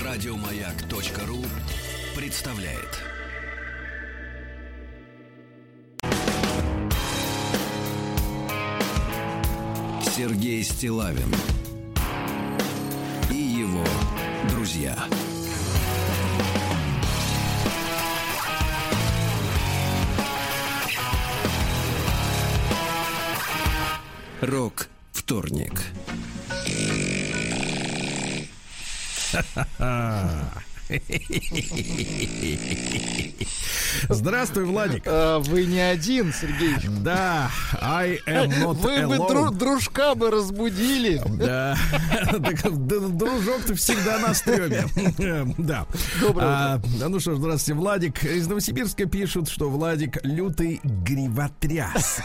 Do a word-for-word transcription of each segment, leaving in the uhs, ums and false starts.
Радиомаяк.ру представляет. Сергей Стиллавин и его друзья. Рок-вторник. Здравствуй, Владик. А, вы не один, Сергей. Да, I am not Вы alone. бы дру- дружка бы разбудили. Да, дружок ты всегда на стреме. Да. Доброе утро. Ну что ж, здравствуйте, Владик. Из Новосибирска пишут, что Владик лютый гривотряс.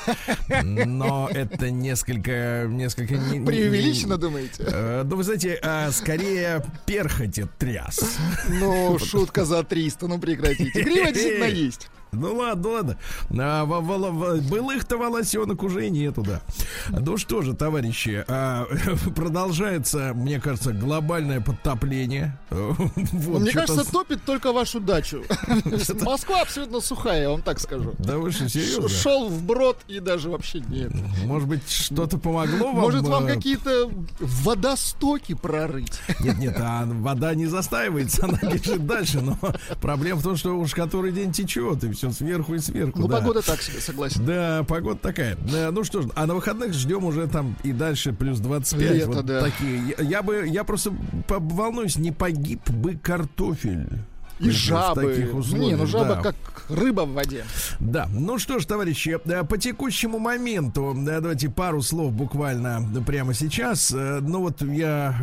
Но это несколько... несколько преувеличено, думаете? Ну, вы знаете, скорее перхоти тряс. Ну, шутка за триста, ну прекратите. Грива действительно есть. Ну ладно, ладно. А, в, в, в, былых-то волосенок уже нету, да. Ну что же, товарищи, а, продолжается, мне кажется, глобальное подтопление. Вот, мне кажется, топит только вашу дачу. Москва абсолютно сухая, я вам так скажу. Да вы что, серьезно? Шел вброд и даже вообще нет. Может быть, что-то помогло вам? Может, вам какие-то водостоки прорыть? Нет, нет, а вода не застаивается, она бежит дальше. Но проблема в том, что уж который день течет, и все сверху и сверху. Ну, да. погода так себе, согласен. Да, погода такая. Да, ну что ж, а на выходных ждем уже там и дальше плюс двадцать пять. Лето, вот да. такие. Я, я бы, я просто волнуюсь, не погиб бы картофель. И жабы. Не, ну жаба да. как рыба в воде. Да, ну что ж, товарищи, по текущему моменту, давайте пару слов буквально прямо сейчас. Ну вот я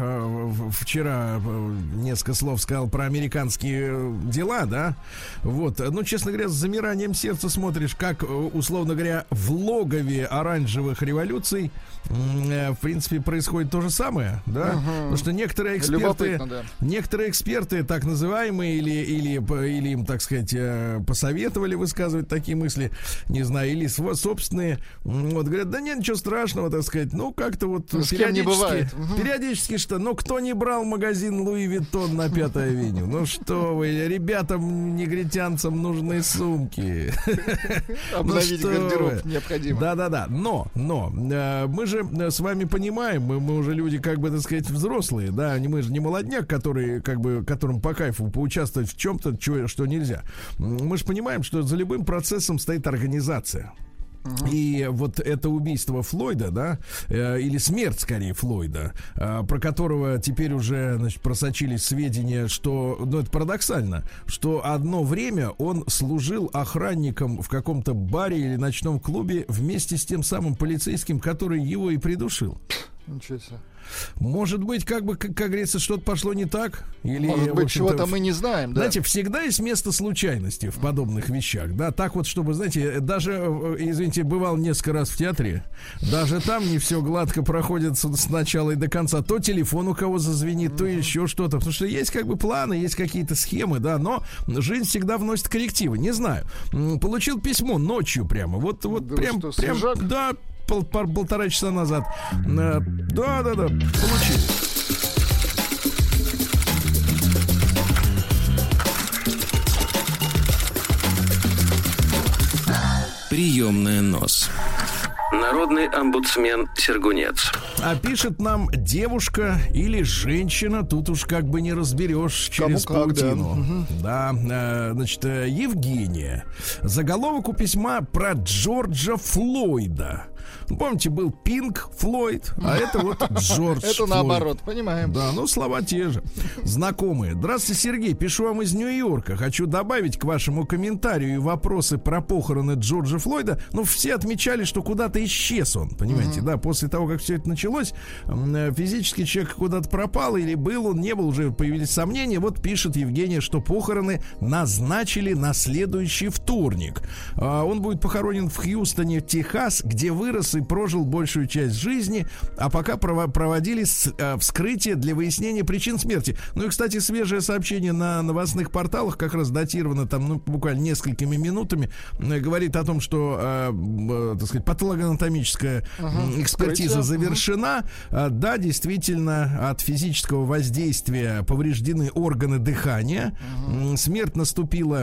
вчера несколько слов сказал про американские дела, да. Вот, ну, честно говоря, с замиранием сердца смотришь, как, условно говоря, в логове оранжевых революций, в принципе, происходит то же самое, да. Угу. Потому что некоторые эксперты, да. некоторые эксперты, так называемые, или Или, или им, так сказать, посоветовали высказывать такие мысли, не знаю, или собственные, вот, говорят, да нет, ничего страшного, так сказать, ну, как-то вот с кем не бывает. Периодически, что, ну, кто не брал магазин Луи Виттон на Пятой авеню? Ну, что вы, ребятам, негритянцам нужны сумки. Обновить гардероб необходимо. Да-да-да, но, но, мы же с вами понимаем, мы, мы уже люди, как бы, так сказать, взрослые, да, мы же не молодняк, который, как бы, которым по кайфу поучаствовать в чем-то, что нельзя. Мы же понимаем, что за любым процессом стоит организация. Uh-huh. И вот это убийство Флойда, да, э, или смерть, скорее, Флойда, э, про которого теперь уже, значит, просочились сведения, что, ну, это парадоксально, что одно время он служил охранником в каком-то баре или ночном клубе вместе с тем самым полицейским, который его и придушил. Ничего себе. Может быть, как бы, как, как говорится, что-то пошло не так? Или, может быть, чего-то мы не знаем, да? Знаете, всегда есть место случайности в подобных вещах, да, так вот, чтобы, знаете, даже, извините, бывал несколько раз в театре, даже там не все гладко проходит с, с начала и до конца, то телефон у кого зазвенит, то еще что-то, потому что есть как бы планы, есть какие-то схемы, да, но жизнь всегда вносит коррективы, не знаю. Получил письмо ночью прямо, вот, вот да прям, что, прям, свежак? Да, пол, пол, полтора часа назад, да, да, да, получил. Приемная нос. Народный омбудсмен Сергунец. А пишет нам девушка или женщина, тут уж как бы не разберешь через Кому паутину. Да, да, значит, Евгения. Заголовок у письма про Джорджа Флойда. Помните, был Пинк Флойд, а это вот Джордж Это Флойд. наоборот, понимаем. Да, ну слова те же. Знакомые. Здравствуйте, Сергей, пишу вам из Нью-Йорка. Хочу добавить к вашему комментарию и вопросы про похороны Джорджа Флойда. Ну, все отмечали, что куда-то исчез он, понимаете, mm-hmm. да, после того, как все это началось, физически человек куда-то пропал, или был он, не был, уже появились сомнения. Вот пишет Евгения, что похороны назначили на следующий вторник. Он будет похоронен в Хьюстоне, Техас, где вы вырос и прожил большую часть жизни, а пока проводили вскрытие для выяснения причин смерти. Ну и, кстати, свежее сообщение на новостных порталах, как раз датировано там, ну, буквально несколькими минутами, говорит о том, что, э, так сказать, патологоанатомическая ага, экспертиза вскрытие. завершена. Ага. Да, действительно, от физического воздействия повреждены органы дыхания. Ага. Смерть наступила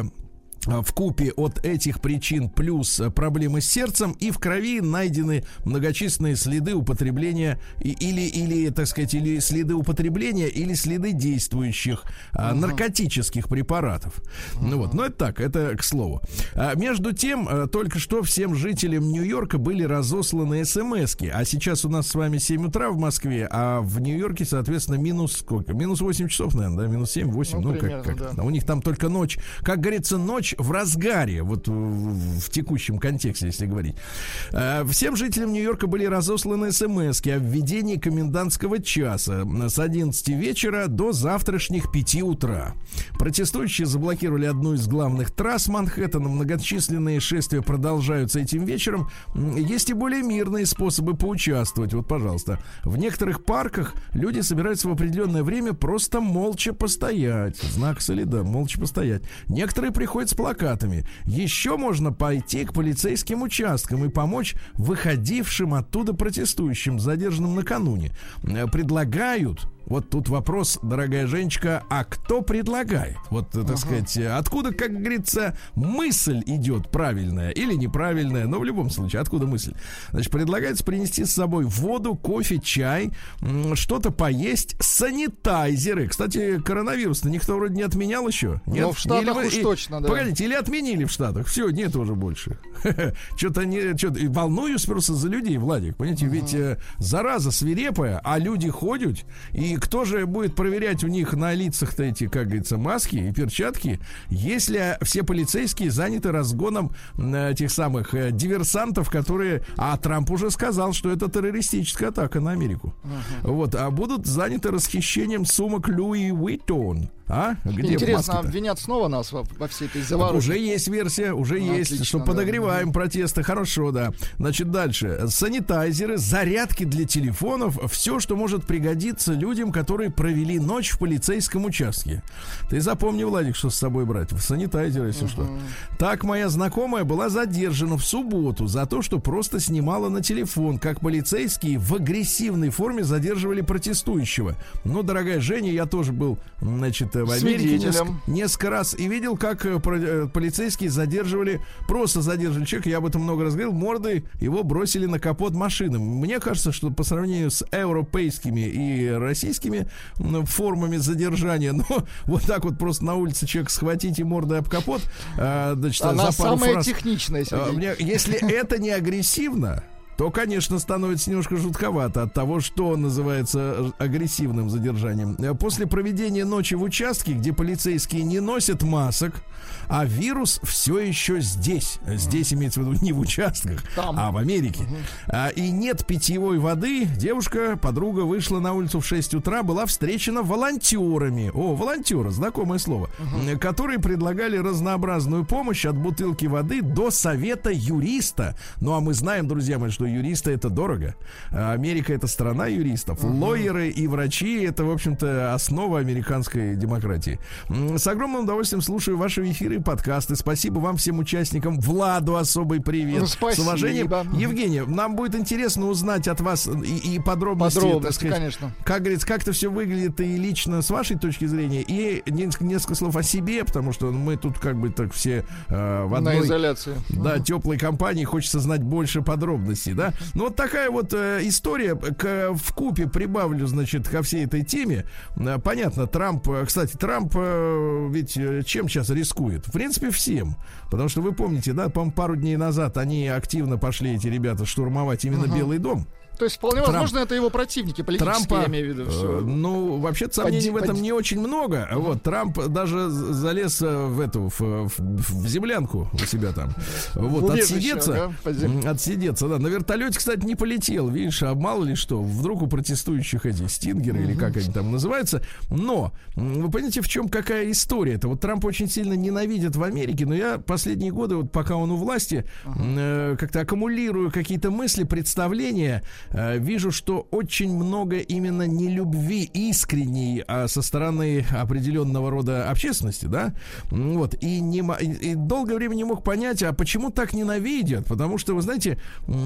вкупе от этих причин плюс проблемы с сердцем, и в крови найдены многочисленные следы употребления или, или так сказать, или следы употребления, или следы действующих uh-huh. наркотических препаратов. Uh-huh. Ну вот, но это так, это к слову. А, между тем, только что всем жителям Нью-Йорка были разосланы смски, а сейчас у нас с вами семь утра в Москве, а в Нью-Йорке, соответственно, минус сколько? Минус восемь часов, наверное, да? Минус семь, восемь, ну, ну примерно, как, как да. У них там только ночь. Как говорится, ночь в разгаре, вот в, в текущем контексте, если говорить. Всем жителям Нью-Йорка были разосланы смски о введении комендантского часа с одиннадцати вечера до завтрашних пяти утра. Протестующие заблокировали одну из главных трасс Манхэттена. Многочисленные шествия продолжаются этим вечером. Есть и более мирные способы поучаствовать. Вот, пожалуйста. В некоторых парках люди собираются в определенное время просто молча постоять. Знак солида, молча постоять. Некоторые приходят с плакатами. Еще можно пойти к полицейским участкам и помочь выходившим оттуда протестующим, задержанным накануне. Предлагают. Вот тут вопрос, дорогая Женечка, а кто предлагает? Вот, так ага. сказать, откуда, как говорится, мысль идет правильная или неправильная, но в любом случае, откуда мысль? Значит, предлагается принести с собой воду, кофе, чай, что-то поесть, санитайзеры. Кстати, коронавирус-то никто вроде не отменял еще. Нет? Но в Штатах или, уж и, точно, да. Погодите, или отменили в Штатах? Все, нет уже больше. Что-то не... Что-то, волнуюсь просто за людей, Владик, понимаете? Ага. Ведь э, зараза свирепая, а люди ходят, и кто же будет проверять у них на лицах-то эти, как говорится, маски и перчатки, если все полицейские заняты разгоном этих самых э, диверсантов, которые... А Трамп уже сказал, что это террористическая атака на Америку. Uh-huh. Вот, а будут заняты расхищением сумок Луи Уиттон. А? Где интересно, обвинят снова нас во, во всей этой заварухе? Уже есть версия, уже ну, есть, отлично, что да. подогреваем протесты. Хорошо, да. Значит, дальше. Санитайзеры, зарядки для телефонов, все, что может пригодиться людям, которые провели ночь в полицейском участке. Ты запомни, Владик, что с собой брать. Санитайзеры, если uh-huh. что. Так моя знакомая была задержана в субботу за то, что просто снимала на телефон, как полицейские в агрессивной форме задерживали протестующего. Ну, дорогая Женя, я тоже был, значит, в Америке несколько, несколько раз и видел, как полицейские задерживали, просто задерживали человека, я об этом много раз говорил, мордой его бросили на капот машины. Мне кажется, что по сравнению с европейскими и российскими формами задержания, ну, вот так вот просто на улице человека схватить и мордой об капот, значит, она за пару самая фраз, техничная, мне, если это не агрессивно, то, конечно, становится немножко жутковато от того, что называется агрессивным задержанием. После проведения ночи в участке, где полицейские не носят масок, а вирус все еще здесь. Здесь имеется в виду не в участках, там. а в Америке. Uh-huh. А, и нет питьевой воды. Девушка, подруга, вышла на улицу в шесть утра, была встречена волонтерами. О, волонтеры, знакомое слово. Uh-huh. Которые предлагали разнообразную помощь от бутылки воды до совета юриста. Ну, а мы знаем, друзья мои, что юристы — это дорого. Америка — это страна юристов. Uh-huh. Лойеры и врачи — это, в общем-то, основа американской демократии. С огромным удовольствием слушаю ваши эфиры и подкасты. Спасибо вам, всем участникам. Владу особый привет. Ну, спасибо. С уважением. Евгения, нам будет интересно узнать от вас и, и подробности, подробности, так сказать, конечно. Как говорится, как это все выглядит и лично с вашей точки зрения, и несколько, несколько слов о себе, потому что мы тут как бы так все э, в одной... На изоляции. Да, теплой компании, хочется знать больше подробностей, да. Ну, вот такая вот э, история. К, вкупе прибавлю, значит, ко всей этой теме. Э, понятно, Трамп... Кстати, Трамп э, ведь чем сейчас рискует? В принципе, всем. Потому что вы помните, да, по-моему, пару дней назад они активно пошли, эти ребята, штурмовать именно uh-huh. Белый дом. То есть, вполне Трамп, возможно, это его противники политические, Трампа, я имею в виду. Все. Э, ну, вообще-то сомнений в этом не очень много. Uh-huh. Вот, Трамп даже залез в эту, в, в, в землянку у себя там. Вот, отсидеться. Да? Отсидеться, да. На вертолете, кстати, не полетел, видишь, а мало ли что. Вдруг у протестующих эти стингеры, uh-huh. или как они там называются. Но, вы понимаете, в чем какая история? Это вот Трамп очень сильно ненавидит в Америке, но я последние годы, вот пока он у власти, uh-huh. э, как-то аккумулирую какие-то мысли, представления, вижу, что очень много именно нелюбви искренней а, со стороны определенного рода общественности, да, вот, и, не, и долгое время не мог понять, а почему так ненавидят, потому что, вы знаете,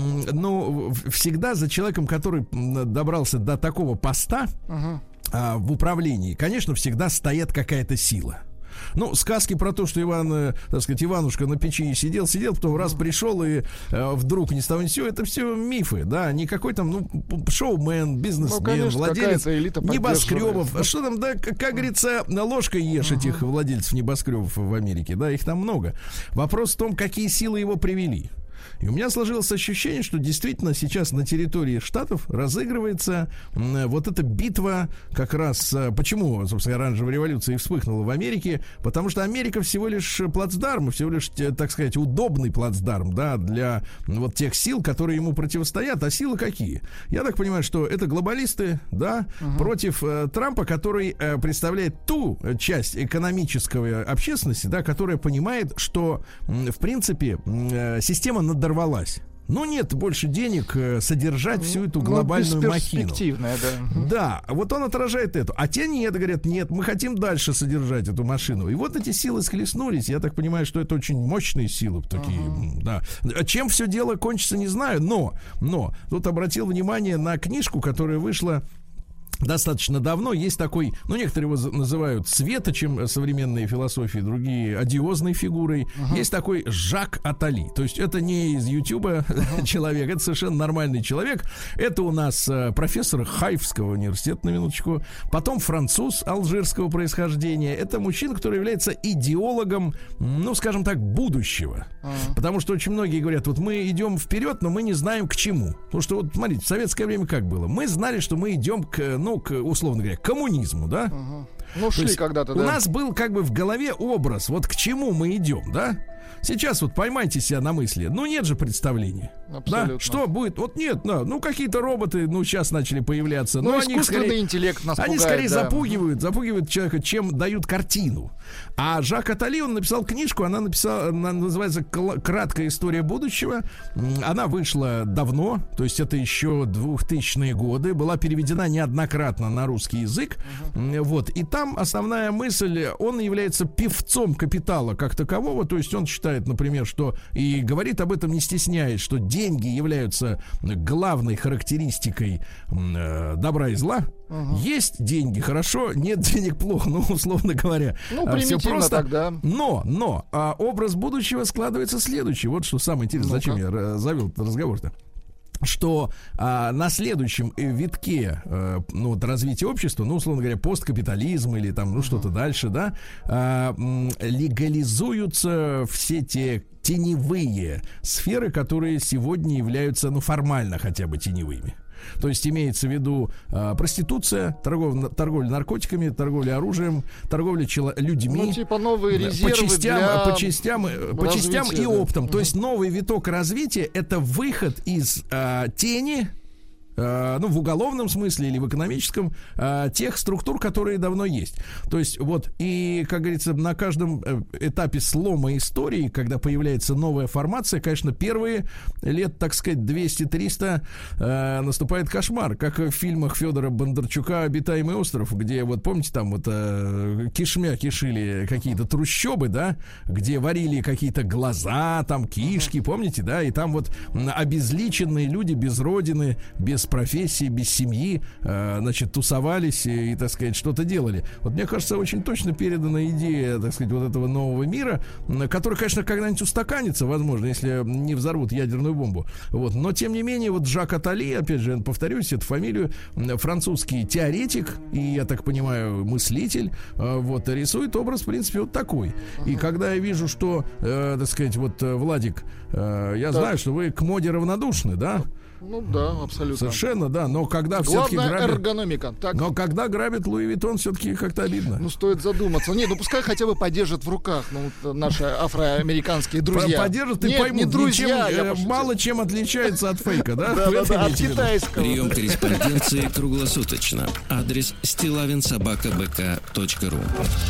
ну, всегда за человеком, который добрался до такого поста uh-huh. а, в управлении, конечно, всегда стоит какая-то сила. Ну, сказки про то, что Иван, э, так сказать, Иванушка на печи сидел, сидел, потом раз пришел и э, вдруг ни с того ни с сего, это все мифы, да, никакой там, ну, шоумен, бизнесмен, ну, конечно, владелец небоскребов. Да. Что там, да, как, как говорится, ложкой ешь uh-huh. этих владельцев небоскребов в Америке, да, их там много. Вопрос в том, какие силы его привели. И у меня сложилось ощущение, что действительно сейчас на территории Штатов разыгрывается м, вот эта битва как раз... Почему, собственно, оранжевая революция и вспыхнула в Америке? Потому что Америка всего лишь плацдарм, всего лишь, так сказать, удобный плацдарм, да, для вот тех сил, которые ему противостоят. А силы какие? Я так понимаю, что это глобалисты, да, uh-huh. против э, Трампа, который э, представляет ту часть экономической общественности, да, которая понимает, что, м, в принципе, э, система надорвалась. Ну, нет больше денег э, содержать всю эту глобальную ну, махину. Да. Да, вот он отражает это. А те нет, говорят, нет, мы хотим дальше содержать эту машину. И вот эти силы схлестнулись. Я так понимаю, что это очень мощные силы такие. Uh-huh. Да. Чем все дело кончится, не знаю. Но, но тут обратил внимание на книжку, которая вышла достаточно давно. Есть такой, ну, некоторые его называют светочем современной философии, другие одиозной фигурой. Uh-huh. Есть такой Жак Аттали. То есть это не из Ютуба uh-huh. человек, это совершенно нормальный человек. Это у нас э, профессор Хайфского университета, на минуточку. Потом француз алжирского происхождения. Это мужчина, который является идеологом, ну, скажем так, будущего. Uh-huh. Потому что очень многие говорят, вот мы идем вперед, но мы не знаем к чему. Потому что, вот, смотрите, в советское время как было? Мы знали, что мы идем к, ну, к, условно говоря, к коммунизму, да? Uh-huh. Ну, шли когда-то, да. У нас был как бы в голове образ, вот к чему мы идем, да? Сейчас вот поймайте себя на мысли. Ну, нет же представления. Абсолютно. Да? Что будет? Вот нет, да. Ну, какие-то роботы, ну, сейчас начали появляться. Ну, но искусственный они скорее, интеллект нас Они пугает, скорее да. запугивают, запугивают человека, чем дают картину. А Жак Аттали, он написал книжку, она написала, она называется «Краткая история будущего». Она вышла давно, то есть это еще двухтысячные годы, была переведена неоднократно на русский язык. Uh-huh. Вот. И там основная мысль, он является певцом капитала как такового, то есть он считает, например, что, и говорит об этом не стесняясь, что деньги являются главной характеристикой э, добра и зла. Uh-huh. Есть деньги, хорошо, нет денег, плохо, ну, условно говоря. Ну, примитивно все просто. Тогда. Но, но, а образ будущего складывается следующий. Вот что самое интересное, ну-ка. Зачем я завел этот разговор-то. Что а, на следующем витке а, ну, вот, развития общества, ну, условно говоря, посткапитализм или там, ну, uh-huh. что-то дальше, да, а, м, легализуются все те теневые сферы, которые сегодня являются, ну, формально хотя бы теневыми. То есть имеется в виду э, проституция, торговля, торговля наркотиками, торговля оружием, торговля чело- людьми. Ну, типа новые резервы по частям, для по частям, по частям и оптом. Да. То есть новый виток развития — это выход из э, тени, э, ну, в уголовном смысле или в экономическом, э, тех структур, которые давно есть. То есть вот, и, как говорится, на каждом этапе слома истории, когда появляется новая формация, конечно, первые лет, так сказать, двести-триста э, наступает кошмар, как в фильмах Федора Бондарчука «Обитаемый остров», где, вот помните, там вот э, кишмя кишили какие-то трущобы, да, где варили какие-то глаза, там кишки, помните, да, и там вот обезличенные люди без родины, без профессии, без семьи, э, значит, тусовались и, и, так сказать, что-то делали. Вот мне кажется, очень точно передана идея, так сказать, вот этого нового мира, который, конечно, когда-нибудь устаканится, возможно, если не взорвут ядерную бомбу. Вот. Но, тем не менее, вот Жак Аттали, опять же, повторюсь, эту фамилию, французский теоретик и, я так понимаю, мыслитель, э, вот, рисует образ, в принципе, вот такой. И когда я вижу, что, э, так сказать, вот, Владик, э, я да. знаю, что вы к моде равнодушны, да? Ну да, абсолютно. Совершенно, да. Но когда все-таки Главное грабят... эргономика. Так. Но когда грабят Луи Виттон, все-таки как-то обидно. Ну, стоит задуматься. Не, ну пускай хотя бы подержат в руках, ну, вот наши афроамериканские друзья. Подержат и Нет, поймут, не друзья, ничем, я э, мало чем отличается от фейка, да? Да, да, да, от имеете в виду? китайского. Прием корреспонденции круглосуточно. Адрес стилавин собака бэ ка точка ру.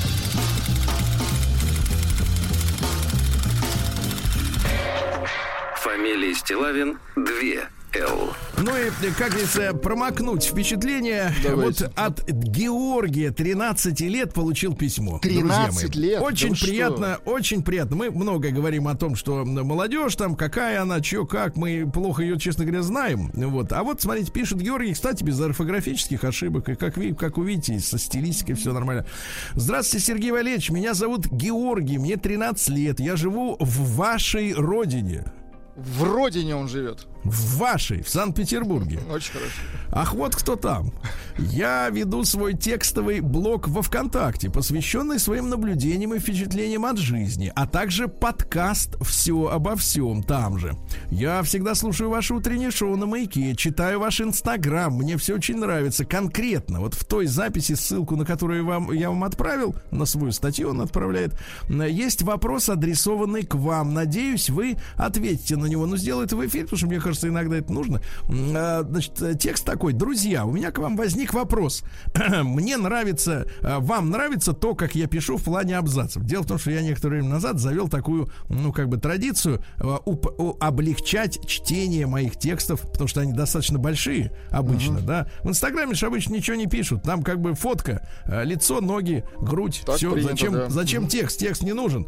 Фамилия Стилавин две Л. Ну и, как говорится, промокнуть впечатление. Давайте. Вот от Георгия, тринадцати лет, получил письмо. тринадцать лет? Очень Да приятно, очень приятно. Мы много говорим о том, что молодежь там, какая она, чё, как. Мы плохо ее, честно говоря, знаем. Вот. А вот, смотрите, пишет Георгий, кстати, без орфографических ошибок. И как, вы, как увидите, со стилистикой все нормально. Здравствуйте, Сергей Валерьевич. Меня зовут Георгий, мне тринадцать лет. Я живу в вашей родине. В родине он живет. В вашей, в Санкт-Петербурге. Очень хорошо. Ах, вот кто там. Я веду свой текстовый блог во ВКонтакте, посвященный своим наблюдениям и впечатлениям от жизни, а также подкаст «Все обо всем» там же. Я всегда слушаю ваше утреннее шоу на Маяке, читаю ваш Инстаграм, мне все очень нравится. Конкретно, вот в той записи, ссылку на которую вам, я вам отправил, на свою статью он отправляет, есть вопрос, адресованный к вам. Надеюсь, вы ответите на него. Но сделай это в эфире, потому что мне кажется, иногда это нужно. Значит, текст такой. Друзья, у меня к вам возник вопрос. Мне нравится, вам нравится то, как я пишу в плане абзацев. Дело в том, что я некоторое время назад завел такую, ну, как бы традицию уп- облегчать чтение моих текстов, потому что они достаточно большие обычно, uh-huh. да. В Инстаграме же обычно ничего не пишут. Там как бы фотка, лицо, ноги, грудь. Так все. принято, Зачем, да. зачем uh-huh. текст? Текст не нужен.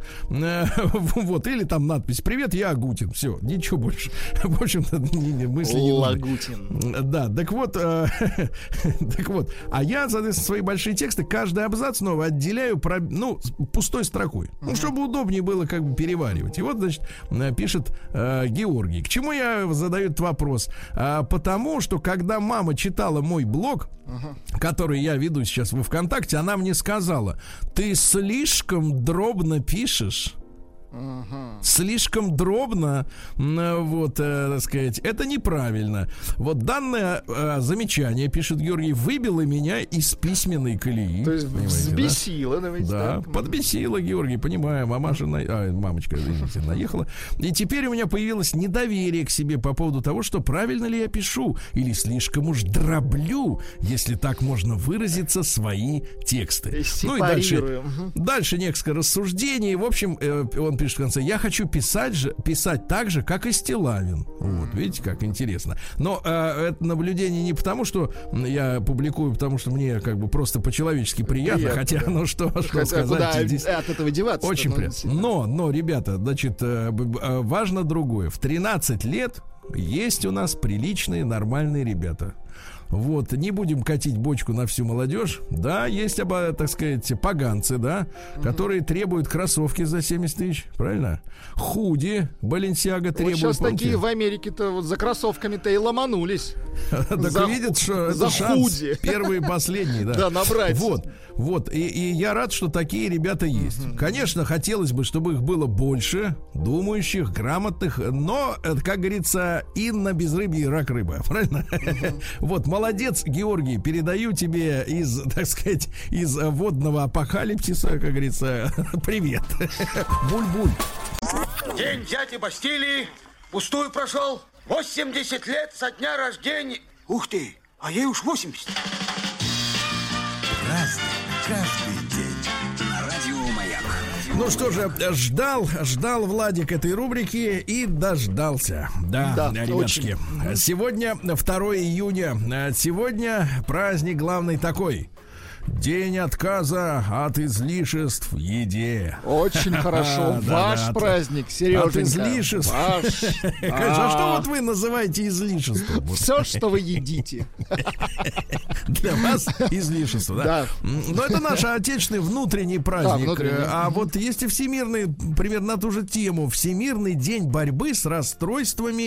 Вот. Или там надпись «Привет, я Агутин». Все, ничего больше. В общем-то, мысли не Лагутин. Да, так вот, э, так вот. А я, соответственно, свои большие тексты, каждый абзац снова отделяю, про, ну, пустой строкой. Ну, чтобы удобнее было как бы переваривать. И вот, значит, пишет э, Георгий. К чему я задаю этот вопрос? А, потому что, когда мама читала мой блог, uh-huh. который я веду сейчас во ВКонтакте, она мне сказала: ты слишком дробно пишешь. Uh-huh. Слишком дробно, вот, э, так сказать, это неправильно. Вот данное э, замечание, пишет Георгий, выбило меня из письменной колеи. То есть взбесило, да? Давайте да, так. подбесило, Георгий, понимаю. Мамаша, на... а, мамочка, извините, наехала. И теперь у меня появилось недоверие к себе по поводу того, что правильно ли я пишу или слишком уж дроблю, если так можно выразиться, свои тексты. Ну и дальше, дальше несколько рассуждений. В общем, э, он пишет в конце: я хочу писать же, писать так же, как и Стилавин. Вот, видите, как интересно. Но э, это наблюдение не потому, что я публикую, потому что мне как бы просто по-человечески приятно, приятно, хотя, да. ну что, что Хотя сказать. куда здесь от этого деваться? очень ну, приятно. Но, но, ребята, значит, э, э, важно другое. В тринадцать лет есть у нас приличные, нормальные ребята. Вот, не будем катить бочку на всю молодежь. Да, есть, так сказать, поганцы, да, mm-hmm. которые требуют кроссовки за семьдесят тысяч, правильно? Худи, Баленсиага требуют. Вот сейчас помните? такие в Америке-то вот за кроссовками-то и ломанулись. Так видят, что это шанс первый и последний, да. Да, набрать. Вот, вот, и, и я рад, что такие ребята есть. Конечно, хотелось бы, чтобы их было больше, думающих, грамотных, но, как говорится, и на безрыбье рак рыба, правильно? Вот, молодец, Георгий, передаю тебе из, так сказать, из водного апокалипсиса, как говорится, привет. Буль-буль. День дяди Бастилии пустую прошел. восемьдесят лет со дня рождения. Ух ты, а ей уж восемьдесят. Разный, каждый день. На радио Маяк. Ну что же, ждал, ждал Владик этой рубрики и дождался. Да, да, ребятки. Очень. Сегодня второе июня. Сегодня праздник главный такой: день отказа от излишеств в еде. Очень хорошо. Ваш праздник, Сереженька. От излишеств. Ваш. А что вот вы называете излишеством? Все, что вы едите. Для вас излишество, да? Да. Но это наш отечественный внутренний праздник. Да, внутренний. А вот есть и всемирный, примерно на ту же тему, Всемирный день борьбы с расстройствами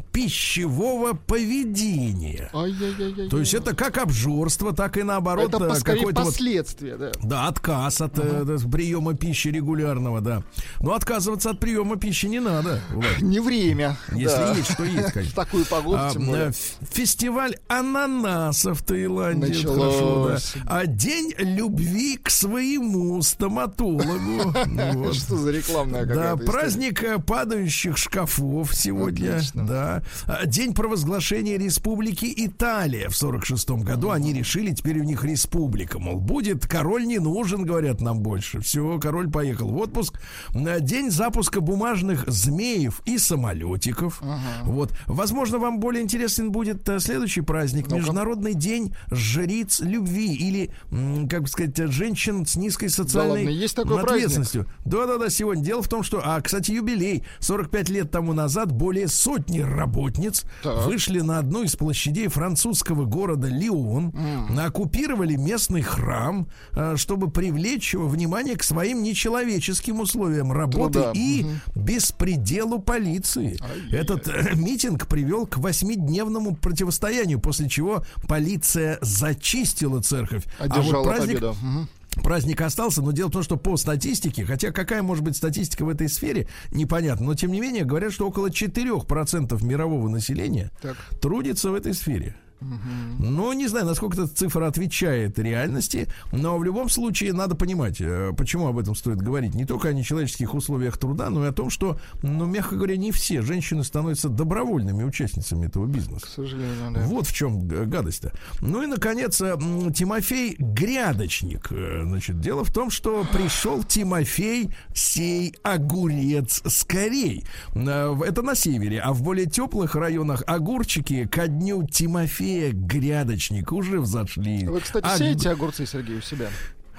пищевого поведения. Ай-яй-яй-яй. То есть это как обжорство, так и наоборот. Это скорее какой-то последствия, вот, да. Да, отказ от uh-huh. э, приема пищи регулярного, да. Но отказываться от приема пищи не надо, Влад. Не время. Если да. есть, что есть, конечно. В такую погоду, а, тем более. Фестиваль ананаса в Таиланде. Началось. Хорошо, да. А день любви к своему стоматологу. Вот. Что за рекламная какая-то Да, история? праздник падающих шкафов сегодня. Отлично. Да. День провозглашения Республики Италия в сорок шестом году. Mm-hmm. Они решили, теперь у них республика. Мол, будет король не нужен, говорят нам больше. Все, король поехал в отпуск. День запуска бумажных змеев и самолетиков. Uh-huh. Вот. Возможно, вам более интересен будет следующий праздник. Ну-ка. Международный день жриц любви. Или, как бы сказать, женщин с низкой социальной да, ладно, есть такой ответственностью. Да-да-да, сегодня. Дело в том, что, а, кстати, юбилей. сорок пять лет тому назад более сотни работниц так. вышли на одну из площадей французского города Лион, mm. оккупировали местный храм, чтобы привлечь внимание к своим нечеловеческим условиям работы Труда. и mm-hmm. беспределу полиции. Ай-яй-яй. Этот э, митинг привел к восьмидневному противостоянию, после чего полиция зачистила церковь. Одержала а вот праздник... победу. Угу. Праздник остался, но дело в том, что по статистике, хотя какая может быть статистика в этой сфере, непонятно, но тем не менее говорят, что около четыре процента мирового населения так. трудится в этой сфере. Угу. Ну, не знаю, насколько эта цифра отвечает реальности, но в любом случае надо понимать, почему об этом стоит говорить. Не только о нечеловеческих условиях труда, но и о том, что, ну, мягко говоря, не все женщины становятся добровольными участницами этого бизнеса. К сожалению, да. Вот в чем гадость-то. Ну и, наконец, Тимофей Грядочник. Значит, дело в том, что пришел Тимофей сей огурец скорей. Это на севере, а в более теплых районах огурчики ко дню Тимофея Грядочник уже взошли. Вы, кстати, а... сеете огурцы, Сергей, у себя?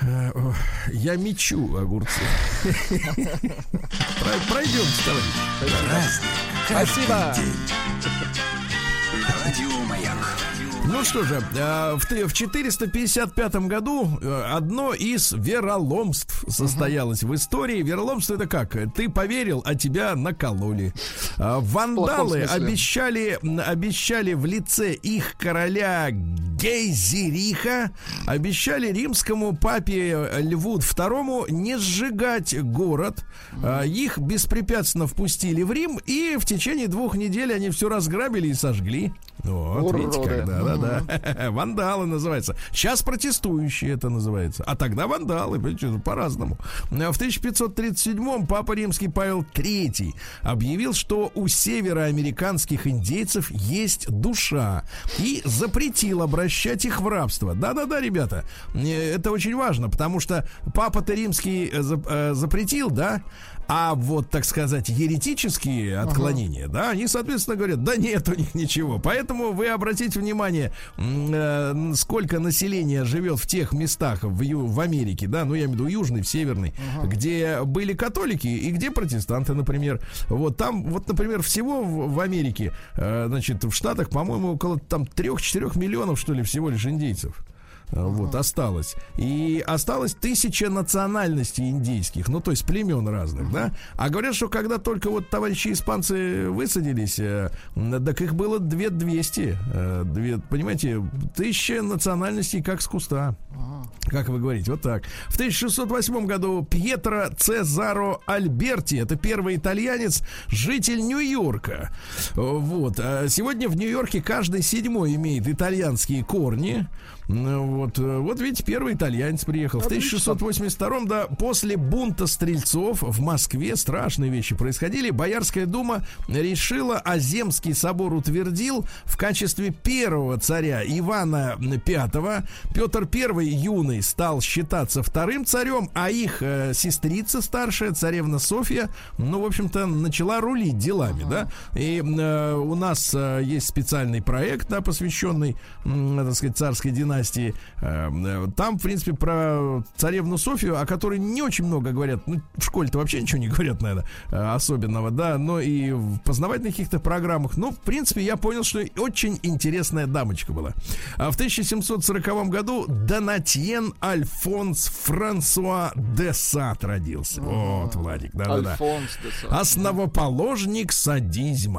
Я мечу огурцы. Пройдемте, товарищ. Спасибо. Радио Маяк. Ну что же, в четыреста пятьдесят пятом году одно из вероломств состоялось uh-huh. в истории. Вероломство — это как? Ты поверил, а тебя накололи. Вандалы обещали, обещали в лице их короля Гейзериха, обещали римскому папе Льву второму не сжигать город. Uh-huh. Их беспрепятственно впустили в Рим, и в течение двух недель они все разграбили и сожгли. Вот, видите, когда, да, да. Вандалы называется. Сейчас протестующие это называется. А тогда вандалы, по-разному. В тысяча пятьсот тридцать седьмом Папа Римский Павел третий объявил, что у североамериканских индейцев есть душа, и запретил обращать их в рабство. Да-да-да, ребята, это очень важно, потому что Папа-то Римский запретил, да, а вот, так сказать, еретические отклонения, ага. да, они, соответственно, говорят, да нет у них ничего. Поэтому вы обратите внимание, э, сколько населения живет в тех местах в, ю, в Америке, да, ну, я имею в виду южный, в северный, ага. где были католики и где протестанты, например. Вот там, вот, например, всего в, в Америке, э, значит, в Штатах, по-моему, около там трех-четырех миллионов, что ли, всего лишь индейцев. Вот, осталось. И осталось тысяча национальностей индейских, ну, то есть племен разных, uh-huh. да. А говорят, что когда только вот товарищи испанцы высадились, э, так их было две двести. Э, две, понимаете, тысяча национальностей как с куста. Uh-huh. Как вы говорите, вот так. В тысяча шестьсот восьмом году Пьетро Цезаро Альберти, это первый итальянец, житель Нью-Йорка. Вот. Сегодня в Нью-Йорке каждый седьмой имеет итальянские корни. Вот, вот видите, первый итальянец приехал. Отлично. В тысяча шестьсот восемьдесят втором, да, после бунта стрельцов в Москве страшные вещи происходили. Боярская дума решила, а Земский собор утвердил в качестве первого царя Ивана Пятого. Петр Первый юный стал считаться вторым царем, а их э, сестрица старшая, царевна Софья, ну, в общем-то, начала рулить делами, ага. да. И э, у нас э, есть специальный проект, да, посвященный, э, так сказать, царской династии. Там, в принципе, про царевну Софию, о которой не очень много говорят. Ну, в школе-то вообще ничего не говорят, наверное, особенного, да, но и в познавательных каких-то программах. Ну, в принципе, я понял, что очень интересная дамочка была. В тысяча семьсот сороковом году Донатьен Альфонс Франсуа де Сад родился. Вот, Владик, да-да-да. Основоположник садизма.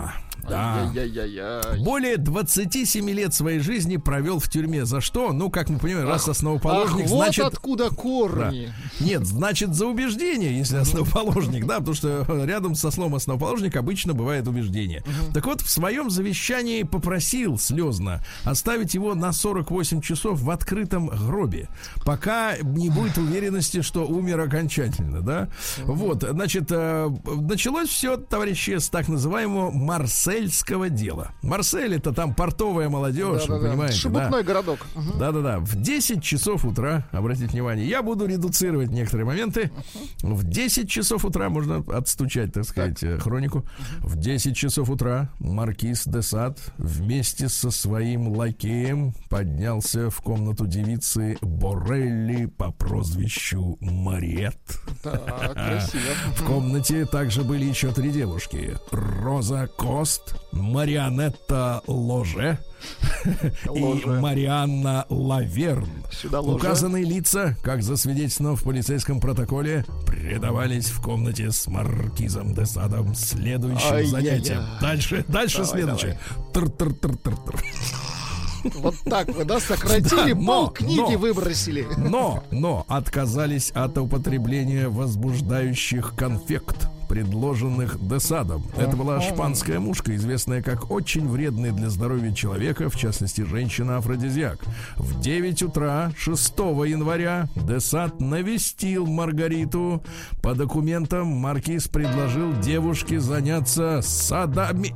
Да. Ай-яй-яй-яй. Более двадцати семи лет своей жизни провел в тюрьме. За что? Ну, как мы понимаем, раз основоположник, Ах, значит... вот откуда корни. Да. Нет, значит, за убеждение, если основоположник, да, потому что рядом со словом основоположник обычно бывает убеждение. Угу. Так вот, в своем завещании попросил слезно оставить его на сорок восемь часов в открытом гробе, пока не будет уверенности, что умер окончательно, да. Угу. Вот, значит, началось все, товарищи, с так называемого марсельского дела. Марсель — это там портовая молодежь, да, вы да, понимаете, шебутной да? городок. Угу. Да-да-да, в десять часов утра, обратите внимание, я буду редуцировать некоторые моменты. В десять часов утра можно отстучать, так сказать, так. хронику. В десять часов утра маркиз де Сад вместе со своим лакеем поднялся в комнату девицы Борелли по прозвищу Мариет. Так, красиво. В комнате также были еще три девушки: Роза Кост, Марианетта Ложе и Марианна Лаверн. Указанные лица, как засвидетельствовано в полицейском протоколе, предавались в комнате с маркизом де Садом следующим Ай, занятиям. Я, я. Дальше, дальше давай, следующее. Тр-тр-тр-тр-тр. Вот так вы, да, сократили, да, но, пол книги но, выбросили. Но, но отказались от употребления возбуждающих конфект, предложенных де Садом. Это была шпанская мушка, известная как очень вредный для здоровья человека, в частности, женщина-афродизиак. В девять утра шестого января де Сад навестил Маргариту. По документам маркиз предложил девушке заняться садами.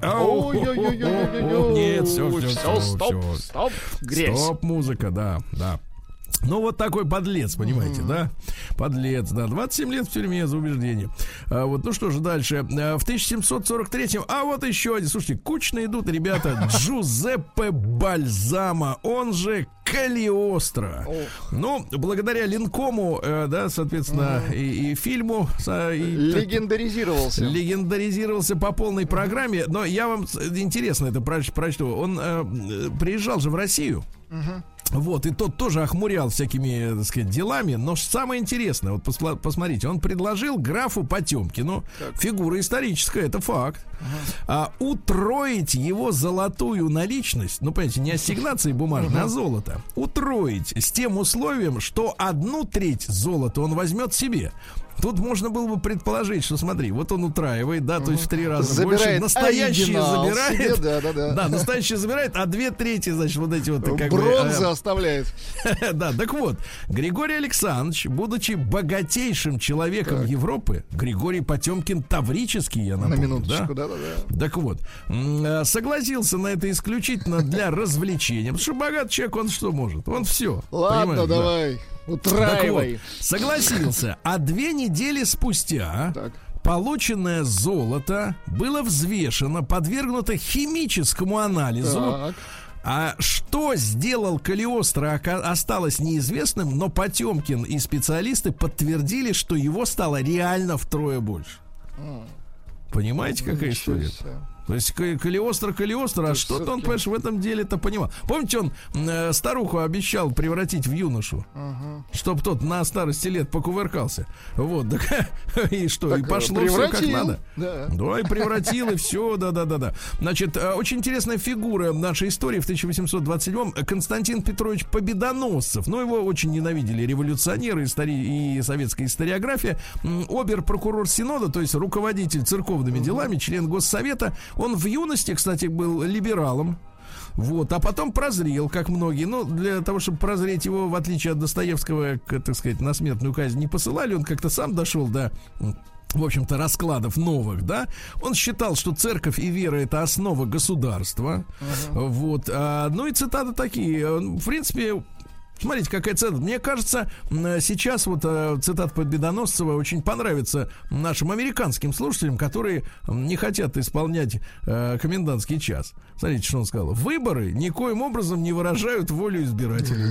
Нет, все, все, все, стоп, стоп, грязь. Стоп, музыка, да, да. Ну, вот такой подлец, понимаете, mm-hmm. да? Подлец, да. двадцать семь лет в тюрьме за убеждение. А, вот, ну что же дальше. А, в тысяча семьсот сорок третьем, а вот еще один. Слушайте, кучно идут ребята. Джузеппе Бальзамо, он же Калиостро. Oh. Ну, благодаря Линкому, э, да, соответственно, mm-hmm. и, и фильму. И, легендаризировался. Легендаризировался по полной программе. Но я вам интересно это прочту. Он э, приезжал же в Россию. Mm-hmm. Вот, и тот тоже охмурял всякими, так сказать, делами. Но самое интересное, вот посла- посмотрите, он предложил графу Потемкину, так. фигура историческая, это факт, ага. а, утроить его золотую наличность, ну, понимаете, не ассигнации бумажные, ага. а золото, утроить с тем условием, что одну треть золота он возьмет себе. Тут можно было бы предположить, что, смотри, вот он утраивает, да, то есть в три раза забирает больше. Настоящие забирает. Себе, да, да, да. Да, настоящие забирает, а две трети, значит, вот эти вот... Как бронзы бы, оставляет. Да, так вот, Григорий Александрович, будучи богатейшим человеком так. Европы, Григорий Потемкин Таврический, я напомню, на минуточку, да? Да, да, да. Так вот, согласился на это исключительно для развлечения, потому что богатый человек, он что может? Он все. Ладно, давай. Да. Утраивай. Вот, согласился. А две недели спустя так. полученное золото было взвешено, подвергнуто химическому анализу. Так. А что сделал Калиостро, осталось неизвестным, но Потемкин и специалисты подтвердили, что его стало реально втрое больше. Понимаете, какая история? То есть Калиостро, Калиостро, а что-то он, понимаешь, в этом деле-то понимал. Помните, он э, старуху обещал превратить в юношу, uh-huh. чтобы тот на старости лет покувыркался. Вот, так, и что, так, и пошло все как надо. Да. да, и превратил, и все, да-да-да-да. Значит, очень интересная фигура нашей истории в тысяча восемьсот двадцать седьмом. Константин Петрович Победоносцев. Ну, его очень ненавидели революционеры истори- и советская историография. Обер-прокурор Синода, то есть руководитель церковными делами, член Госсовета. Он в юности, кстати, был либералом. Вот, а потом прозрел, как многие. Ну, для того, чтобы прозреть его, в отличие от Достоевского, так сказать, на смертную казнь не посылали, он как-то сам дошел до, в общем-то, раскладов новых, да. Он считал, что церковь и вера — это основа государства. Uh-huh. Вот, а, ну и цитаты такие. В принципе, смотрите, какая цитата. Мне кажется, сейчас вот цитата Победоносцева очень понравится нашим американским слушателям, которые не хотят исполнять э, комендантский час. Смотрите, что он сказал. Выборы никоим образом не выражают волю избирателей.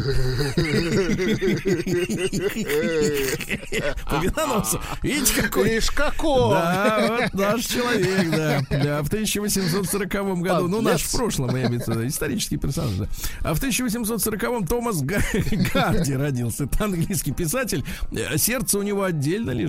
Победоносцев. Видите, какой? Видишь, какой? Да, вот наш человек, да. Да, в тысяча восемьсот сороковом году, ну, наш в прошлом, я имею в виду, исторический персонаж, да. А в тысяча восемьсот сороковом Томас Гарди родился. Это английский писатель. Сердце у него отдельно лежит.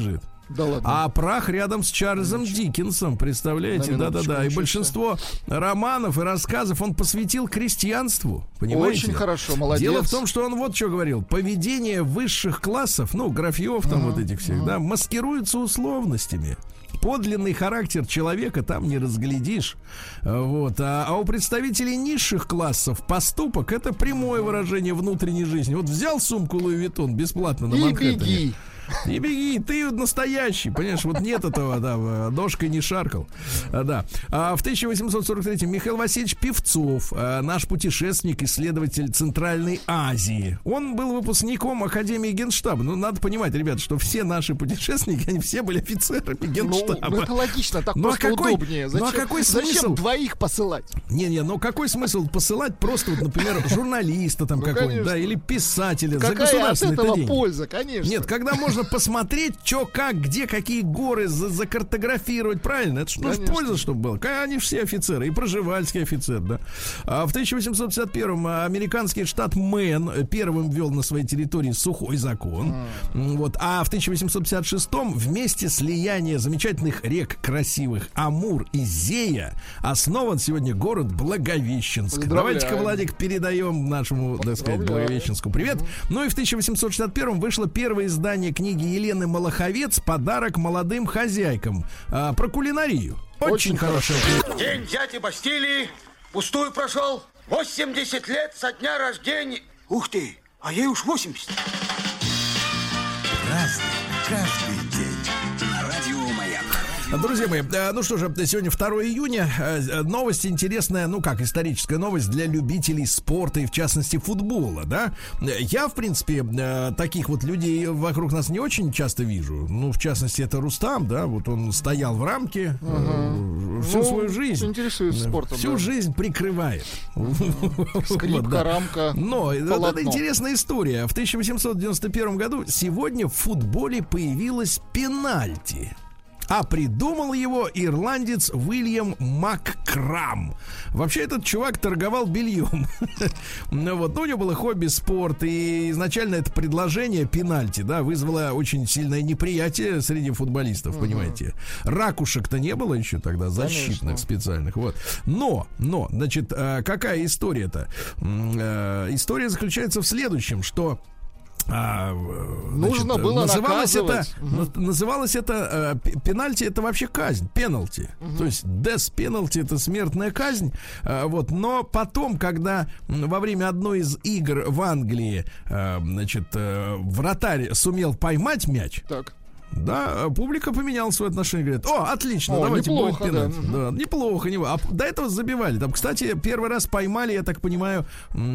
Да ладно. А прах рядом с Чарльзом Диккенсом, представляете? Да-да-да. И большинство романов и рассказов он посвятил крестьянству. Понимаете? Очень хорошо, молодец. Дело в том, что он вот что говорил. Поведение высших классов, ну, графьев там uh-huh, вот этих всех, uh-huh. да, маскируется условностями. Подлинный характер человека там не разглядишь. Вот. А, а у представителей низших классов поступок — это прямое выражение внутренней жизни. Вот взял сумку Луи Виттон бесплатно на и Манхэттене. Беги. И беги, ты настоящий, понимаешь, вот нет этого, да, ножкой не шаркал, а, да. А в тысяча восемьсот сорок третьем Михаил Васильевич Певцов, а, наш путешественник, исследователь Центральной Азии, он был выпускником Академии Генштаба. Ну, надо понимать, ребят, что все наши путешественники, они все были офицерами Генштаба. Ну, это логично, так ну, просто а какой, удобнее. Зачем, ну, а какой смысл? Зачем двоих посылать? Не-не, ну какой смысл посылать просто, вот, например, журналиста там ну, какого-нибудь, да, или писателя. Какая за государственный от этого день. Польза, конечно. Нет, когда можно посмотреть, что, как, где, какие горы за- закартографировать, правильно? Это что ж польза, чтобы было. Они все офицеры, и Пржевальский офицер, да. А в тысяча восемьсот пятьдесят первом американский штат Мэн первым ввел на своей территории сухой закон. Mm. Вот. А в тысяча восемьсот пятьдесят шестом вместе слияния замечательных рек красивых Амур и Зея основан сегодня город Благовещенск. Давайте-ка, Владик, передаем нашему, так сказать, Благовещенску привет. Mm. Ну и в тысяча восемьсот шестьдесят первом вышло первое издание книги Елены Малаховец «Подарок молодым хозяйкам», а, про кулинарию. Очень, Очень хорошо. День дяди Бастилии пустую прошел. восемьдесят лет со дня рождения. Ух ты, а ей уж восемьдесят. Разный, каждый день. На радио Маяк. Друзья мои, ну что же, сегодня второе июня. Новость интересная, ну как, историческая новость для любителей спорта и, в частности, футбола, да? Я, в принципе, таких вот людей вокруг нас не очень часто вижу. Ну, в частности, это Рустам, да? Вот он стоял в рамке uh-huh. всю ну, свою жизнь. Интересуется спортом. Всю да. жизнь прикрывает. Скрипка, вот, да. рамка, Но вот это интересная история. В тысяча восемьсот девяносто первом году сегодня в футболе появилась пенальти. А придумал его ирландец Уильям Маккрам. Вообще этот чувак торговал бельем. Ну вот, ну, у него было хобби спорт. И изначально это предложение пенальти, да, вызвало очень сильное неприятие среди футболистов, uh-huh. понимаете. Ракушек-то не было еще тогда, защитных Конечно. специальных. Вот. Но, но, значит, какая история-то? История заключается в следующем, что А, Нужно значит, было называлось это, угу. называлось это э, пенальти, это вообще казнь, пеналти. Угу. То есть death penalty — это смертная казнь. Э, вот, но потом, когда во время одной из игр в Англии, э, значит, э, вратарь сумел поймать мяч. Так. Да, публика поменяла свое отношение. Говорит: о, отлично, О, давайте будет пенальти. Да. Да, неплохо, не... А до этого забивали. Там, кстати, первый раз поймали, я так понимаю,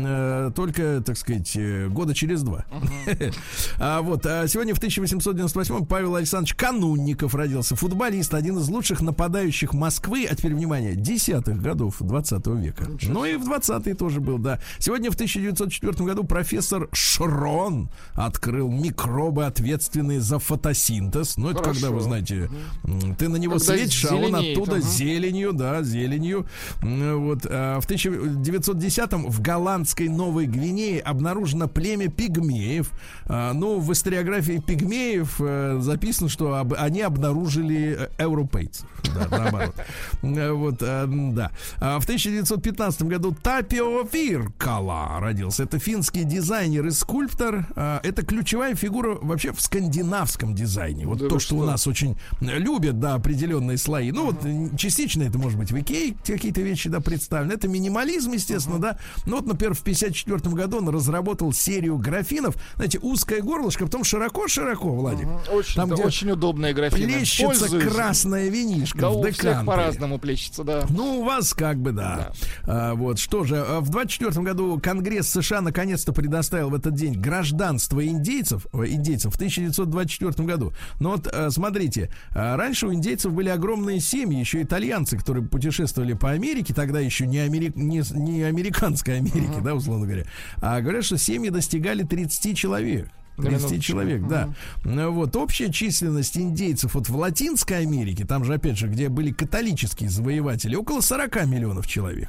э, только, так сказать, года через два. Uh-huh. а вот а сегодня в тысяча восемьсот девяносто восьмом Павел Александрович Канунников родился. Футболист, один из лучших нападающих Москвы, а теперь, внимание, десятых годов двадцатого века. Ну и в двадцатые тоже был, да. Сегодня в тысяча девятьсот четвёртом году профессор Шрон открыл микробы, ответственные за фотосинтез. Ну, это Хорошо. Когда, вы знаете, угу. ты на него когда светишь, а он оттуда ага. зеленью, да, зеленью. Вот. А в тысяча девятьсот десятом в голландской Новой Гвинее обнаружено племя пигмеев. А, ну, в историографии пигмеев а, записано, что об, они обнаружили европейцев. Да, наоборот. Вот, а, да. А в тысяча девятьсот пятнадцатом году Тапио Виркала родился. Это финский дизайнер и скульптор. А, это ключевая фигура вообще в скандинавском дизайне. Вот да то, что, что у нас очень любят, да, определенные слои. Ну, uh-huh. вот частично это, может быть, в Икее какие-то вещи, да, представлены. Это минимализм, естественно, uh-huh. да. Ну, вот, например, в пятьдесят четвёртом году он разработал серию графинов. Знаете, узкое горлышко, потом широко-широко, Владик. Uh-huh. Очень, там, да, где очень удобная графина. Плещется красное винишко да, в декантере. У всех по-разному плещется, да. Ну, у вас как бы, да. да. А, вот, что же, в двадцать четвёртом году Конгресс США наконец-то предоставил в этот день гражданство индейцев, индейцев в тысяча девятьсот двадцать четвёртом году. Но вот, смотрите, раньше у индейцев были огромные семьи, еще итальянцы, которые путешествовали по Америке, тогда еще не, Амери... не, не американской Америки, uh-huh. да, условно говоря, а говорят, что семьи достигали тридцать человек. тридцать человек, да. Uh-huh. Вот, общая численность индейцев вот в Латинской Америке, там же, опять же, где были католические завоеватели, около сорок миллионов человек.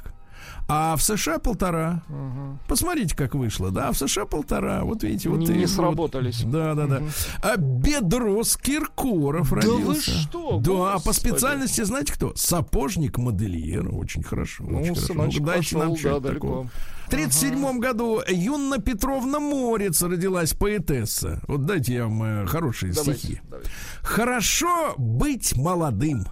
а в США полтора. Угу. Посмотрите, как вышло, да, в США полтора. Вот видите, вот не, и, не вот, сработались. Да, да, да. Угу. А Бедрос Киркоров да родился. Да вы что? Да, Господи. по специальности, знаете кто? Сапожник-модельер. Очень хорошо. Ну, очень хорошо. Ну, дайте нам да, такого. В тридцать седьмом ага. году Юнна Петровна Морец родилась, поэтесса. Вот дайте я вам э, хорошие давайте, стихи. Давайте. Хорошо быть молодым.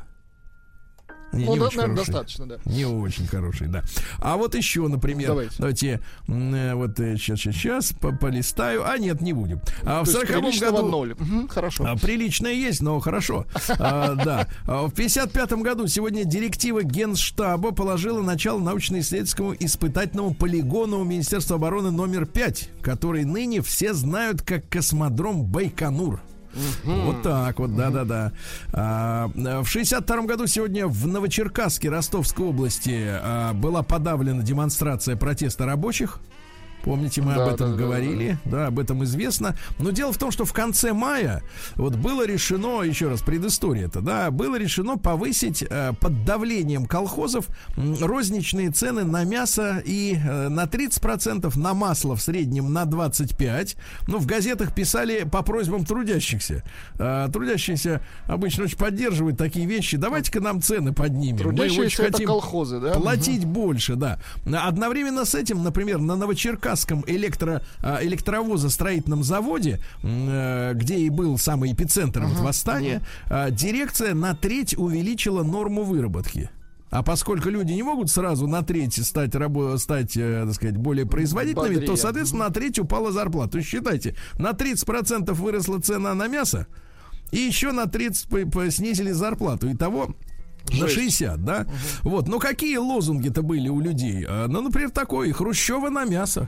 Не, ну, не да, очень наверное, хороший. достаточно, да. Не очень хороший, да. А вот еще, например, давайте, давайте э, вот сейчас, сейчас, сейчас по полистаю. А нет, не будем. А в сороковом году ноль. Угу, хорошо. А, приличное есть, но хорошо. А, да. А в пятьдесят пятом году сегодня директива Генштаба положила начало научно-исследовательскому испытательному полигону Министерства обороны номер пять, который ныне все знают как космодром Байконур. Uh-huh. Вот так вот, да-да-да. А, в шестьдесят втором году сегодня в Новочеркасске Ростовской области а, была подавлена демонстрация протеста рабочих. Помните, мы да, об этом да, говорили, да, да. да, об этом известно. Но дело в том, что в конце мая вот было решено, еще раз, предыстория это, да, было решено повысить э, под давлением колхозов э, розничные цены на мясо и э, на тридцать процентов, на масло в среднем на двадцать пять процентов. Ну, в газетах писали по просьбам трудящихся. Э, трудящиеся обычно очень поддерживают такие вещи. Давайте-ка нам цены поднимем. Трудящиеся Мы очень хотим колхозы, да? платить угу. больше, да. Одновременно с этим, например, на Новочеркасске электро, электровозостроительном заводе, где и был самый эпицентр uh-huh. вот восстания, uh-huh. дирекция на треть увеличила норму выработки. А поскольку люди не могут сразу на треть стать, рабо- стать так сказать, более производительными, бодрее. То, соответственно, на треть упала зарплата. То есть, считайте, на тридцать процентов выросла цена на мясо, и еще на тридцать процентов снизили зарплату. Итого на шестьдесят, да? Угу. Вот. Но какие лозунги-то были у людей? Ну, например, такой: Хрущева на мясо.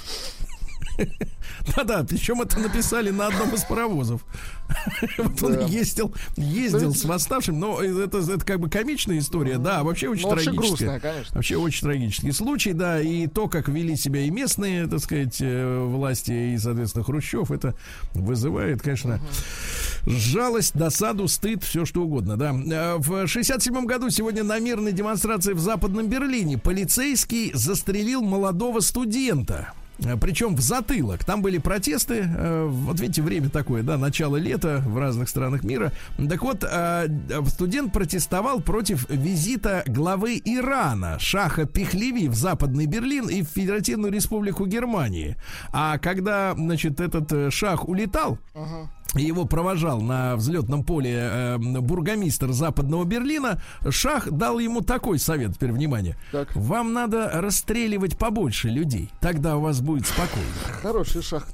Да-да, причем это написали на одном из паровозов. Вот он ездил, ездил с восставшим, но это, это как бы комичная история, да, вообще очень трагическая. Вообще очень трагический случай, да, и то, как вели себя и местные, так сказать, власти, и, соответственно, Хрущев, это вызывает, конечно, жалость, досаду, стыд, все что угодно, да. В шестьдесят седьмом году сегодня на мирной демонстрации в Западном Берлине полицейский застрелил молодого студента. Причем в затылок. Там были протесты. Вот видите, время такое, да, начало лета в разных странах мира. Так вот, студент протестовал против визита главы Ирана, шаха Пехлеви, в Западный Берлин и в Федеративную Республику Германии. А когда, значит, этот шах улетал, ага. его провожал на взлетном поле э, бургомистр Западного Берлина, шах дал ему такой совет, теперь внимание. Так. Вам надо расстреливать побольше людей, тогда у вас будет спокойно. Хороший шах.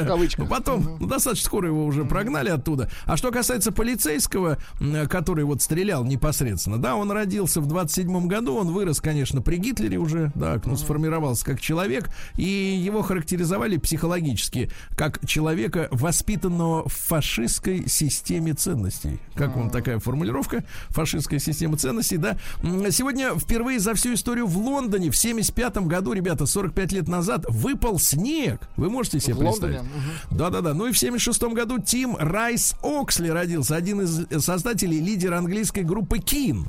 Потом, uh-huh. ну, достаточно скоро его уже прогнали оттуда. А что касается полицейского, который вот стрелял непосредственно, да, он родился в двадцать седьмом году, он вырос, конечно, при Гитлере уже, да, ну, uh-huh. сформировался как человек, и его характеризовали психологически как человека, воспитанного в фашистской системе ценностей. Как uh-huh. вам такая формулировка? Фашистская система ценностей, да. Сегодня впервые за всю историю в Лондоне в семьдесят пятом году, ребята, сорок пять лет назад, выпал снег. Вы можете себе представить? Угу. Да-да-да. Ну и в семьдесят шестом году Тим Райс Оксли родился, один из создателей, лидер английской группы Кин.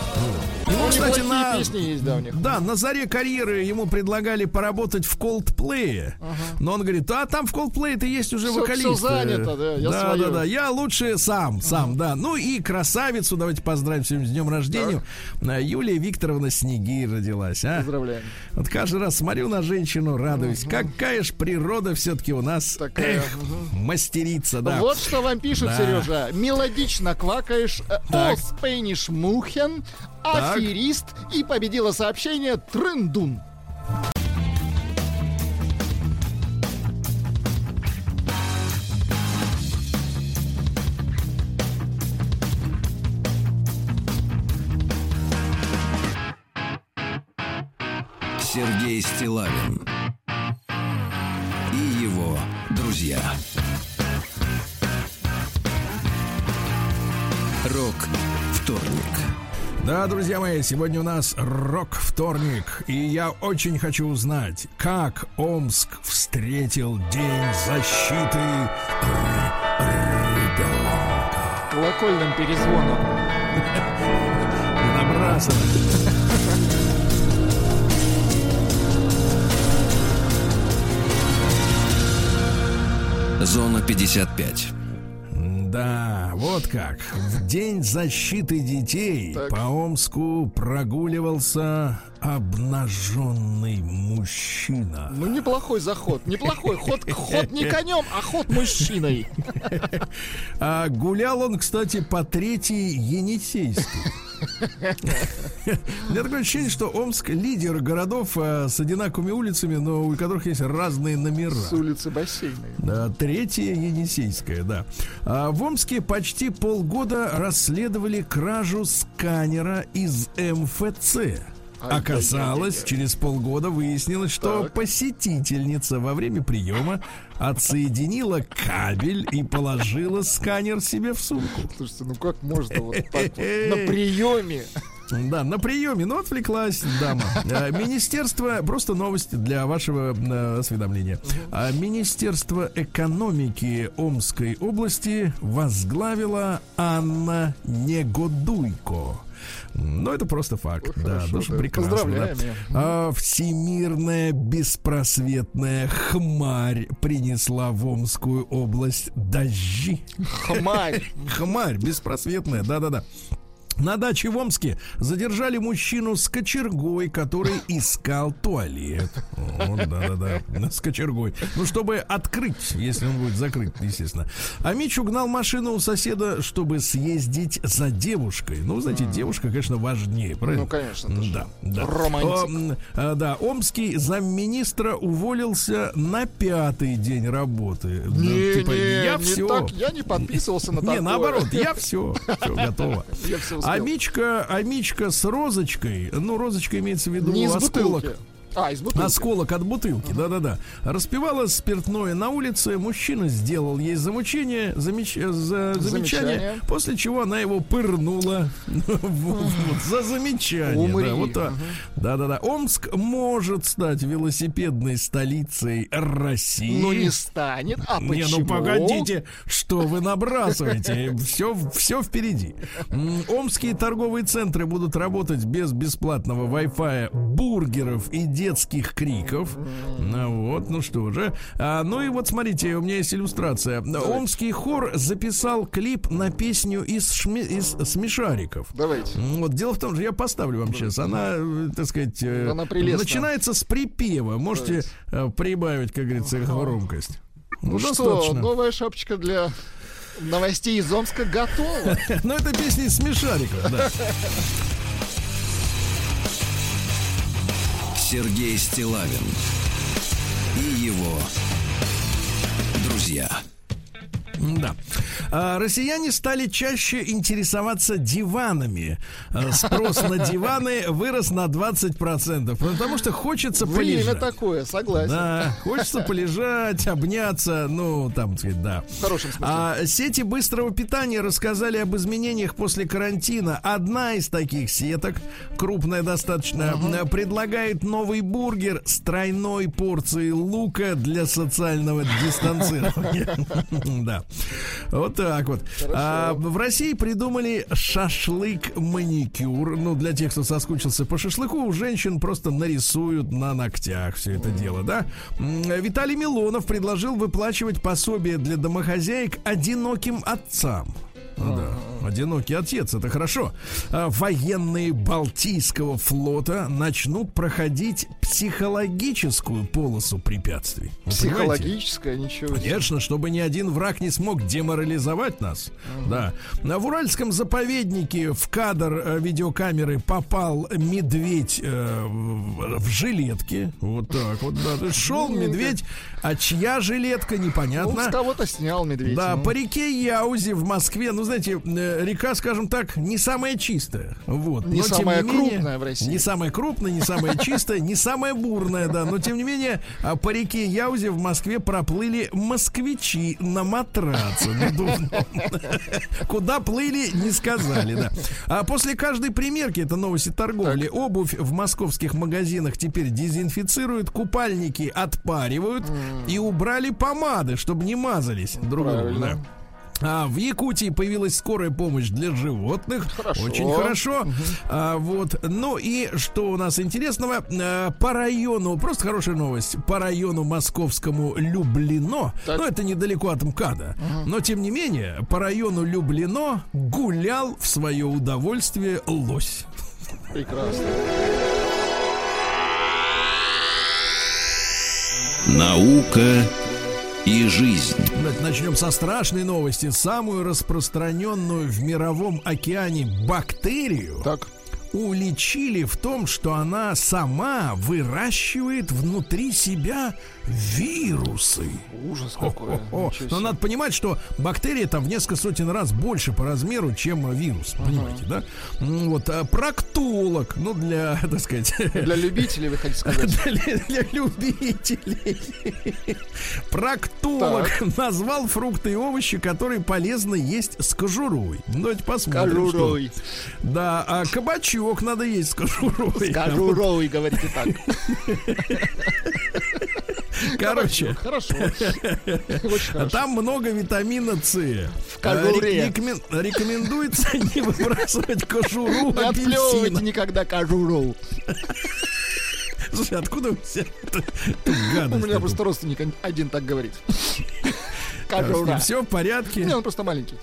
Ну, ему, кстати, на... песни есть, да, у них. Да, на заре карьеры ему предлагали поработать в Coldplay. Ага. Но он говорит: а там в Coldplay-то есть уже все, вокалисты. Все занято, да, я да, да, да, я лучше сам, сам, ага. да. Ну и красавицу, давайте поздравим всем с днем рождения. Так. Юлия Викторовна Снегирь родилась, а? Поздравляем. Вот каждый раз смотрю на женщину, радуюсь. Ага. Какая ж природа все-таки у нас такая, эх, угу. мастерица, да. Вот что вам пишут, да. Сережа. Мелодично квакаешь, о спейниш мухен, аферист, и победило сообщение Трындун. Сергей Стиллавин и его друзья. Рок-вторник. Да, друзья мои, сегодня у нас рок-вторник, и я очень хочу узнать, как Омск встретил День защиты ребенка. Колокольным перезвоном. Набрасывай. Зона пятьдесят пять. Да, вот как. В День защиты детей Так. по Омску прогуливался обнаженный мужчина. Ну, неплохой заход. Неплохой. Ход, ход не конем, а ход мужчиной. А гулял он, кстати, по Третьей Енисейской. У меня такое ощущение, что Омск лидер городов а, с одинаковыми улицами, но у которых есть разные номера. С улицы Бассейной. Да, Третья Енисейская, да. А в Омске почти полгода расследовали кражу сканера из эм эф цэ. Оказалось, через полгода выяснилось, что Так. посетительница во время приема отсоединила кабель и положила сканер себе в сумку. Слушайте, ну как можно вот так вот на приеме? Да, на приеме, но отвлеклась дама. А, Министерство, просто новость для вашего э, осведомления. А, Министерство экономики Омской области возглавила Анна Негодуйко. Ну, это просто факт. Ну, да, хорошо, ну, что да. прекрасно. Поздравляем Да. её. А, всемирная беспросветная хмарь принесла в Омскую область дожди. Хмарь. Хмарь беспросветная, да-да-да. На даче в Омске задержали мужчину с кочергой, который искал туалет. О, да-да-да, с кочергой. Ну, чтобы открыть, если он будет закрыт, естественно. А Мич угнал машину у соседа, чтобы съездить за девушкой. Ну, знаете, девушка, конечно, важнее, правильно? Ну, конечно, это же Да, да. романтик. О, м, а, да, омский замминистра уволился на пятый день работы. Не, Ну, типа, не, я не все. так, я не подписывался на такое. Не, наоборот, я все, все готово. Я все успел. А Мичка, а Мичка с розочкой, ну, розочка имеется в виду Не из осколок. бутылки. А, из бутылки. Осколок от бутылки, да-да-да. Распивала спиртное на улице. Мужчина сделал ей замучение, замеч... за... замечание, Замечание. после чего она его пырнула Вот, за замечание. Умри. Да, вот так. Да-да-да. Омск может стать велосипедной столицей России. Ну, не станет. А почему? Не, ну погодите, что вы набрасываете? Все, все впереди. М, Омские торговые центры будут работать без бесплатного Wi-Fi, бургеров и детских криков. Ну вот, ну что же. А, ну и вот смотрите, у меня есть иллюстрация. Омский хор записал клип на песню из, шми... из смешариков. Давайте. Вот дело в том, что я поставлю вам сейчас. Она, э, так сказать, э, Она прелестна. начинается с припева. Можете э, прибавить, как говорится, громкость. Ну что, новая шапочка для новостей из Омска готова. Ну, это песня из смешариков, да. Сергей Стиллавин и его друзья. Да. А, россияне стали чаще интересоваться диванами. А, спрос на диваны вырос на двадцать процентов, потому что хочется Время полежать. такое, согласен. Да, хочется полежать, обняться, ну, там, так сказать, да. В хорошем смысле. А сети быстрого питания рассказали об изменениях после карантина. Одна из таких сеток, крупная достаточно, uh-huh. предлагает новый бургер с тройной порцией лука для социального дистанцирования. Да. Вот так вот. А, в России придумали шашлык-маникюр. Ну, для тех, кто соскучился по шашлыку, у женщин просто нарисуют на ногтях все это дело, да? М, Виталий Милонов предложил выплачивать пособие для домохозяек одиноким отцам. Ну, да. Одинокий отец, это хорошо. А, военные Балтийского флота начнут проходить психологическую полосу препятствий. Вы Психологическое, ничего себе. Конечно, чтобы ни один враг не смог деморализовать нас. Uh-huh. Да. В Уральском заповеднике в кадр э, видеокамеры попал медведь э, в, в жилетке. Вот так вот. Да. То есть шел медведь, а чья жилетка, непонятно. Ну, с кого-то снял медведь. Да, ну. по реке Яузе в Москве, ну, знаете, э, река, скажем так, не самая чистая. Вот. Не но, самая тем не менее, крупная в России. Не самая крупная, не самая чистая, не самая бурная, да. Но, тем не менее, а, по реке Яузе в Москве проплыли москвичи на матраце надувном. Куда плыли, не сказали, да. А после каждой примерки, это новости торговли, обувь в московских магазинах теперь дезинфицируют, купальники отпаривают и убрали помады, чтобы не мазались друг другу, да. А в Якутии появилась скорая помощь для животных. Хорошо. Очень хорошо. Угу. А, вот. Ну и что у нас интересного? А, по району, просто хорошая новость, по району московскому Люблино, так. ну это недалеко от МКАДа, угу. но тем не менее, по району Люблино гулял в свое удовольствие лось. Прекрасно. Наука и жизнь. Начнем со страшной новости. Самую распространенную в мировом океане бактерию так. уличили в том, что она сама выращивает внутри себя вирусы. Ужас какой. О-о-о. Но надо понимать, что бактерия там в несколько сотен раз больше по размеру, чем вирус. Ага. Понимаете, да? Вот, а проктолог, ну, для, так сказать... Для любителей, вы хотите сказать? Для, для любителей. Проктолог так. назвал фрукты и овощи, которые полезно есть с кожурой. Давайте посмотрим. С кожурой. Что... Да, а кабачок надо есть с кожурой. С кожурой, говорите так. Короче, хорошо. хорошо. Там много витамина С. В кожуре. Рекомен... Рекомендуется не выбрасывать кожуру апельсина. Не отплевывайте никогда кожуру. Слушай, откуда у тебя эту гадость? У меня просто родственник один так говорит. Кожура. Все в порядке? Не, он просто маленький.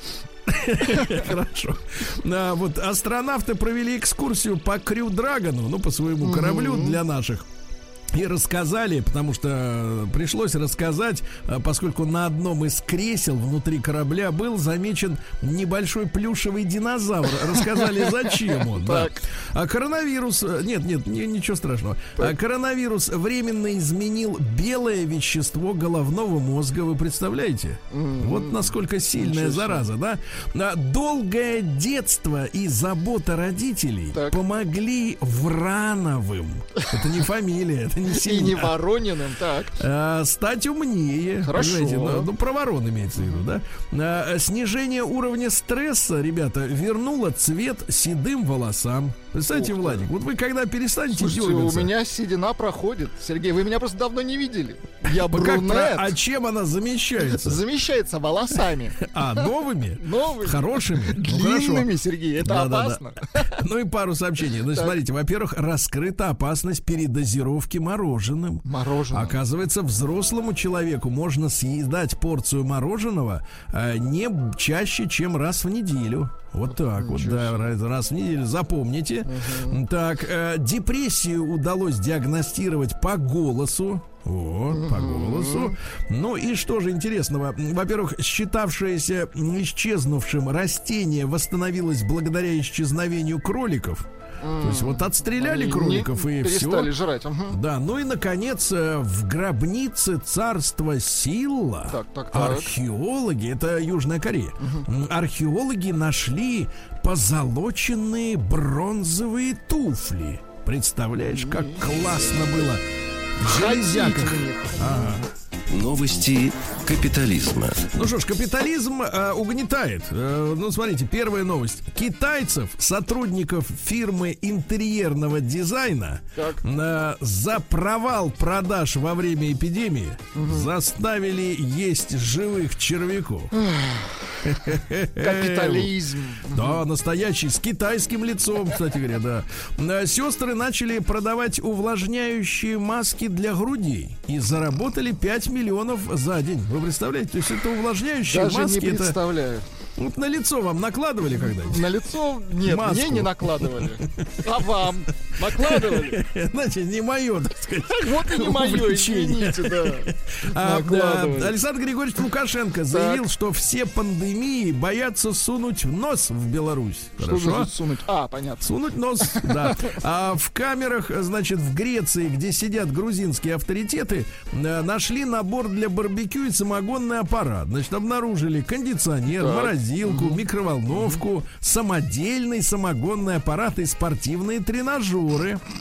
Хорошо. А, вот астронавты провели экскурсию по Крю Драгону, ну, по своему кораблю для наших. И рассказали, потому что пришлось рассказать, поскольку на одном из кресел внутри корабля был замечен небольшой плюшевый динозавр. Рассказали, зачем он. Да. А коронавирус... Нет, нет, ничего страшного. А коронавирус временно изменил белое вещество головного мозга. Вы представляете? Mm-hmm. Вот насколько сильная зараза, да? Долгое детство и забота родителей так. помогли Врановым. Это не фамилия, это не и не Ворониным, так. А, стать умнее. Хорошо. Ну, ну, про ворон имеется в виду, да? А, снижение уровня стресса, ребята, вернуло цвет седым волосам. Представляете, Владик, вот вы когда перестанете Слушайте, дергаться... у меня седина проходит. Сергей, вы меня просто давно не видели. Я брюнет. Как, а чем она замещается? Замещается волосами. А, новыми? Новыми. Хорошими? Длинными, ну, Сергей, это да, опасно. Да, да. Ну и пару сообщений. Значит, смотрите, во-первых, раскрыта опасность передозировки мороженым. Мороженое. Оказывается, взрослому человеку можно съедать порцию мороженого а, не чаще, чем раз в неделю. Вот так вот, да, раз в неделю, запомните. Uh-huh. Так, э, депрессию удалось диагностировать по голосу. Вот, uh-huh. по голосу. Ну и что же интересного? Во-первых, считавшееся исчезнувшим растение восстановилось благодаря исчезновению кроликов. Mm. То есть вот отстреляли Они кроликов и все. Перестали жрать. Угу. Да, ну и наконец в гробнице царства Силла так, так, так. археологи, это Южная Корея, угу. археологи нашли позолоченные бронзовые туфли. Представляешь, как классно было в железяках. Ага. Новости капитализма. Ну что ж, капитализм э, угнетает. Э, ну, смотрите, первая новость. Китайцев, сотрудников фирмы интерьерного дизайна, э, за провал продаж во время эпидемии угу. заставили есть живых червяков. Капитализм. Да, настоящий, с китайским лицом, кстати говоря, да. Сестры начали продавать увлажняющие маски для грудей и заработали пять миллионов за день. Вы представляете? То есть это увлажняющие Даже маски. Не представляю. Это... Вот на лицо вам накладывали когда-нибудь? На лицо? Нет, маску. Мне не накладывали. А вам накладывали? Значит, не мое, так сказать. Вот и не мое, извините, да. А, да. Александр Григорьевич Лукашенко заявил, так. что все пандемии боятся сунуть нос в Беларусь. Что значит сунуть? А, понятно. Сунуть нос, да. А в камерах, значит, в Греции, где сидят грузинские авторитеты, нашли набор для барбекю и самогонный аппарат. Значит, обнаружили кондиционер, морозильник, Mm-hmm. микроволновку, mm-hmm. самодельный самогонный аппарат и спортивные тренажеры.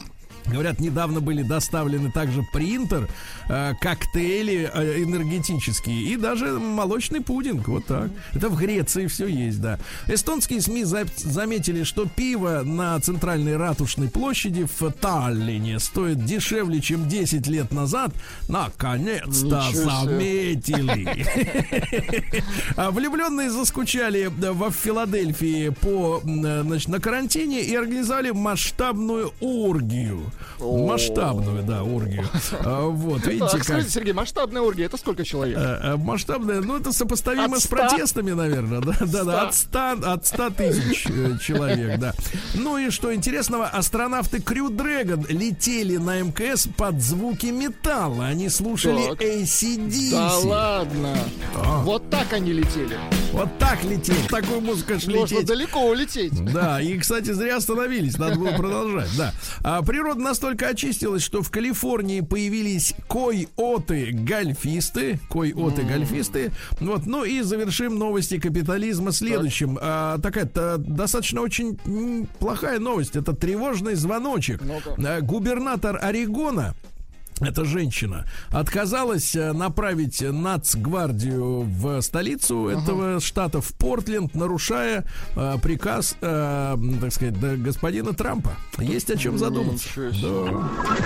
Говорят, недавно были доставлены также принтер, э, коктейли э, энергетические и даже молочный пудинг. Вот так. Это в Греции все есть, да. Эстонские СМИ за- заметили, что пиво на центральной ратушной площади в Таллине стоит дешевле, чем десять лет назад. Наконец-то заметили. Влюбленные заскучали во Филадельфии по, значит, на карантине и организовали масштабную оргию. Масштабную, да, оргию. А, вот, видите, так, как... скажите, Сергей, масштабная оргия, это сколько человек? А, а, масштабная, ну, это сопоставимо От с ста? протестами, наверное, да, да, да, от ста, от ста тысяч э, человек, да. Ну и что интересного, астронавты Crew Dragon летели на МКС под звуки металла. Они слушали Так. эй си ди си. Да ладно. Да. Вот так они летели. Вот так летели, такую музыку аж Можно лететь. далеко улететь. Да, и, кстати, зря остановились, надо было продолжать, да. А природа настолько очистилась, что в Калифорнии появились койоты-гольфисты, койоты-гольфисты. Вот, ну и завершим новости капитализма следующим. А, такая-то достаточно очень м, плохая новость, это тревожный звоночек. Ну-ка. А, губернатор Орегона, эта женщина, отказалась э, направить нацгвардию в столицу uh-huh. этого штата, в Портленд, нарушая э, приказ, э, так сказать, да, господина Трампа. Есть о чем задуматься. Да.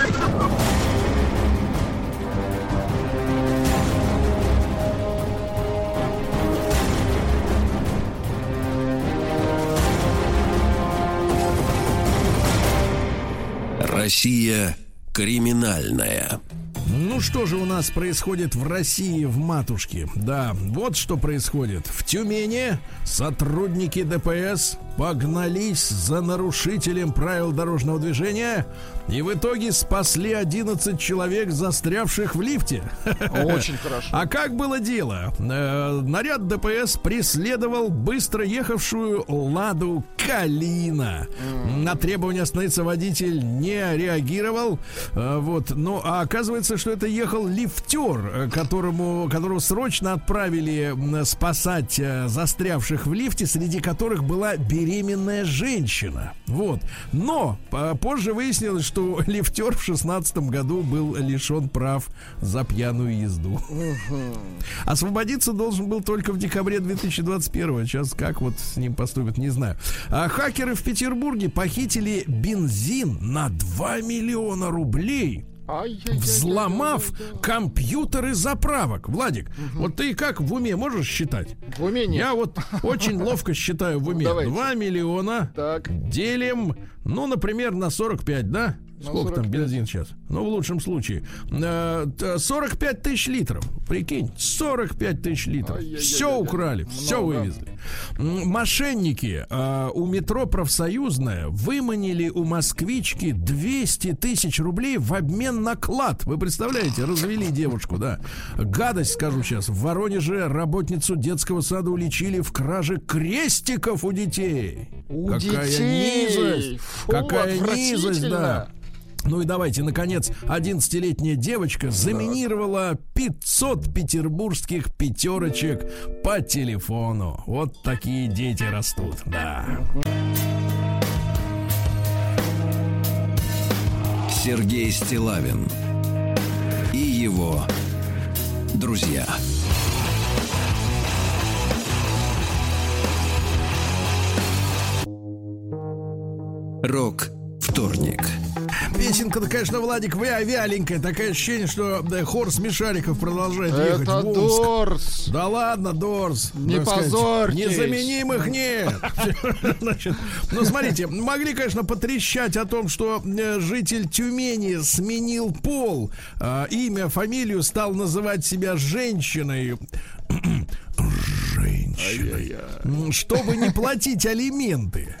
Россия криминальная. Ну что же у нас происходит в России, в матушке? Да, вот что происходит. В Тюмени сотрудники ДПС погнались за нарушителем правил дорожного движения и в итоге спасли одиннадцать человек, застрявших в лифте. Очень хорошо. А как было дело? Э, наряд ДПС преследовал быстро ехавшую Ладу Калина. Mm. На требование остановиться водитель не реагировал. Э, вот. Ну, а оказывается, что это ехал лифтер, которому, которого срочно отправили спасать застрявших в лифте, среди которых была беременная женщина. Вот. Но позже выяснилось, что лифтер в шестнадцатом году был лишен прав за пьяную езду. Uh-huh. Освободиться должен был только в декабре две тысячи двадцать первого. Сейчас как вот с ним поступят, не знаю. А хакеры в Петербурге похитили бензин на два миллиона рублей, взломав компьютеры заправок. Владик, угу. вот ты как в уме можешь считать? В уме нет. Я вот очень ловко считаю в уме. Давайте. два миллиона так. делим, ну, например, на сорок пять, да? Сколько там бензин сейчас? Ну, в лучшем случае. сорок пять тысяч литров. Прикинь, сорок пять тысяч литров. Ай-яй-яй-яй. Все украли, много. Все вывезли. Мошенники а, у метро Профсоюзная выманили у москвички двести тысяч рублей в обмен на клад. Вы представляете, развели девушку, да. Гадость, скажу сейчас. В Воронеже работницу детского сада уличили в краже крестиков у детей. У Какая детей. низость! Фу, Какая низость, да. Ну и давайте, наконец, одиннадцатилетняя девочка заминировала пятьсот петербургских пятерочек по телефону. Вот такие дети растут, да. Сергей Стиллавин и его друзья. Рок-вторник. Песенка-то, конечно, Владик, вяленькая. Такое ощущение, что да, хор смешариков продолжает Это ехать в Омск. Дорс. Да ладно, Дорс. Не позорьтесь. Незаменимых нет. Значит, ну, смотрите, могли, конечно, потрещать о том, что житель Тюмени сменил пол. А, имя, фамилию, стал называть себя женщиной. Женщиной. Чтобы не платить алименты.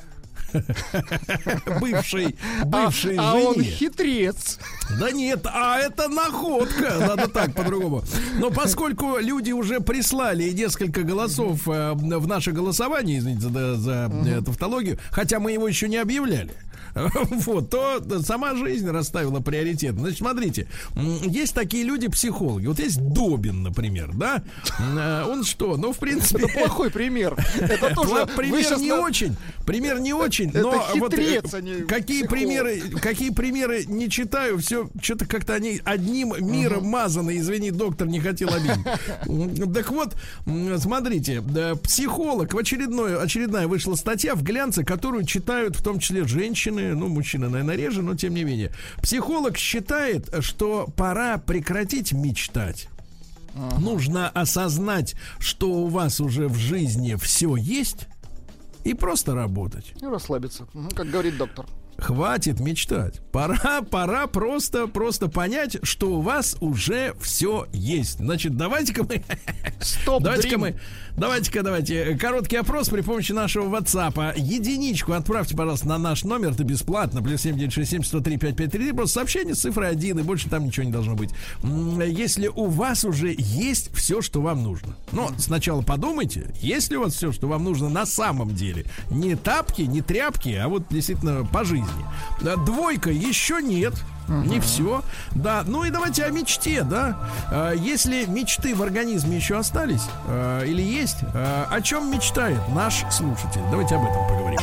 Бывший, бывший а, жене. А он хитрец. Да нет, а это находка. Надо так, по-другому. Но поскольку люди уже прислали несколько голосов э, в наше голосование, извините за, за uh-huh. тавтологию, хотя мы его еще не объявляли. вот, то сама жизнь расставила приоритет. Значит, смотрите, есть такие люди-психологи. Вот есть Добин, например, да? Он что? Ну, в принципе... Это плохой пример. Это тоже... Пример не очень. Пример не очень, но вот какие примеры, какие примеры не читаю, все, что-то как-то они одним миром мазаны, извини, доктор, не хотел обидеть. Так вот, смотрите, психолог, в очередной, очередная вышла статья в глянце, которую читают в том числе женщины, ну, мужчины, наверное, реже, но тем не менее. Психолог считает, что пора прекратить мечтать. Ага. Нужно осознать, что у вас уже в жизни все есть, и просто работать. И расслабиться, как говорит доктор. Хватит мечтать. Пора, пора просто, просто понять, что у вас уже все есть. Значит, давайте-ка мы... Стоп, давайте-ка мы... Давайте-ка, давайте. Короткий опрос при помощи нашего WhatsApp. Единичку отправьте, пожалуйста, на наш номер. Это бесплатно. Плюс семь девять шесть семь сто три пять пять три. Просто сообщение с цифрой один, и больше там ничего не должно быть. Если у вас уже есть все, что вам нужно. Но сначала подумайте, есть ли у вас все, что вам нужно на самом деле. Не тапки, не тряпки, а вот действительно по жизни. Двойка еще нет. Uh-huh. Не все. Да, ну и давайте о мечте, да. А, если мечты в организме еще остались, а, или есть, а, о чем мечтает наш слушатель? Давайте об этом поговорим.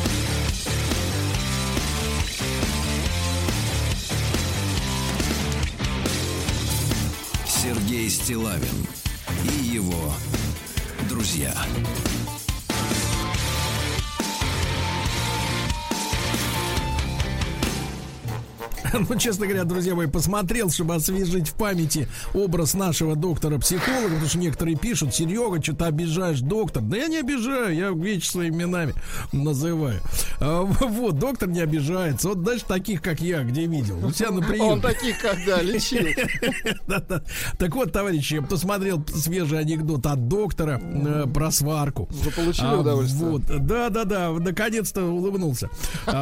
Сергей Стиллавин и его друзья. Ну, честно говоря, друзья мои, посмотрел, чтобы освежить в памяти образ нашего доктора-психолога, потому что некоторые пишут: Серега, что-то обижаешь доктор. Да я не обижаю, я вещи своими именами называю. А, вот, доктор не обижается. Вот даже таких, как я, где видел. У себя на приеме. Он таких, когда лечил. Так вот, товарищи, я посмотрел свежий анекдот от доктора про сварку. Заполучили удовольствие. Да-да-да, наконец-то улыбнулся.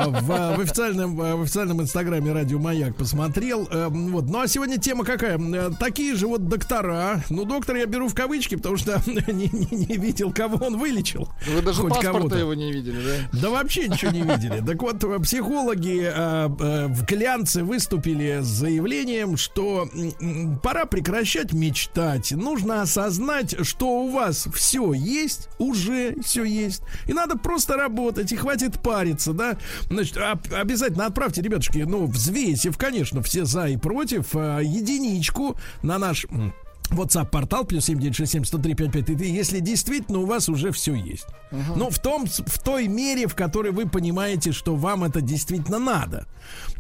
В официальном инстаграме радио Маяк посмотрел. Э, вот. Ну а сегодня тема какая? Э, такие же вот доктора. Ну, доктора я беру в кавычки, потому что не, не, не видел, кого он вылечил. Вы даже хоть паспорта кого-то его не видели, да? Да вообще ничего не видели. Так вот, психологи э, э, в глянце выступили с заявлением, что э, пора прекращать мечтать. Нужно осознать, что у вас все есть, уже все есть. И надо просто работать, и хватит париться, да? Значит, а, обязательно отправьте, ребятушки, ну, взвесив, конечно, все за и против, единичку на наш WhatsApp-портал плюс семь девять шесть семь сто три пять пять три, если действительно у вас уже все есть. Uh-huh. Но в том, в той мере, в которой вы понимаете, что вам это действительно надо.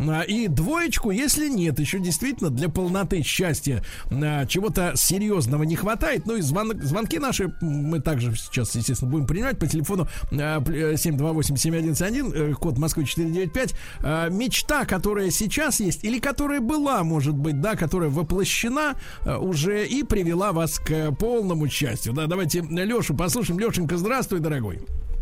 И двоечку, если нет, еще действительно для полноты счастья чего-то серьезного не хватает. Ну и звон, звонки наши мы также сейчас, естественно, будем принимать по телефону семь два восемь семь один один, код Москвы четыре девять пять. Мечта, которая сейчас есть или которая была, может быть, да, которая воплощена уже и привела вас к полному счастью. Да, давайте Лешу послушаем. Лешенька, здравствуй, дорогой.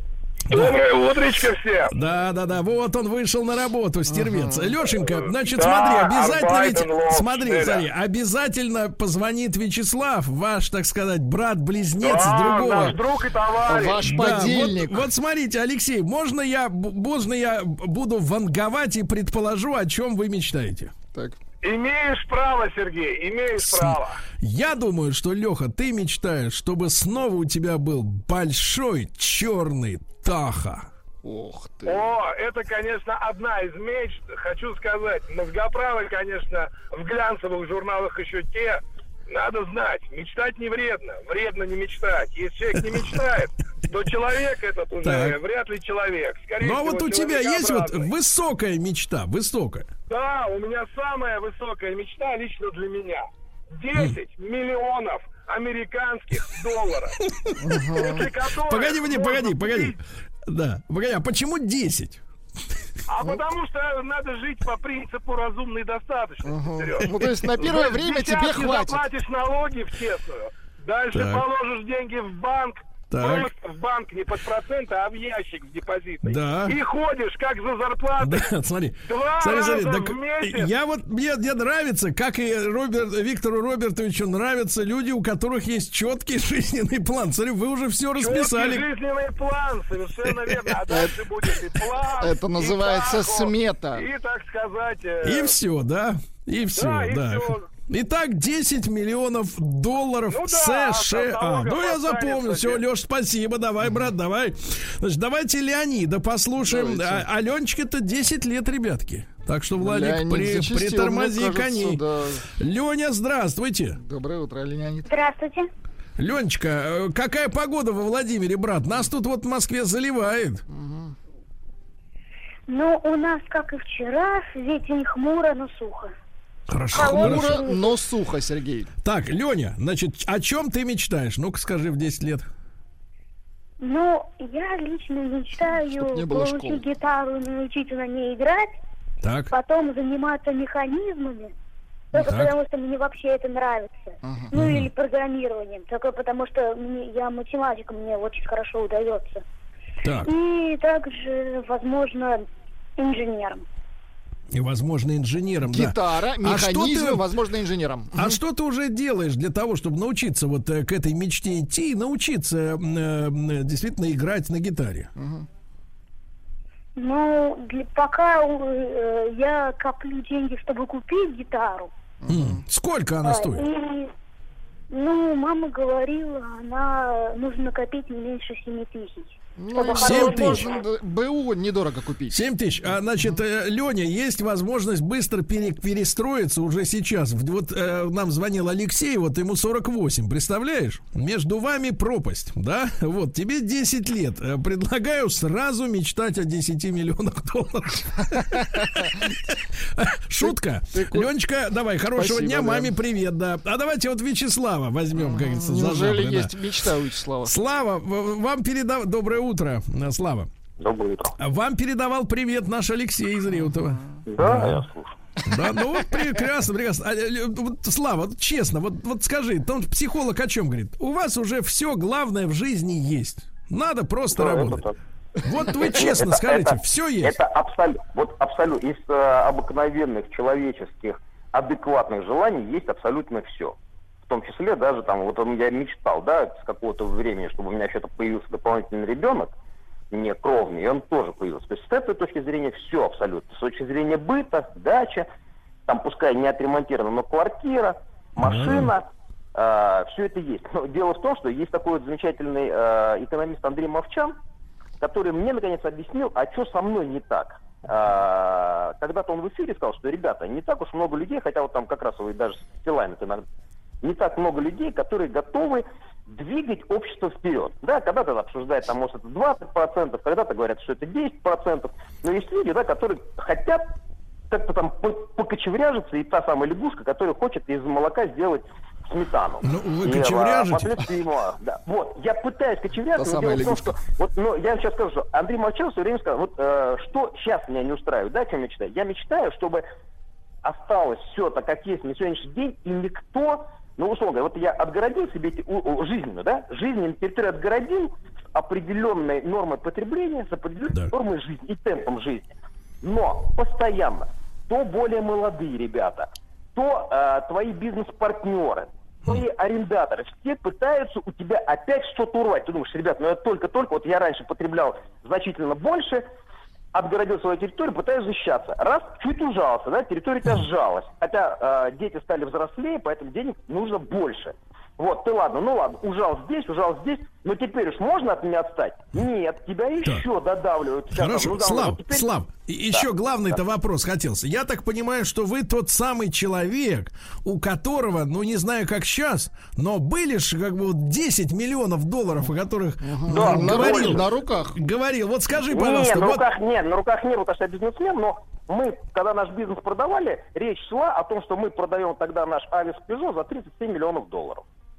Доброе утречко всем. Да, да, да. Вот он вышел на работу, стервец. Ага. Лешенька, значит, да, смотри, обязательно ведь, смотри, да. смотри, обязательно позвонит Вячеслав, ваш, так сказать, брат-близнец да, другого. Наш друг и товарищ. Ваш да, подельник. Вот, вот смотрите, Алексей, можно я, можно я буду ванговать и предположу, о чем вы мечтаете? Так. Имеешь право, Сергей, имеешь С... право. Я думаю, что, Леха, ты мечтаешь, чтобы снова у тебя был большой черный Таха. Ох ты. О, это, конечно, одна из мечт. Хочу сказать, мозгоправы, конечно, в глянцевых журналах еще те. Надо знать, мечтать не вредно. Вредно не мечтать. Если человек не мечтает, то человек этот уже так. вряд ли человек. Скорее ну а всего, вот у тебя есть вот высокая мечта, высокая? Да, у меня самая высокая мечта лично для меня. десять миллионов американских долларов. Погоди, погоди, погоди, погоди. Да, погоди, а почему десять? А ну. потому что надо жить по принципу разумной достаточности. Uh-huh. Ну, то есть на первое время тебе хватит. Заплатишь налоги в честную, дальше так. положишь деньги в банк, Так. Просто в банк не под проценты, а в ящик с депозитом. Да. И ходишь, как за зарплатой. Да, смотри. Два смотри, раза смотри, так в месяц. я вот, мне, мне нравится, как и Роберт, Виктору Робертовичу нравятся люди, у которых есть четкий жизненный план. Смотри, вы уже все расписали. Четкий жизненный план, совершенно верно. А дальше будет и план. Это называется и смета. И, так сказать... И все, да? И все, Да, и да. все. Итак, десять миллионов долларов Ну да, США. а Ну, я останется запомнил. Все, где? Леш, спасибо. Давай, брат, давай. Значит, давайте Леонида послушаем. Давайте. А, Аленочке-то десять лет, ребятки. Так что, Владик, Леонид при, зачастил, притормози мне кажется, коней. да. Леня, здравствуйте. Доброе утро, Леонид. Здравствуйте. Ленечка, э, какая погода во Владимире, брат? Нас тут вот в Москве заливает. Ну, у нас, как и вчера, ветер хмуро, но сухо. Хорошо. Холодно. хорошо. Хмуро, но сухо, Сергей. Так, Леня, значит, о чем ты мечтаешь? Ну-ка, скажи в десять лет. Ну, я лично мечтаю Чтоб не было получить школы. гитару, научиться на ней играть, Так. потом заниматься механизмами, только Так. потому что мне вообще это нравится. Ну, или программированием, только потому что мне, я математика, мне очень хорошо удается. Так. И также, возможно, инженером. И, возможно, инженером, да. Гитара, А что механизмы, ты- возможно, инженером. А что ты уже делаешь для того, чтобы научиться вот э, к этой мечте идти и научиться э, э, действительно играть на гитаре? Ну, для, пока э, я коплю деньги, чтобы купить гитару. М, Сколько она А, стоит? И, ну, мама говорила, она нужно копить не меньше семи тысяч. Ну, Чтобы и семь хороший тысяч. можно, да, БУ недорого купить. Семь тысяч. А, значит, э, Леня, есть возможность быстро пере- перестроиться уже сейчас. В- Вот э, нам звонил Алексей, вот ему сорок восемь, представляешь? Между вами пропасть, да? Вот, тебе десять лет. Э, Предлагаю сразу мечтать о десяти миллионах долларов. Шутка. ты ку- Ленечка, давай, хорошего Спасибо, дня, да. маме привет, да. А давайте вот Вячеслава возьмем, как говорится, за Неужели жабры, да. есть мечта у Вячеслава? Слава, в- вам передав... Доброе утро, э, Слава. Доброе утро. Вам передавал привет наш Алексей из Реутова. Да, я слушаю. Да, ну вот прекрасно, прекрасно. А, э, вот, Слава, вот честно, вот, вот скажи, там психолог о чем говорит? У вас уже все главное в жизни есть. Надо просто Да, это работать. так. Вот вы честно Это- скажите, это- все есть. Это абсолютно, вот абсолютно, из э, обыкновенных человеческих адекватных желаний есть абсолютно все. В том числе даже там, вот он, я мечтал, да, с какого-то времени, чтобы у меня что-то появился дополнительный ребенок, не кровный, и он тоже появился. То есть с этой точки зрения все абсолютно. С точки зрения быта, дача, там пускай не отремонтирована, но квартира, машина, э, все это есть. Но дело в том, что есть такой вот замечательный э, экономист Андрей Мовчан, который мне наконец объяснил, а что со мной не так. А, когда-то он в эфире сказал, что, ребята, не так уж много людей, хотя вот там как раз вы даже с Стилавин иногда, не так много людей, которые готовы двигать общество вперед. Да, когда-то обсуждают, там, может, это двадцать процентов, когда-то говорят, что это десять процентов, но есть люди, да, которые хотят как-то там по- покочевряжиться, и та самая лягушка, которая хочет из молока сделать сметану. Ну, вы И, кочевряжете? а, впоследствии ему, да. Вот, я пытаюсь кочевряжиться, Та но дело самая в том, что... Вот, ну, я вам сейчас скажу, что Андрей Молчанов все время сказал, вот э, что сейчас меня не устраивает, да, чем я мечтаю? Я мечтаю, чтобы осталось все так, как есть на сегодняшний день, и никто, ну, условно, вот я отгородил себе эти, у, у, жизненно, да, жизненную территорию отгородил с определенной нормой потребления, с определенной Да. нормой жизни и темпом жизни. Но постоянно то более молодые ребята, то э, твои бизнес-партнеры, твои арендаторы, все пытаются у тебя опять что-то урвать. Ты думаешь, ребят, ну я только-только, вот я раньше потреблял значительно больше, отгородил свою территорию, пытаюсь защищаться. Раз, чуть ужался, да, территория у тебя сжалась. Хотя э, дети стали взрослее, поэтому денег нужно больше. Вот, ты ладно, ну ладно, ужал здесь, ужал здесь, но теперь уж можно от меня отстать? Нет, тебя еще додавливают. Сейчас, Хорошо, ну, да, Слав, вот теперь- Слав, и еще главный-то вопрос хотелся. Я так понимаю, что вы тот самый человек, у которого, ну не знаю как сейчас, но были же как бы вот десять миллионов долларов, о которых Да, м, на, говорил. ру- на руках. Говорил, вот скажи, Не, пожалуйста, на вот руках нет, на руках не было, потому что я бизнесмен, но мы, когда наш бизнес продавали, речь шла о том, что мы продаем тогда наш Авис Peugeot за тридцать семь миллионов долларов.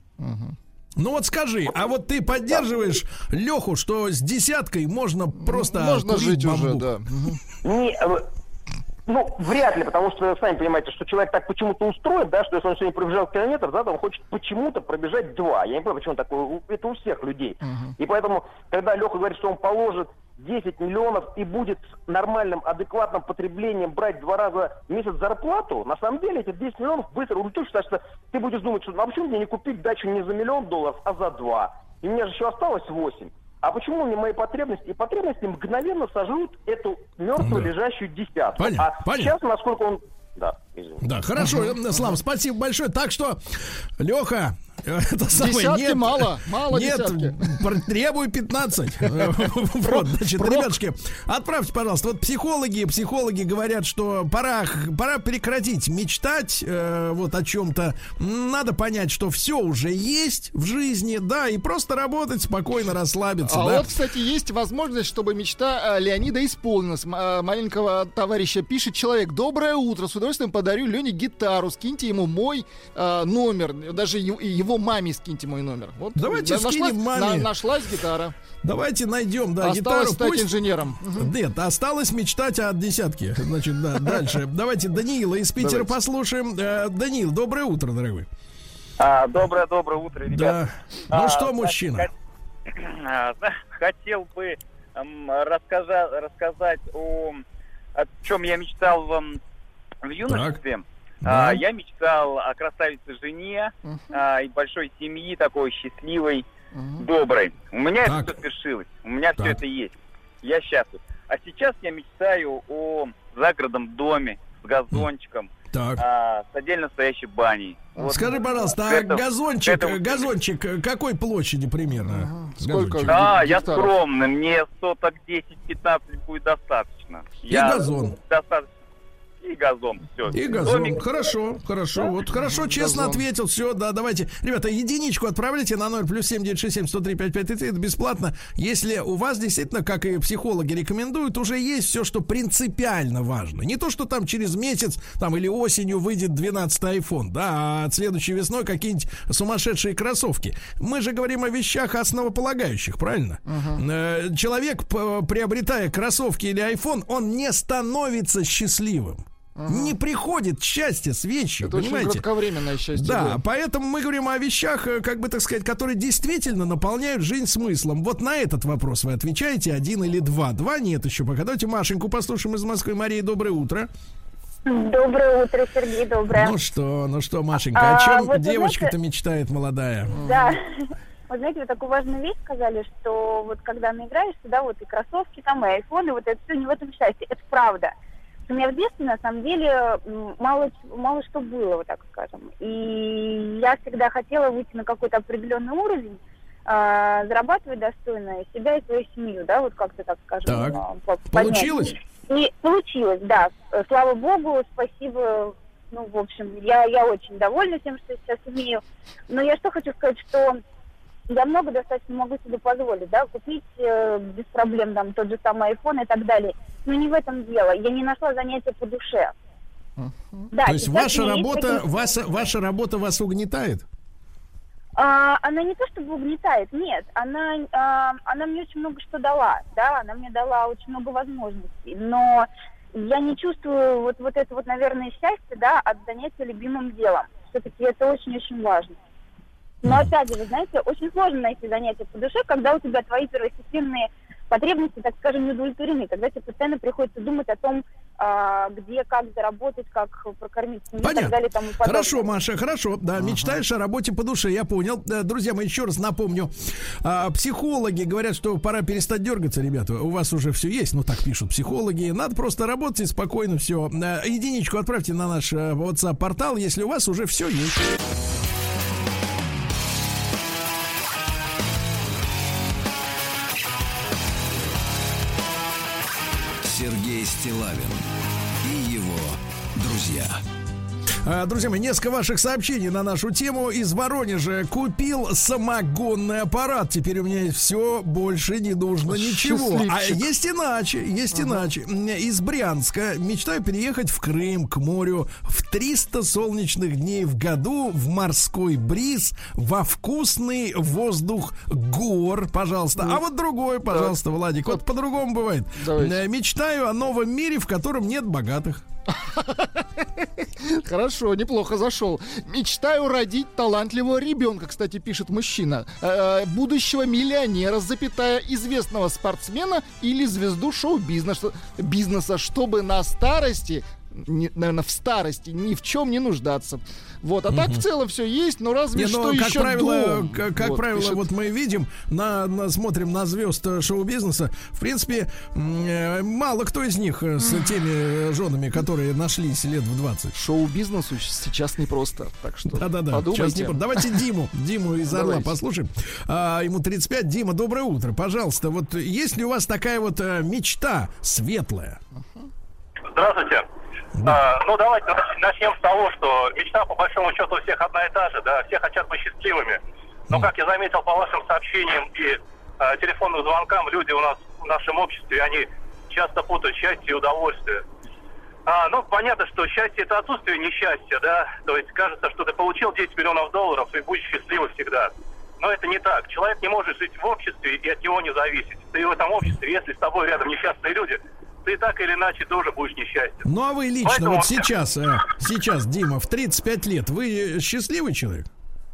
ну вот скажи, а вот ты поддерживаешь Леху, что с десяткой можно просто Можно курить жить уже, бамбук? да. Мгм. Не, э, Ну, вряд ли, потому что, сами понимаете, что человек так почему-то устроен, да, что если он сегодня пробежал километр, да, то он хочет почему-то пробежать два. Я не понимаю, почему такое, это у всех людей. Uh-huh. И поэтому, когда Леха говорит, что он положит десять миллионов и будет с нормальным, адекватным потреблением брать два раза в месяц зарплату, на самом деле эти десять миллионов быстро улетучатся, потому что ты будешь думать, что ну, а почему мне не купить дачу не за миллион долларов, а за два? И мне же еще осталось восемь. А почему мне мои потребности? И потребности мгновенно сожрут эту мертвую да. лежащую десятку. Понятно, а понятно. Сейчас, насколько он... Да, извините. Да, хорошо, uh-huh. Слава, спасибо большое. Так что, Леха, это самое... Десятки нет, мало, мало нет, десятки. Требую пятнадцать. Вот, значит, ребятушки, отправьте, пожалуйста. Вот психологи, психологи говорят, что пора, пора прекратить мечтать э, вот о чем-то. Надо понять, что все уже есть в жизни, да, и просто работать, спокойно расслабиться. А да. вот, кстати, есть возможность, чтобы мечта Леонида исполнилась. Маленького товарища пишет человек: доброе утро, с удовольствием подарю Лене гитару, скиньте ему мой э, номер, даже его, его маме скиньте мой номер. Вот, давайте да, скинем нашлась, маме. На, нашлась гитара. Давайте найдем, да, осталось гитару. стать Пусть... инженером. Нет, осталось мечтать о десятке. Значит, да, дальше. Давайте Даниила из Питера Давайте. послушаем. Даниил, доброе утро, дорогой. А, доброе, доброе утро, ребята. Да. Ну а, что, мужчина? Хотел бы эм, рассказать, рассказать о, о чем я мечтал в, в юношестве. Да. А, я мечтал о красавице жене uh-huh. а, и большой семьи, такой счастливой, uh-huh. доброй. У меня так. это все свершилось, у меня так. все это есть. Я счастлив. А сейчас я мечтаю о загородном доме с газончиком, так. а, с отдельно стоящей баней. Вот. Скажи, пожалуйста, а этому, газончик, этому... газончик какой площади примерно? Ага. Сколько? Да, я скромный, мне соток десять-пятнадцать будет достаточно. И я газон. Достаточно. И газон, все. И газон. Домик. Хорошо, хорошо. Да? Вот хорошо, честно газон. ответил. Все, да, давайте. Ребята, единичку отправляйте на ноль плюс семь девять шесть семь сто три пять пять три. Это бесплатно. Если у вас действительно, как и психологи рекомендуют, уже есть все, что принципиально важно. Не то, что там через месяц там или осенью выйдет двенадцатый айфон, да, а следующей весной какие-нибудь сумасшедшие кроссовки. Мы же говорим о вещах основополагающих, правильно? Uh-huh. Человек, приобретая кроссовки или айфон, он не становится счастливым. Ага. Не приходит счастье с вещью, это понимаете? очень кратковременное счастье. Да, да, поэтому мы говорим о вещах, как бы так сказать, которые действительно наполняют жизнь смыслом. Вот на этот вопрос вы отвечаете один или два. Два нет еще пока. Давайте Машеньку послушаем из Москвы. Мария, доброе утро. Доброе утро, Сергей, доброе. Ну что, ну что, Машенька, а, о чем вот девочка-то знаете... мечтает молодая? Да. Вот знаете, вы такую важную вещь сказали, что вот когда наиграешься, да, вот и кроссовки там, и айфоны, вот это все не в этом счастье. Это правда. У меня в детстве, на самом деле, мало, мало что было, вот так скажем. И я всегда хотела выйти на какой-то определенный уровень, э, зарабатывать достойно себя и свою семью, да, вот как-то так скажем. Так, э, получилось? И получилось, да. Слава богу, спасибо. Ну, в общем, я, я очень довольна тем, что я сейчас имею. Но я что хочу сказать, что я много достаточно могу себе позволить, да, купить э, без проблем там тот же самый iPhone и так далее. Но не в этом дело. Я не нашла занятия по душе. Uh-huh. Да, то есть ваша работа, такие... вас, ваша работа вас угнетает? А, она не то чтобы угнетает, нет. Она, а, она мне очень много что дала, да, она мне дала очень много возможностей. Но я не чувствую вот, вот это вот, наверное, счастье, да, от занятия любимым делом. Все-таки это очень-очень важно. Но опять же, вы знаете, очень сложно найти занятия по душе, когда у тебя твои первостепенные потребности, так скажем, не удовлетворены, когда тебе постоянно приходится думать о том, а, где, как заработать, как прокормить семью и так далее. Тому подобное. Хорошо, Маша, хорошо. Да, ага. Мечтаешь о работе по душе, я понял. Друзья мои, еще раз напомню. А, психологи говорят, что пора перестать дергаться, ребята. У вас уже все есть, ну так пишут психологи. Надо просто работать и спокойно все. Единичку отправьте на наш WhatsApp-портал, если у вас уже все есть. Сергей Стиллавин и его друзья. Друзья мои, несколько ваших сообщений на нашу тему. Из Воронежа: купил самогонный аппарат. Теперь у меня все, больше не нужно ничего. А есть иначе, есть ага. иначе. Из Брянска: мечтаю переехать в Крым, к морю, в триста солнечных дней в году, в морской бриз, во вкусный воздух гор. Пожалуйста. А вот другой, пожалуйста, Владик. Вот по-другому бывает. Давайте. Мечтаю о новом мире, в котором нет богатых. Хорошо, неплохо зашел. Мечтаю родить талантливого ребенка, кстати, пишет мужчина. Э, будущего миллионера, запятая, известного спортсмена или звезду шоу-бизнеса, бизнеса, чтобы на старости, не, наверное, в старости ни в чем не нуждаться. Вот, а угу. так в целом все есть, но разве не, что как еще правило, дом. Как, как вот, правило, пишет. вот мы видим, на, на, смотрим на звезд шоу-бизнеса, в принципе, э, мало кто из них с теми женами, которые нашлись лет в двадцать. Шоу-бизнесу сейчас непросто, так что Да-да-да, подумайте. Не... Давайте Диму, Диму из Орла послушаем. А, ему тридцать пять. Дима, доброе утро. Пожалуйста, вот есть ли у вас такая вот а, мечта светлая? Здравствуйте. А, ну, давайте начнем с того, что мечта, по большому счету, у всех одна и та же, да, все хотят быть счастливыми. Но, как я заметил по вашим сообщениям и а, телефонным звонкам, люди у нас в нашем обществе, они часто путают счастье и удовольствие. А, ну, понятно, что счастье — это отсутствие несчастья, да, то есть кажется, что ты получил десять миллионов долларов и будешь счастливым всегда. Но это не так. Человек не может жить в обществе и от него не зависеть. Ты в этом обществе, если с тобой рядом несчастные люди, ты так или иначе тоже будешь несчастен. Ну а вы лично, Поэтому... вот сейчас, э, сейчас, Дима, в тридцать пять лет, вы счастливый человек?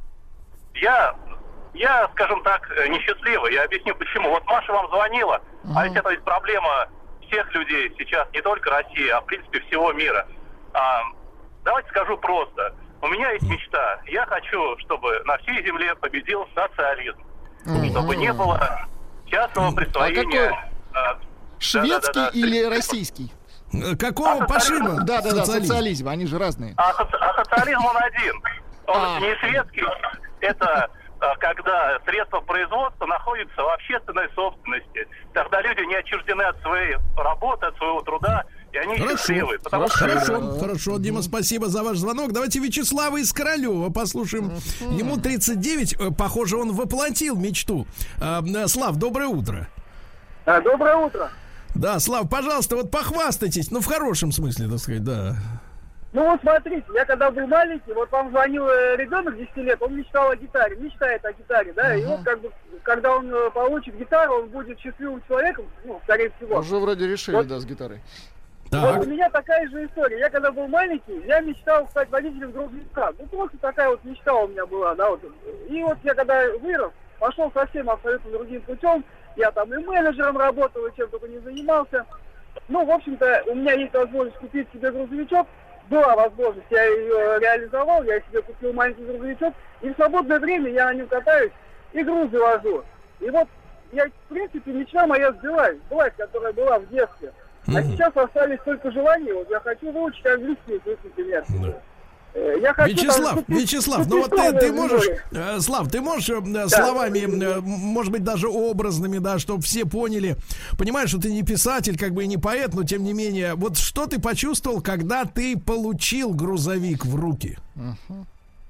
Я, я, скажем так, несчастливый. Я объясню почему. Вот Маша вам звонила, mm-hmm. а ведь это ведь проблема всех людей сейчас, не только России, а в принципе всего мира. А, давайте скажу просто. У меня есть мечта. Я хочу, чтобы на всей земле победил социализм. Mm-hmm. Чтобы не было частного присвоения... А шведский да, да, да, да. или российский? Какого а пошиба? Да, да, да, социализм, они же разные. А, соци... а социализм он один. Он а. не шведский, это а, когда средства производства находятся в общественной собственности. Тогда люди не отчуждены от своей работы, от своего труда, и они хорошо. счастливы. Потому хорошо, что... хорошо, хорошо, Дима, спасибо за ваш звонок. Давайте Вячеслава из Королева послушаем. Uh-huh. Ему тридцать девять, похоже, он воплотил мечту. А, Слав, доброе утро. А, доброе утро. Да, Слав, пожалуйста, вот похвастайтесь, ну, в хорошем смысле, так сказать, да. Ну, вот смотрите, я когда был маленький, вот вам звонил ребенок десяти лет, он мечтал о гитаре, мечтает о гитаре, да, uh-huh. и вот как бы, когда он получит гитару, он будет счастливым человеком, ну, скорее всего. Уже вроде решили, вот. Да, с гитарой. Так. Вот у меня такая же история. Я когда был маленький, я мечтал стать водителем грузовика. Ну, просто такая вот мечта у меня была, да, вот. И вот я когда вырос, пошел совсем абсолютно другим путем. Я там и менеджером работал, и чем только не занимался. Ну, в общем-то, у меня есть возможность купить себе грузовичок. Была возможность, я ее реализовал, я себе купил маленький грузовичок. И в свободное время я на нем катаюсь и грузы вожу. И вот, я, в принципе, мечта моя сбилась, сбылась, которая была в детстве. А mm-hmm. сейчас остались только желания. Вот я хочу выучить английский, например. Mm-hmm. Я хочу, Вячеслав, там, Вячеслав, ну вот ты, ты можешь, э, Слав, ты можешь э, да. словами, э, может быть, даже образными, да, чтобы все поняли, понимаешь, что ты не писатель, как бы и не поэт, но тем не менее, вот что ты почувствовал, когда ты получил грузовик в руки? Uh-huh.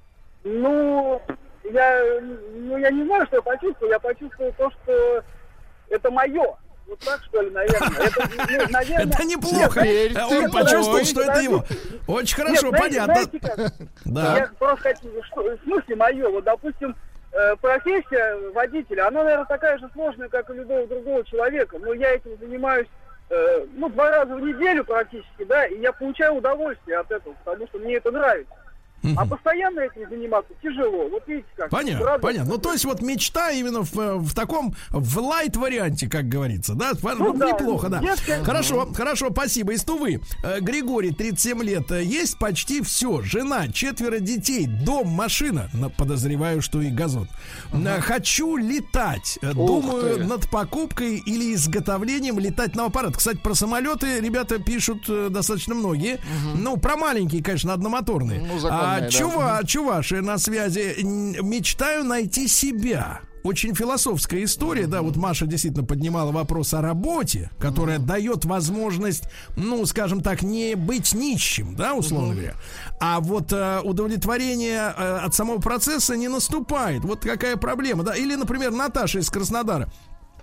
Ну, я, ну, я не знаю, что я почувствовал, я почувствовал то, что это мое. Вот так, что ли, наверное. Это, ну, наверное... это неплохо. Нет, он нет, почувствовал, нет, что это его. Очень хорошо, нет, понятно. Знаете, знаете, да. Я просто хочу... Что, в смысле мое? Вот, допустим, э, профессия водителя, она, наверное, такая же сложная, как и любого другого человека. Но я этим занимаюсь, э, ну, два раза в неделю практически, да, и я получаю удовольствие от этого, потому что мне это нравится. А постоянно этим заниматься тяжело. Вот видите как. Понятно, радость. Понятно. Ну, то есть вот мечта именно в, в таком, в лайт-варианте, как говорится, да? Ну, да неплохо, да. Детская... Хорошо, хорошо, спасибо. Из Тувы. Григорий, тридцать семь лет. Есть почти все. Жена, четверо детей, дом, машина. Подозреваю, что и газон. Uh-huh. Хочу летать. Ух Думаю ты. Над покупкой или изготовлением летательного аппарата. Кстати, про самолеты ребята пишут достаточно многие. Uh-huh. Ну, про маленькие, конечно, одномоторные. Ну, а да. чува, чуваши на связи. Мечтаю найти себя. Очень философская история, mm-hmm. да, вот Маша действительно поднимала вопрос о работе, которая mm-hmm. дает возможность, ну, скажем так, не быть нищим, да, условно mm-hmm. говоря. А вот э, удовлетворение э, от самого процесса не наступает. Вот какая проблема, да. Или, например, Наташа из Краснодара.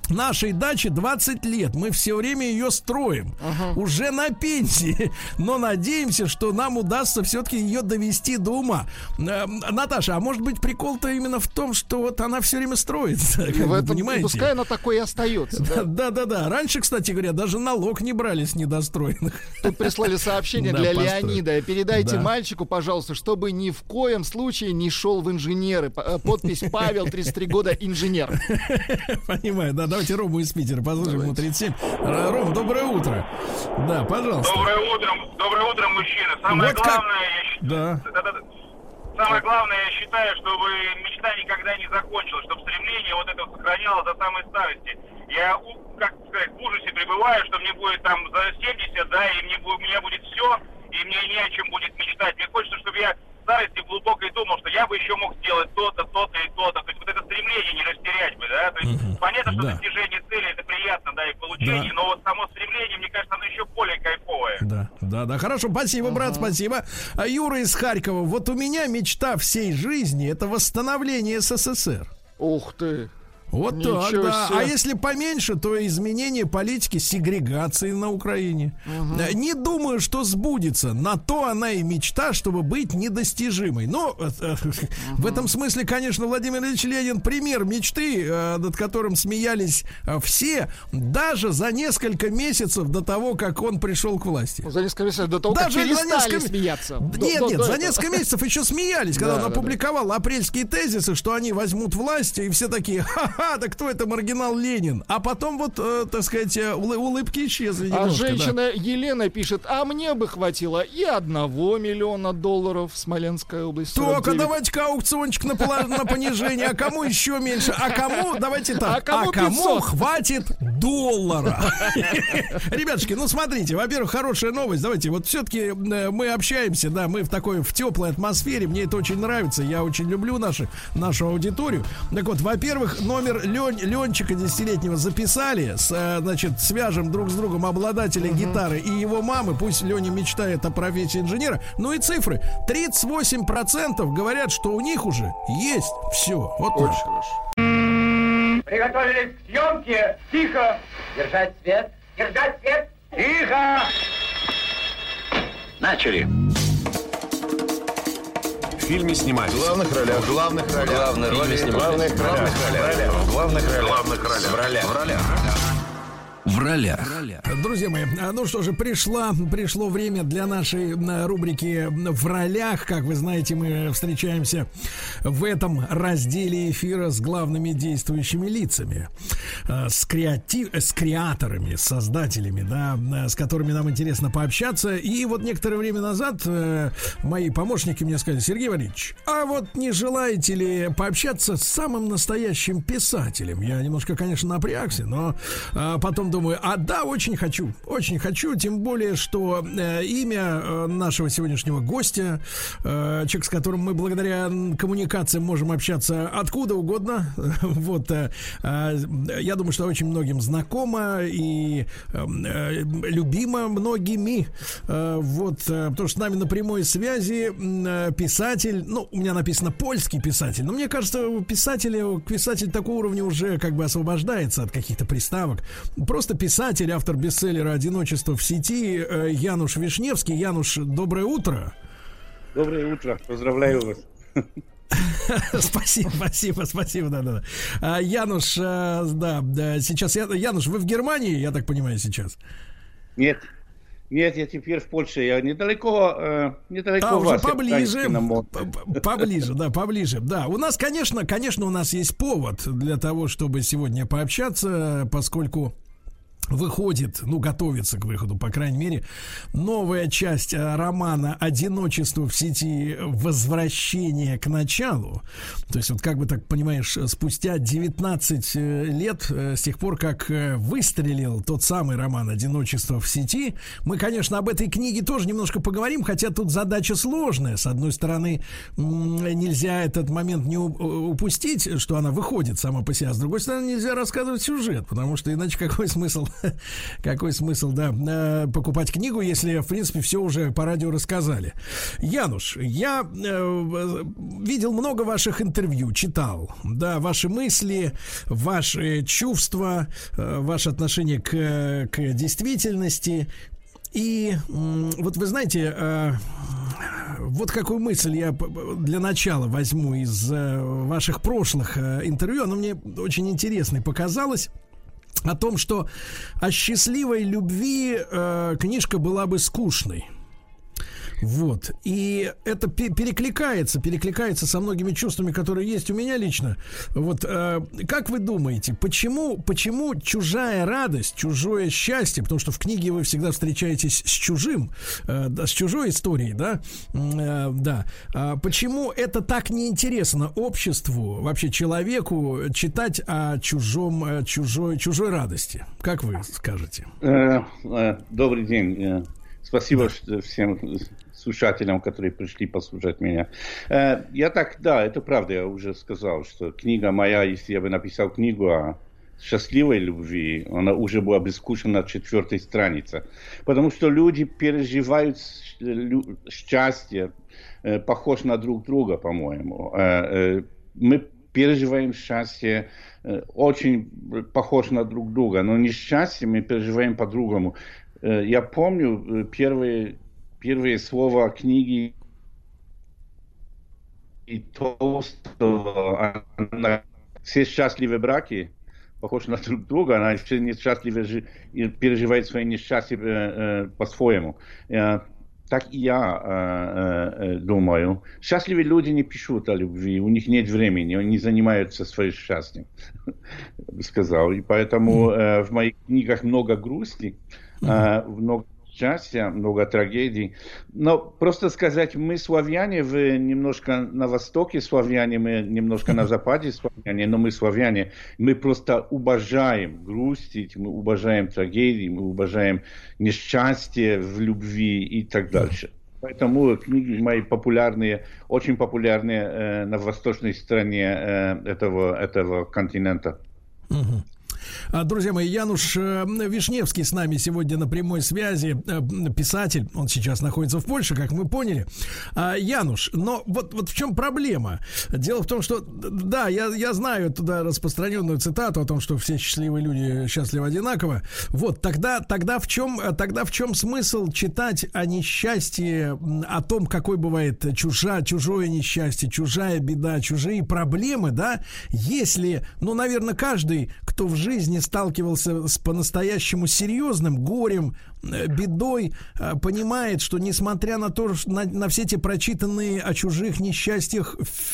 нашей даче двадцать лет. Мы все время ее строим. Uh-huh. Уже на пенсии. Но надеемся, что нам удастся все-таки ее довести до ума. Э, Наташа, а может быть прикол-то именно в том, что вот она все время строится? Как в вы этом, понимаете? Пускай она такой и остается. Да-да-да. Раньше, кстати говоря, даже налог не брали с недостроенных. Тут прислали сообщение для Леонида. Передайте мальчику, пожалуйста, чтобы ни в коем случае не шел в инженеры. Подпись Павел, тридцать три года, инженер. Понимаю, да, давайте Рому из Питера послушаем, ему тридцать семь. Ром, доброе утро. Да, пожалуйста. Доброе утро, доброе утро, мужчина. Самое вот главное, как... я считаю, да. самое главное, я считаю, чтобы мечта никогда не закончилась, чтобы стремление вот это сохранялось до самой старости. Я, как сказать, в ужасе пребываю, что мне будет там за семьдесят, да, и мне, у меня будет все, и мне не о чем будет мечтать. Мне хочется, чтобы я в старости глубокой думал, что я бы еще мог сделать то-то, то-то и то-то. То есть вот это стремление не растерять бы, да. То есть mm-hmm. понятно, что да. достижение цели это приятно, да, и получение, да. но вот само стремление, мне кажется, оно еще более кайфовое. Да, да, да, хорошо, спасибо, брат, uh-huh. спасибо. А Юра из Харькова, вот у меня мечта всей жизни — это восстановление СССР. Ух ты! Вот Ничего так, да. Себе. А если поменьше, то изменение политики сегрегации на Украине. Угу. Не думаю, что сбудется. На то она и мечта, чтобы быть недостижимой. Но угу. в этом смысле, конечно, Владимир Ильич Ленин пример мечты, над которым смеялись все, даже за несколько месяцев до того, как он пришел к власти. За несколько месяцев до того, даже как перестали несколько... смеяться. Нет, до, нет, до, за до несколько месяцев еще смеялись, когда да, он опубликовал да, да. апрельские тезисы, что они возьмут власть, и все такие: ха-ха. А, да кто это маргинал Ленин? А потом вот, э, так сказать, улыбки исчезли немножко. А женщина да. Елена пишет: а мне бы хватило и одного миллиона долларов, Смоленская область. Только давайте-ка аукциончик на, поло- на понижение. А кому еще меньше? А кому, давайте так, а кому, а кому хватит доллара? Ребятушки, ну смотрите, во-первых, хорошая новость. Давайте, вот все-таки мы общаемся, да, мы в такой, в теплой атмосфере. Мне это очень нравится. Я очень люблю наши, нашу аудиторию. Так вот, во-первых, номер Лен, Ленчика десятилетнего записали, с, значит, свяжем друг с другом обладателя uh-huh. гитары и его мамы. Пусть Леня мечтает о профессии инженера. Ну и цифры. тридцать восемь процентов говорят, что у них уже есть все. Вот очень так. Хорошо. Приготовились к съемке. Тихо. Держать свет. Держать свет. Тихо. Начали. В фильме снимались. В главных ролях. В главных ролях. Главные роли снимались. В главных ролях. В главных ролях. В главных ролях. В ролях. В ролях. В ролях. Друзья мои, ну что же, пришла, пришло время для нашей рубрики «В ролях». Как вы знаете, мы встречаемся в этом разделе эфира с главными действующими лицами, с, креатив, с креаторами, с создателями, да, с которыми нам интересно пообщаться. И вот некоторое время назад мои помощники мне сказали: Сергей Валерьевич, а вот не желаете ли пообщаться с самым настоящим писателем? Я немножко, конечно, напрягся, но потом думаю, а да, очень хочу, очень хочу, тем более, что э, имя э, нашего сегодняшнего гостя, э, человек, с которым мы благодаря коммуникациям можем общаться откуда угодно, вот, э, э, я думаю, что очень многим знакомо и э, э, любимо многими, э, вот, э, потому что с нами на прямой связи э, писатель, ну, у меня написано польский писатель, но мне кажется, писатель, писатель такого уровня уже как бы освобождается от каких-то приставок. Просто писатель, автор бестселлера «Одиночество в сети» Януш Вишневский. Януш, доброе утро. Доброе утро, поздравляю вас. Спасибо, спасибо, спасибо, да, да, да. Януш, да, да, сейчас, Януш, вы в Германии, я так понимаю, сейчас? Нет, нет, я теперь в Польше, я недалеко, э, недалеко а, вас. Уже поближе, поближе, да, поближе, да. У нас, конечно, конечно, у нас есть повод для того, чтобы сегодня пообщаться, поскольку выходит, ну, готовится к выходу, по крайней мере, новая часть романа «Одиночество в сети. Возвращение к началу». То есть, вот как бы так понимаешь, спустя девятнадцать лет, с тех пор, как выстрелил тот самый роман «Одиночество в сети», мы, конечно, об этой книге тоже немножко поговорим, хотя тут задача сложная. С одной стороны, нельзя этот момент не упустить, что она выходит сама по себе, а с другой стороны, нельзя рассказывать сюжет, потому что иначе какой смысл какой смысл, да, покупать книгу, если, в принципе, все уже по радио рассказали. Януш, я э, видел много ваших интервью, читал, да, ваши мысли, ваши чувства, э, ваше отношение к, к действительности. И вот вы знаете, э, вот какую мысль я для начала возьму из э, ваших прошлых э, интервью, она мне очень интересной показалась, о том, что о счастливой любви э, книжка была бы скучной. Вот. И это перекликается, перекликается со многими чувствами, которые есть у меня лично. Вот. Э, как вы думаете, почему, почему чужая радость, чужое счастье, потому что в книге вы всегда встречаетесь с чужим, э, да, с чужой историей, да, э, да. А почему это так неинтересно обществу, вообще человеку, читать о чужом, чужой, чужой радости? Как вы скажете? Добрый день. Спасибо да. всем слушателям, которые пришли послушать меня. Я так, да, это правда, я уже сказал, что книга моя, если я бы написал книгу о счастливой любви, она уже была бы скучна на четвертой странице. Потому что люди переживают счастье, похож на друг друга, по-моему. Мы переживаем счастье, очень похож на друг друга, но несчастье мы переживаем по-другому. Я помню первые, первые слова книги и Толстого, все счастливые браки похожи на друг друга, она все несчастливые и переживает свои несчастья э, э, по-своему. Э, так и я э, э, думаю. Счастливые люди не пишут о любви, у них нет времени, они не занимаются своим счастьем, я бы сказал. И поэтому э, в моих книгах много грусти, Uh, много счастья, много трагедий. Но просто сказать, мы славяне, вы немножко на востоке славяне, мы немножко на западе славяне, но мы славяне. Мы просто уважаем грустить, мы уважаем трагедии, мы уважаем несчастье в любви и так дальше. Поэтому книги мои популярные, очень популярные э, на восточной стороне э, этого, этого континента. Uh-huh. Друзья мои, Януш Вишневский с нами сегодня на прямой связи, писатель, он сейчас находится в Польше, как мы поняли. Януш, но вот, вот в чем проблема? Дело в том, что, да, я, я знаю туда распространенную цитату о том, что все счастливые люди счастливы одинаково. Вот, тогда, тогда, в чем, тогда в чем смысл читать о несчастье, о том, какой бывает чужа, чужое несчастье, чужая беда, чужие проблемы, да, если, ну, наверное, каждый, кто в жизни сталкивался с по-настоящему серьезным горем, бедой, понимает, что несмотря на то, на, на все те прочитанные о чужих несчастьях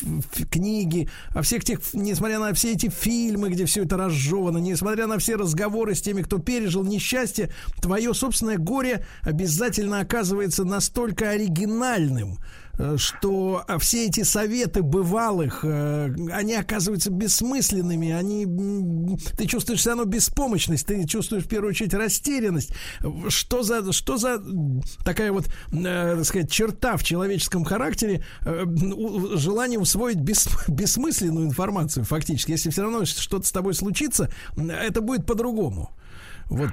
книги, о всех тех, несмотря на все эти фильмы, где все это разжевано, несмотря на все разговоры с теми, кто пережил несчастье, твое собственное горе обязательно оказывается настолько оригинальным, что все эти советы бывалых, они оказываются бессмысленными, они, ты чувствуешь все равно беспомощность, ты чувствуешь в первую очередь растерянность. Что за, что за такая вот, э, так сказать, черта в человеческом характере, э, желание усвоить бес, бессмысленную информацию фактически. Если все равно что-то с тобой случится, это будет по-другому. Вот.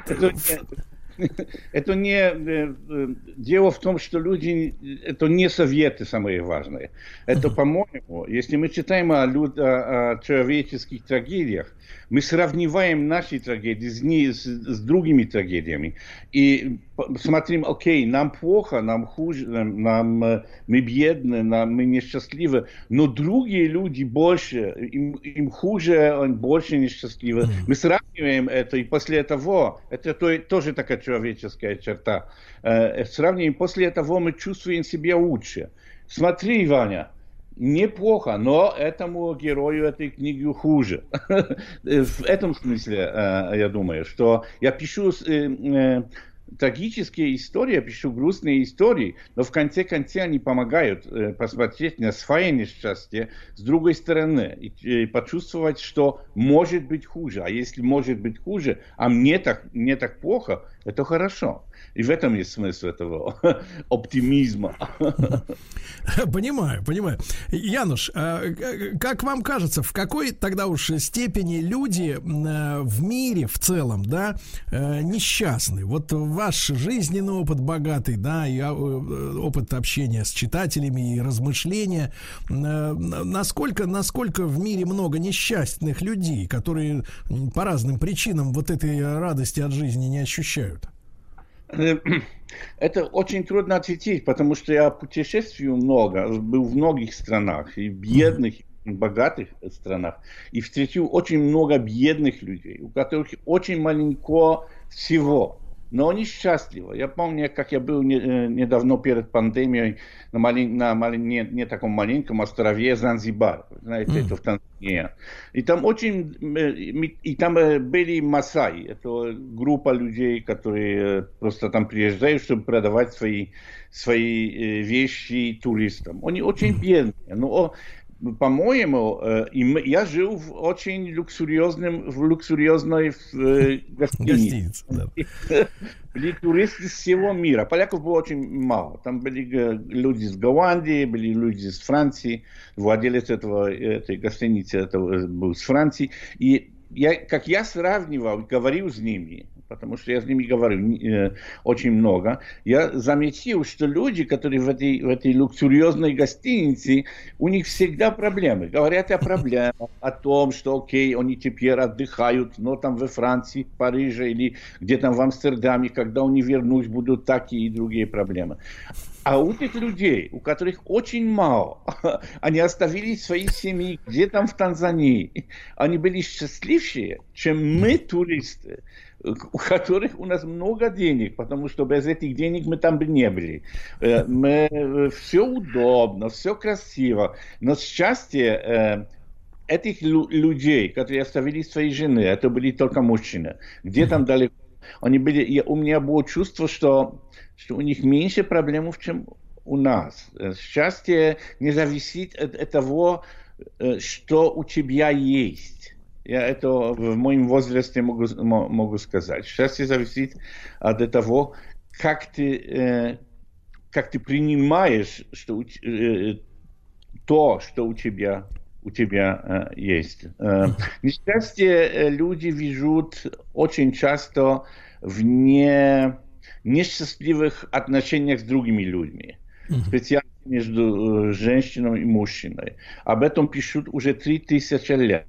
Это не дело в том, что люди, это не советы самые важные. Это, по-моему, если мы читаем о, люд, о, о человеческих трагедиях, мы сравниваем наши трагедии с, не, с, с другими трагедиями и смотрим, окей, нам плохо, нам хуже, нам, мы бедны, нам, мы несчастливы, но другие люди больше, им, им хуже, они больше несчастливы. Мы сравниваем это, и после этого, это то, тоже такая человеческая черта, э, сравниваем, после этого мы чувствуем себя лучше. Смотри, Ваня, неплохо, но этому герою этой книги хуже. В этом смысле, я думаю, что я пишу трагические истории, я пишу грустные истории, но в конце концов они помогают э, посмотреть на свое несчастье с другой стороны и, и почувствовать, что может быть хуже. А если может быть хуже, а мне так, мне так плохо, это хорошо. И в этом есть смысл этого оптимизма. Понимаю, понимаю. Януш, как вам кажется, в какой тогда уж степени люди в мире в целом, да, несчастны? Вот ваш жизненный опыт богатый, да, и опыт общения с читателями и размышления. Насколько, насколько в мире много несчастных людей, которые по разным причинам вот этой радости от жизни не ощущают? Это очень трудно ответить, потому что я путешествую много, был в многих странах, и в бедных, и в богатых странах, и встретил очень много бедных людей, у которых очень маленько всего, но они счастливы. Я помню, как я был не, недавно перед пандемией на, малень, на малень, не, не таком маленьком острове Занзибар, знаете, mm. это в Танзании. И там очень, и там были масаи, это группа людей, которые просто там приезжают, чтобы продавать свои, свои вещи туристам. Они очень бедные, но по-моему, я жил в очень люксуриозном, в люксуриозной гостинице. Были туристы из всего мира. Поляков было очень мало. Там были люди из Голландии, были люди из Франции. Владелец этого, этой гостиницы это был из Франции. И я, как я сравнивал, говорил с ними, потому что я с ними говорю э, очень много, я заметил, что люди, которые в этой, в этой люксуриозной гостинице, у них всегда проблемы. Говорят о проблемах, о том, что окей, они теперь отдыхают, но там во Франции, в Париже или где-то в Амстердаме, когда они вернутся, будут такие и другие проблемы. А у тех людей, у которых очень мало, они оставили свои семьи где-то в Танзании, они были счастливее, чем мы, туристы, у которых у нас много денег, потому что без этих денег мы там бы не были. Мы, все удобно, все красиво, но счастье этих людей, которые оставили свои жены, это были только мужчины, где там далеко, они были, я, у меня было чувство, что, что у них меньше проблем, чем у нас. Счастье не зависит от, от того, что у тебя есть. Я это в моем возрасте могу, могу сказать. Счастье зависит от того, как ты, как ты принимаешь что, то, что у тебя, у тебя есть. Несчастье люди вижут очень часто в не, несчастливых отношениях с другими людьми. Специально между женщиной и мужчиной. Об этом пишут уже три тысячи лет.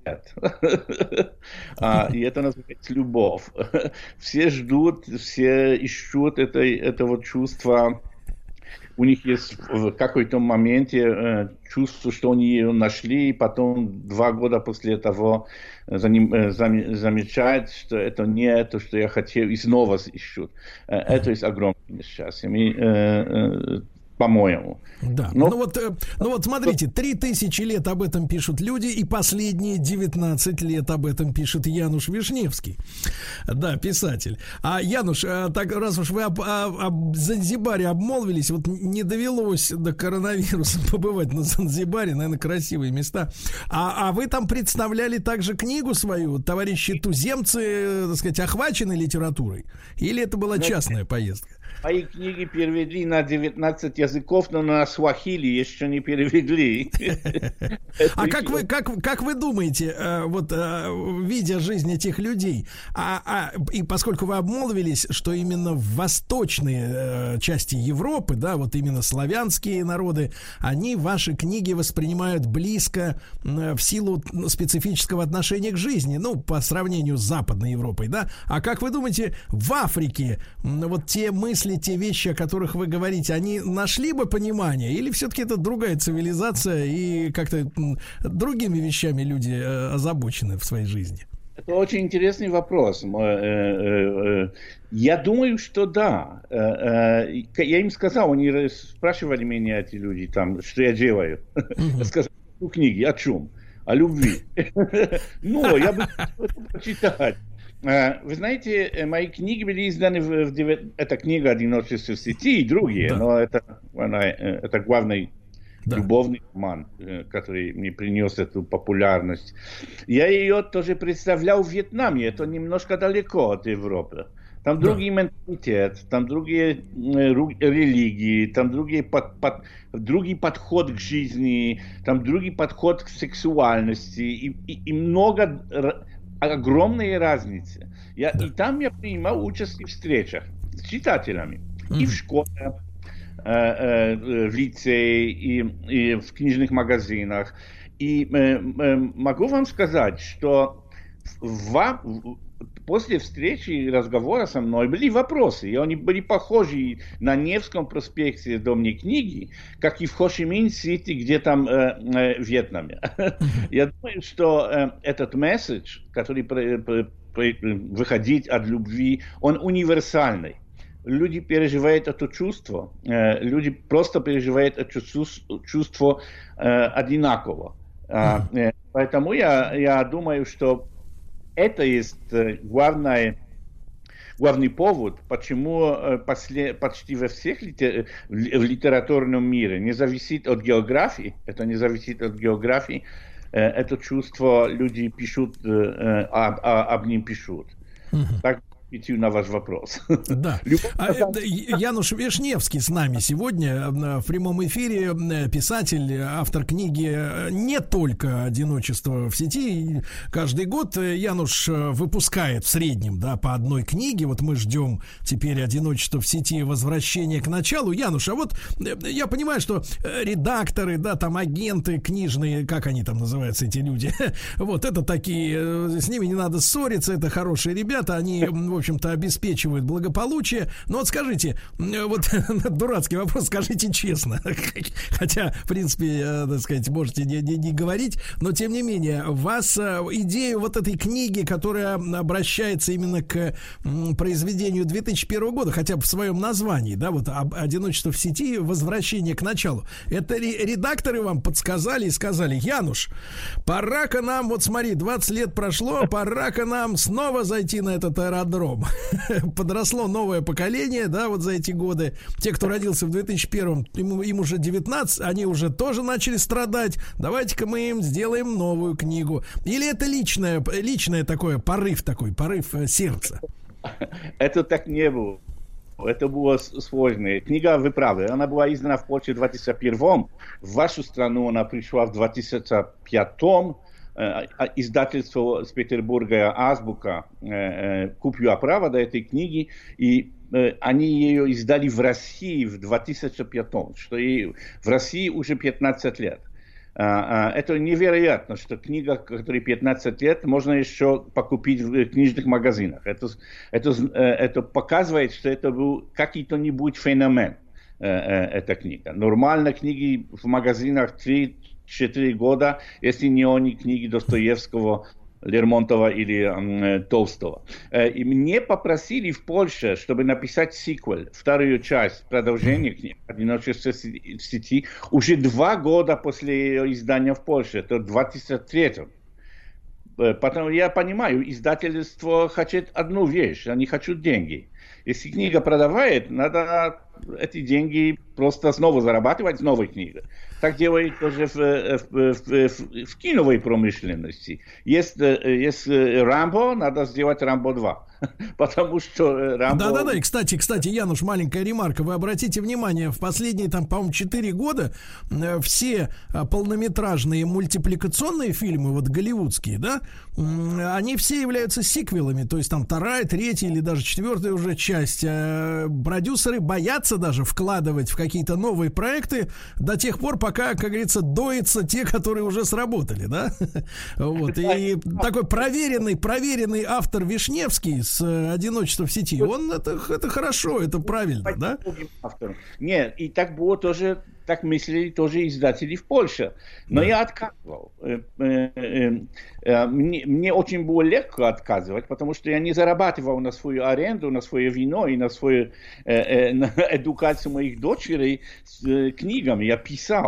И это называется любовь. Все ждут, все ищут это, этого чувства. У них есть в какой-то моменте чувство, что они ее нашли, и потом два года после того замечают, что это не то, что я хотел, и снова ищут. Это есть огромное несчастье. По-моему. Да. Но... Ну, вот, ну вот смотрите, три тысячи лет об этом пишут люди, и последние девятнадцать лет об этом пишет Януш Вишневский. Да, писатель. А Януш, так раз уж вы об, об, об Занзибаре обмолвились, вот не довелось до коронавируса побывать на Занзибаре, наверное, красивые места. А, а вы там представляли также книгу свою, товарищи туземцы, так сказать, охвачены литературой? Или это была частная поездка? Мои книги перевели на девятнадцать языков, но на суахили еще не перевели. А как вы, как, как вы думаете, вот видя жизнь этих людей, а, а, и поскольку вы обмолвились, что именно в восточной части Европы, да, вот именно славянские народы, они ваши книги воспринимают близко в силу специфического отношения к жизни, ну, по сравнению с Западной Европой, да? А как вы думаете, в Африке вот те мысли, те вещи, о которых вы говорите, они нашли бы понимание? Или все-таки это другая цивилизация и как-то другими вещами люди озабочены в своей жизни? Это очень интересный вопрос. Я думаю, что да. Я им сказал, они спрашивали меня, эти люди, там, что я делаю. Я сказал, ну, книги, о чем? О любви. Ну, я бы хотел почитать. Вы знаете, мои книги были изданы в, в это книга «Одиночество в сети» и другие, да. но это, она, это главный да. любовный роман, который мне принес эту популярность. Я ее тоже представлял в Вьетнаме, это немножко далеко от Европы. Там да. другой менталитет, там другие религии, там другие под, под, другий подход к жизни, там другой подход к сексуальности и, и, и много, огромные разницы. Я, да. И там я принимал участие в встречах с читателями mm-hmm. и в школе, э, э, в лицее, и, и в книжных магазинах. И э, э, могу вам сказать, что в, после встречи и разговора со мной были вопросы, и они были похожи на Невском проспекте Доме книги, как и в Хошимин-Сити, где там э, э, в Вьетнаме. Я думаю, что э, этот месседж, который при, при, при, выходит от любви, он универсальный. Люди переживают это чувство, э, люди просто переживают это чувство э, одинаково. Э, поэтому я, я думаю, что это есть главный, главный повод, почему после, почти во всех литер, в литературном мире не зависит от географии, это не зависит от географии, это чувство люди пишут, об, об ним пишут. Mm-hmm. Так, на ваш вопрос. Да. А, Януш Вишневский с нами сегодня в прямом эфире, писатель, автор книги «Не только одиночество в сети». Каждый год Януш выпускает в среднем, да, по одной книге. Вот мы ждем теперь «Одиночество в сети. Возвращение к началу». Януш, а вот я понимаю, что редакторы, да, там агенты книжные, как они там называются, эти люди, вот это такие, с ними не надо ссориться, это хорошие ребята, они, в общем-то, обеспечивают благополучие. Но вот скажите, вот дурацкий вопрос, скажите честно, хотя, в принципе, так сказать, можете не, не, не говорить, но, тем не менее, вас идею вот этой книги, которая обращается именно к произведению две тысячи первого года, хотя бы в своем названии, да, вот «Одиночество в сети. Возвращение к началу», это редакторы вам подсказали и сказали: Януш, пора-ка нам, вот смотри, двадцать лет прошло, пора-ка нам снова зайти на этот аэродром. Подросло новое поколение, да, вот за эти годы. Те, кто родился в две тысячи первом, им, им уже девятнадцать, они уже тоже начали страдать. Давайте-ка мы им сделаем новую книгу. Или это личное, личное такое, порыв такой, порыв сердца? Это так не было. Это было сложно. Книга, вы правы, она была издана в Польше в две тысячи первом. В вашу страну она пришла в две тысячи пятом. Издательство с Петербурга «Азбука» купило право до этой книги, и они ее издали в России в две тысячи пятом, что и в России уже пятнадцать лет. Это невероятно, что книга, которой пятнадцать лет, можно еще покупить в книжных магазинах. Это, это, это показывает, что это был какой-то-нибудь феномен, эта книга. Нормально книги в магазинах три-четыре года, если не они книги Достоевского, Лермонтова или э, Толстого. Э, и мне попросили в Польше, чтобы написать сиквел, вторую часть, продолжение книги «Одиночество в сети», уже два года после ее издания в Польше, это в две тысячи третьем. Э, потому я понимаю, издательство хочет одну вещь, они хотят деньги. Если книга продавает, надо эти деньги просто снова зарабатывать с новой книгой. Так делают тоже в, в, в, в, в киновой промышленности. Есть, есть Рамбо, надо сделать Рамбо два. Потому что Рамбо... Да-да-да, и, кстати, кстати, Януш, маленькая ремарка. Вы обратите внимание, в последние, там, по-моему, четыре года все полнометражные мультипликационные фильмы, вот голливудские, да, они все являются сиквелами. То есть там вторая, третья или даже четвертая уже часть. Продюсеры боятся даже вкладывать в какие-то новые проекты до тех пор, пока, как говорится, доятся те, которые уже сработали, да? Вот. И такой проверенный, проверенный автор Вишневский с «Одиночества в сети», он это, это хорошо, это правильно, да? Нет, и так было тоже, так мыслили тоже издатели в Польше. Но да. Я отказывал. Мне, мне очень было легко отказывать, потому что я не зарабатывал на свою аренду, на свое вино и на свою на эдукацию моих дочерей с книгами. Я писал.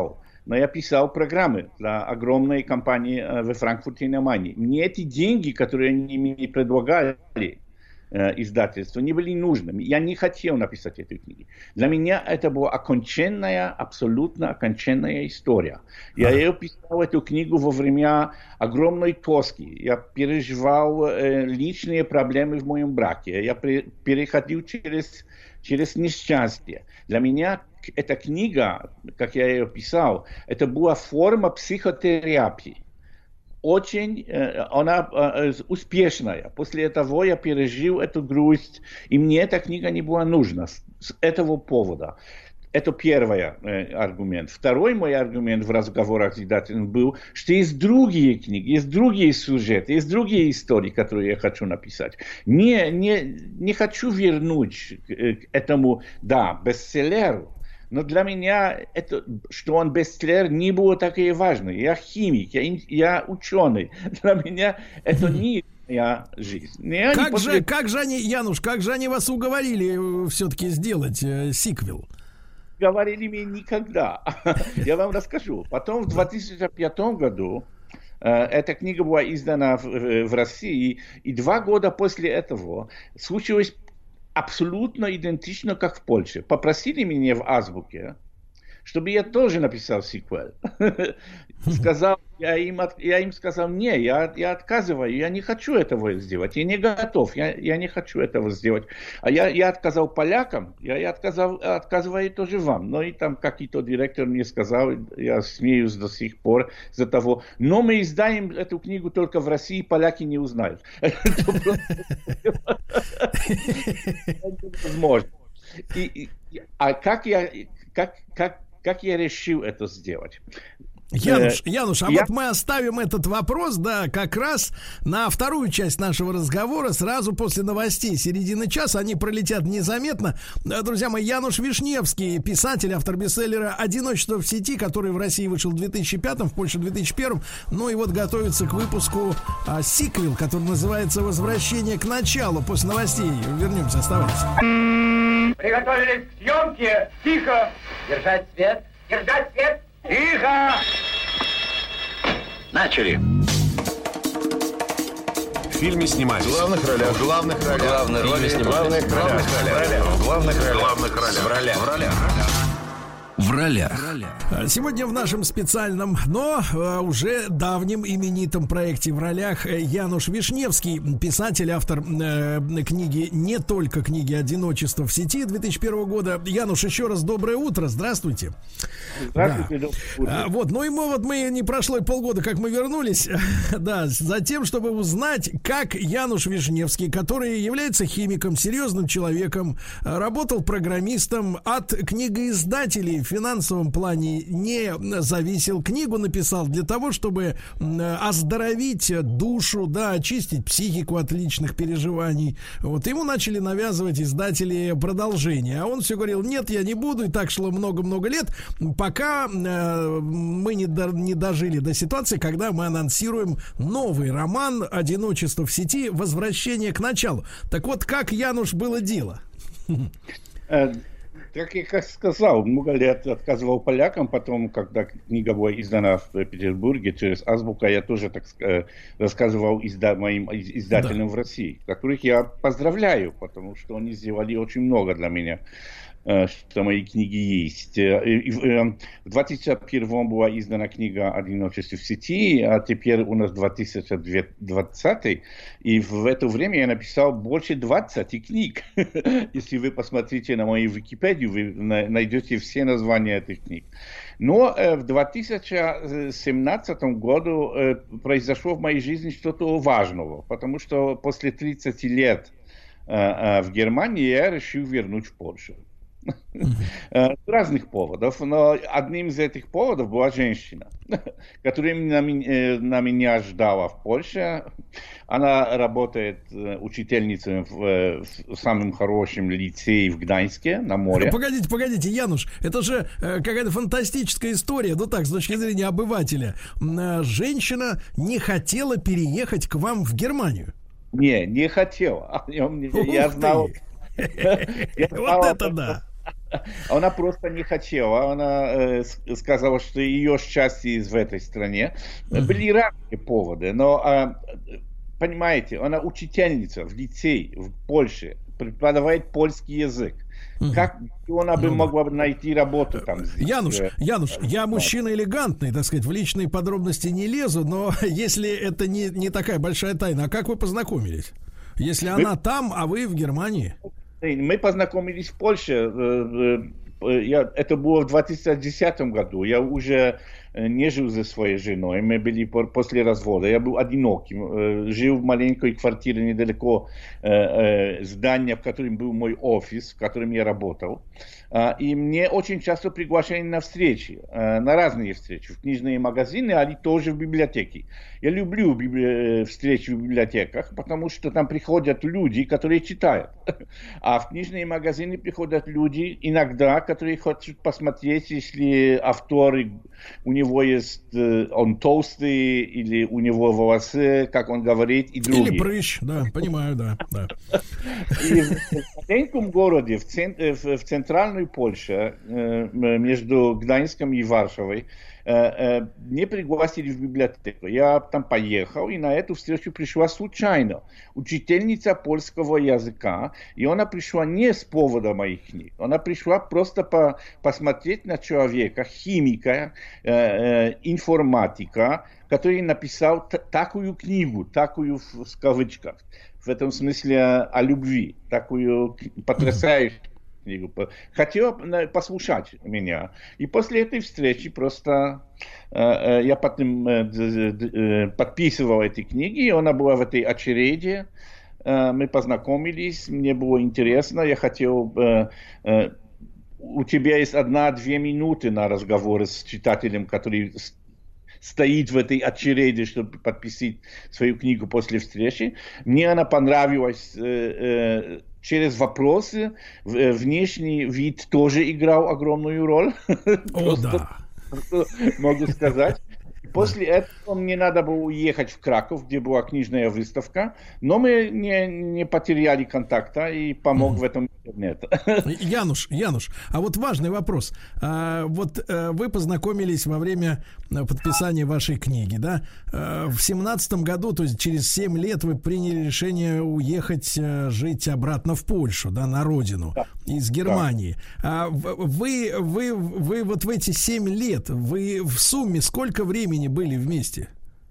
но я писал программы для огромной компании во Франкфурте на Майне. Мне эти деньги, которые они мне предлагали, издательства, не были нужными. Я не хотел написать эту книгу. Для меня это была оконченная, абсолютно оконченная история. Я ее писал, эту книгу, во время огромной тоски. Я переживал э, личные проблемы в моем браке. Я при, переходил через, через несчастье. Для меня эта книга, как я ее писал, это была форма психотерапии. Очень, э, она э, успешная. После того я пережил эту грусть, и мне эта книга не была нужна с, с этого повода. Это первый э, аргумент. Второй мой аргумент в разговорах с издателем был, что есть другие книги, есть другие сюжеты, есть другие истории, которые я хочу написать. Не, не, не хочу вернуть к, к этому, да, бестселлеру. Но для меня, это, что он бестселлер, не было так и важно. Я химик, я, я ученый. Для меня это не моя жизнь. Я как, после... же, как же они, Януш, как же они вас уговорили все-таки сделать э, сиквел? Говорили мне никогда. Я вам расскажу. Потом в две тысячи пятом году э, эта книга была издана в, в России, и два года после этого случилось абсолютно идентично, как в Польше. Попросили меня в Азбуке, чтобы я тоже написал сиквел. Сказал, я им, я им сказал, не, я, я отказываю, я не хочу этого сделать, я не готов, я, я не хочу этого сделать. А я, я отказал полякам, я, я отказал, отказываю тоже вам. Но и там какой-то директор мне сказал, я смеюсь до сих пор за того, но мы издаем эту книгу только в России, поляки не узнают. Возможно. А как я, как, как, как я решил это сделать? Януш, Януш, а я... вот мы оставим этот вопрос, да, как раз на вторую часть нашего разговора, сразу после новостей середины часа. Они пролетят незаметно. Друзья мои, Януш Вишневский, писатель, автор бестселлера «Одиночество в сети», который в России вышел в две тысячи пятом, в Польше в две тысячи первом. Ну и вот готовится к выпуску а, сиквел, который называется «Возвращение к началу». После новостей вернемся, оставайтесь. Приготовились к съемке. Тихо. Держать свет. Держать свет. Тихо! Начали. В фильме снимались. В главных ролях. В главных ролях. Главные роли снимались. В главных ролях. В главных ролях. В главных ролях. В ролях. В ролях. В ролях. Сегодня в нашем специальном, но э, уже давнем именитом проекте «В ролях» Януш Вишневский, писатель, автор э, книги, не только книги «Одиночество в сети» две тысячи первого года. Януш, еще раз доброе утро, здравствуйте. Здравствуйте. Да. А, вот, ну и мы вот мы не прошло и полгода, как мы вернулись, да, за тем, чтобы узнать, как Януш Вишневский, который является химиком, серьезным человеком, работал программистом, от книгоиздателей в финансовом плане не зависел, книгу написал для того, чтобы оздоровить душу, да, очистить психику от личных переживаний. Вот ему начали навязывать издатели продолжение, а он все говорил: нет, я не буду, и так шло много-много лет, пока э, мы не, до, не дожили до ситуации, когда мы анонсируем новый роман «Одиночество в сети. Возвращение к началу». Так вот, как, Януш, было дело? Как я сказал, много лет отказывал полякам, потом, когда книга была издана в Петербурге через Азбука, я тоже так рассказывал изда- моим издателям да. в России, которых я поздравляю, потому что они сделали очень много для меня, что мои книги есть. В две тысячи первом была издана книга «Одиночество в сети», а теперь у нас две тысячи двадцатый, и в это время я написал больше двадцати книг. Если вы посмотрите на мою Википедию, вы найдете все названия этих книг. Но в две тысячи семнадцатом году произошло в моей жизни что-то важного, потому что после тридцати лет в Германии я решил вернуть в Польшу. Mm-hmm. Разных поводов, но одним из этих поводов была женщина, которая на меня, на меня ждала в Польше. Она работает учительницей в, в самом хорошем лицее в Гданьске на море. Погодите, погодите, Януш, это же какая-то фантастическая история, ну так, с точки зрения обывателя. Женщина не хотела переехать к вам в Германию. Не, не хотела. Я, я знал... Вот это да! Она просто не хотела. Она э, сказала, что ее счастье в этой стране. Uh-huh. Были разные поводы, но, э, понимаете, она учительница в лицее в Польше, преподавает польский язык. Угу. Как она бы ну, могла найти работу там? Здесь? Януш, Януш, я мужчина элегантный, так сказать, в личные подробности не лезу, но если это не, не такая большая тайна, а как вы познакомились? Если она мы... там, а вы в Германии? Мы познакомились в Польше. Я, это было в две тысячи десятом году. Я уже не жил со своей женой. Мы были после развода. Я был одиноким. Жил в маленькой квартире недалеко здания, в котором был мой офис, в котором я работал. И мне очень часто приглашали на встречи, на разные встречи, в книжные магазины, а тоже в библиотеки. Я люблю библи... встречи в библиотеках, потому что там приходят люди, которые читают. А в книжные магазины приходят люди иногда, которые хотят посмотреть, если автор, у него есть, он толстый, или у него волосы, как он говорит, и другие. Или прыщ, да, понимаю, да. да. И в маленьком городе, в, цент... в центральной Польше, между Гданьском и Варшавой, мне пригласили в библиотеку. Я там поехал, и на эту встречу пришла случайно учительница польского языка, и она пришла не с повода моих книг, она пришла просто по, посмотреть на человека, химика, э, э, информатика, который написал т- такую книгу, такую в, в кавычках, в этом смысле о любви, такую потрясающую книгу. Хотела послушать меня. И после этой встречи просто э, я потом э, э, подписывал эти книги, и она была в этой очереди. Э, мы познакомились, мне было интересно, я хотел... Э, э, у тебя есть одна-две минуты на разговор с читателем, который стоит в этой очереди, чтобы подписать свою книгу после встречи. Мне она понравилась... Э, э, Через вопросы внешний вид тоже играл огромную роль. О, да. Могу сказать. После этого мне надо было уехать в Краков, где была книжная выставка, но мы не, не потеряли контакта, и помог mm. в этом интернет. Януш, Януш, а вот важный вопрос. А, вот а, вы познакомились во время подписания вашей книги, да? А, в семнадцатом году, то есть через семь лет, вы приняли решение уехать а, жить обратно в Польшу, да, на родину, да. из Германии. Да. А вы, вы, вы вот в эти семь лет, вы в сумме сколько времени были вместе?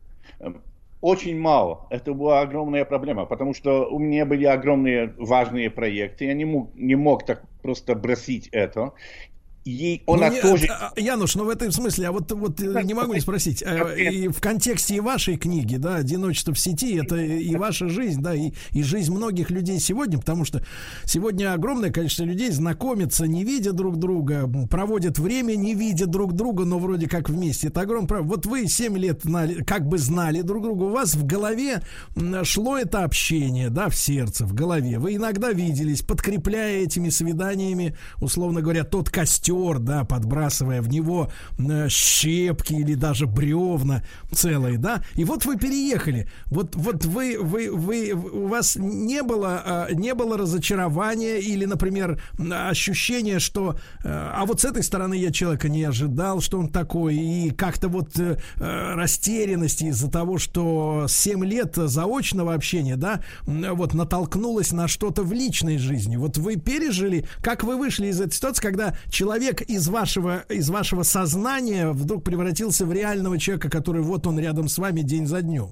Очень мало. Это была огромная проблема, потому что у меня были огромные важные проекты. Я не мог, не мог так просто бросить это. И она ну, тоже... Януш, ну в этом смысле, а вот, вот не могу не спросить, и в контексте и вашей книги, да, «Одиночество в сети», это и ваша жизнь, да, и, и жизнь многих людей сегодня, потому что сегодня огромное количество людей знакомятся, не видя друг друга, проводят время, не видя друг друга, но вроде как вместе. Это огромное право. Вот вы семь лет знали, как бы знали друг друга, у вас в голове шло это общение, да, в сердце, в голове. Вы иногда виделись, подкрепляя этими свиданиями, условно говоря, тот костюм, да, подбрасывая в него э, щепки или даже бревна целые, да, и вот вы переехали, вот, вот вы, вы, вы, у вас не было, э, не было разочарования или, например, ощущения, что, э, а вот с этой стороны я человека не ожидал, что он такой, и как-то вот э, растерянности из-за того, что семь лет заочного общения, да, вот натолкнулось на что-то в личной жизни. Вот вы пережили, как вы вышли из этой ситуации, когда человек из вашего, из вашего сознания вдруг превратился в реального человека, который вот он рядом с вами день за днем?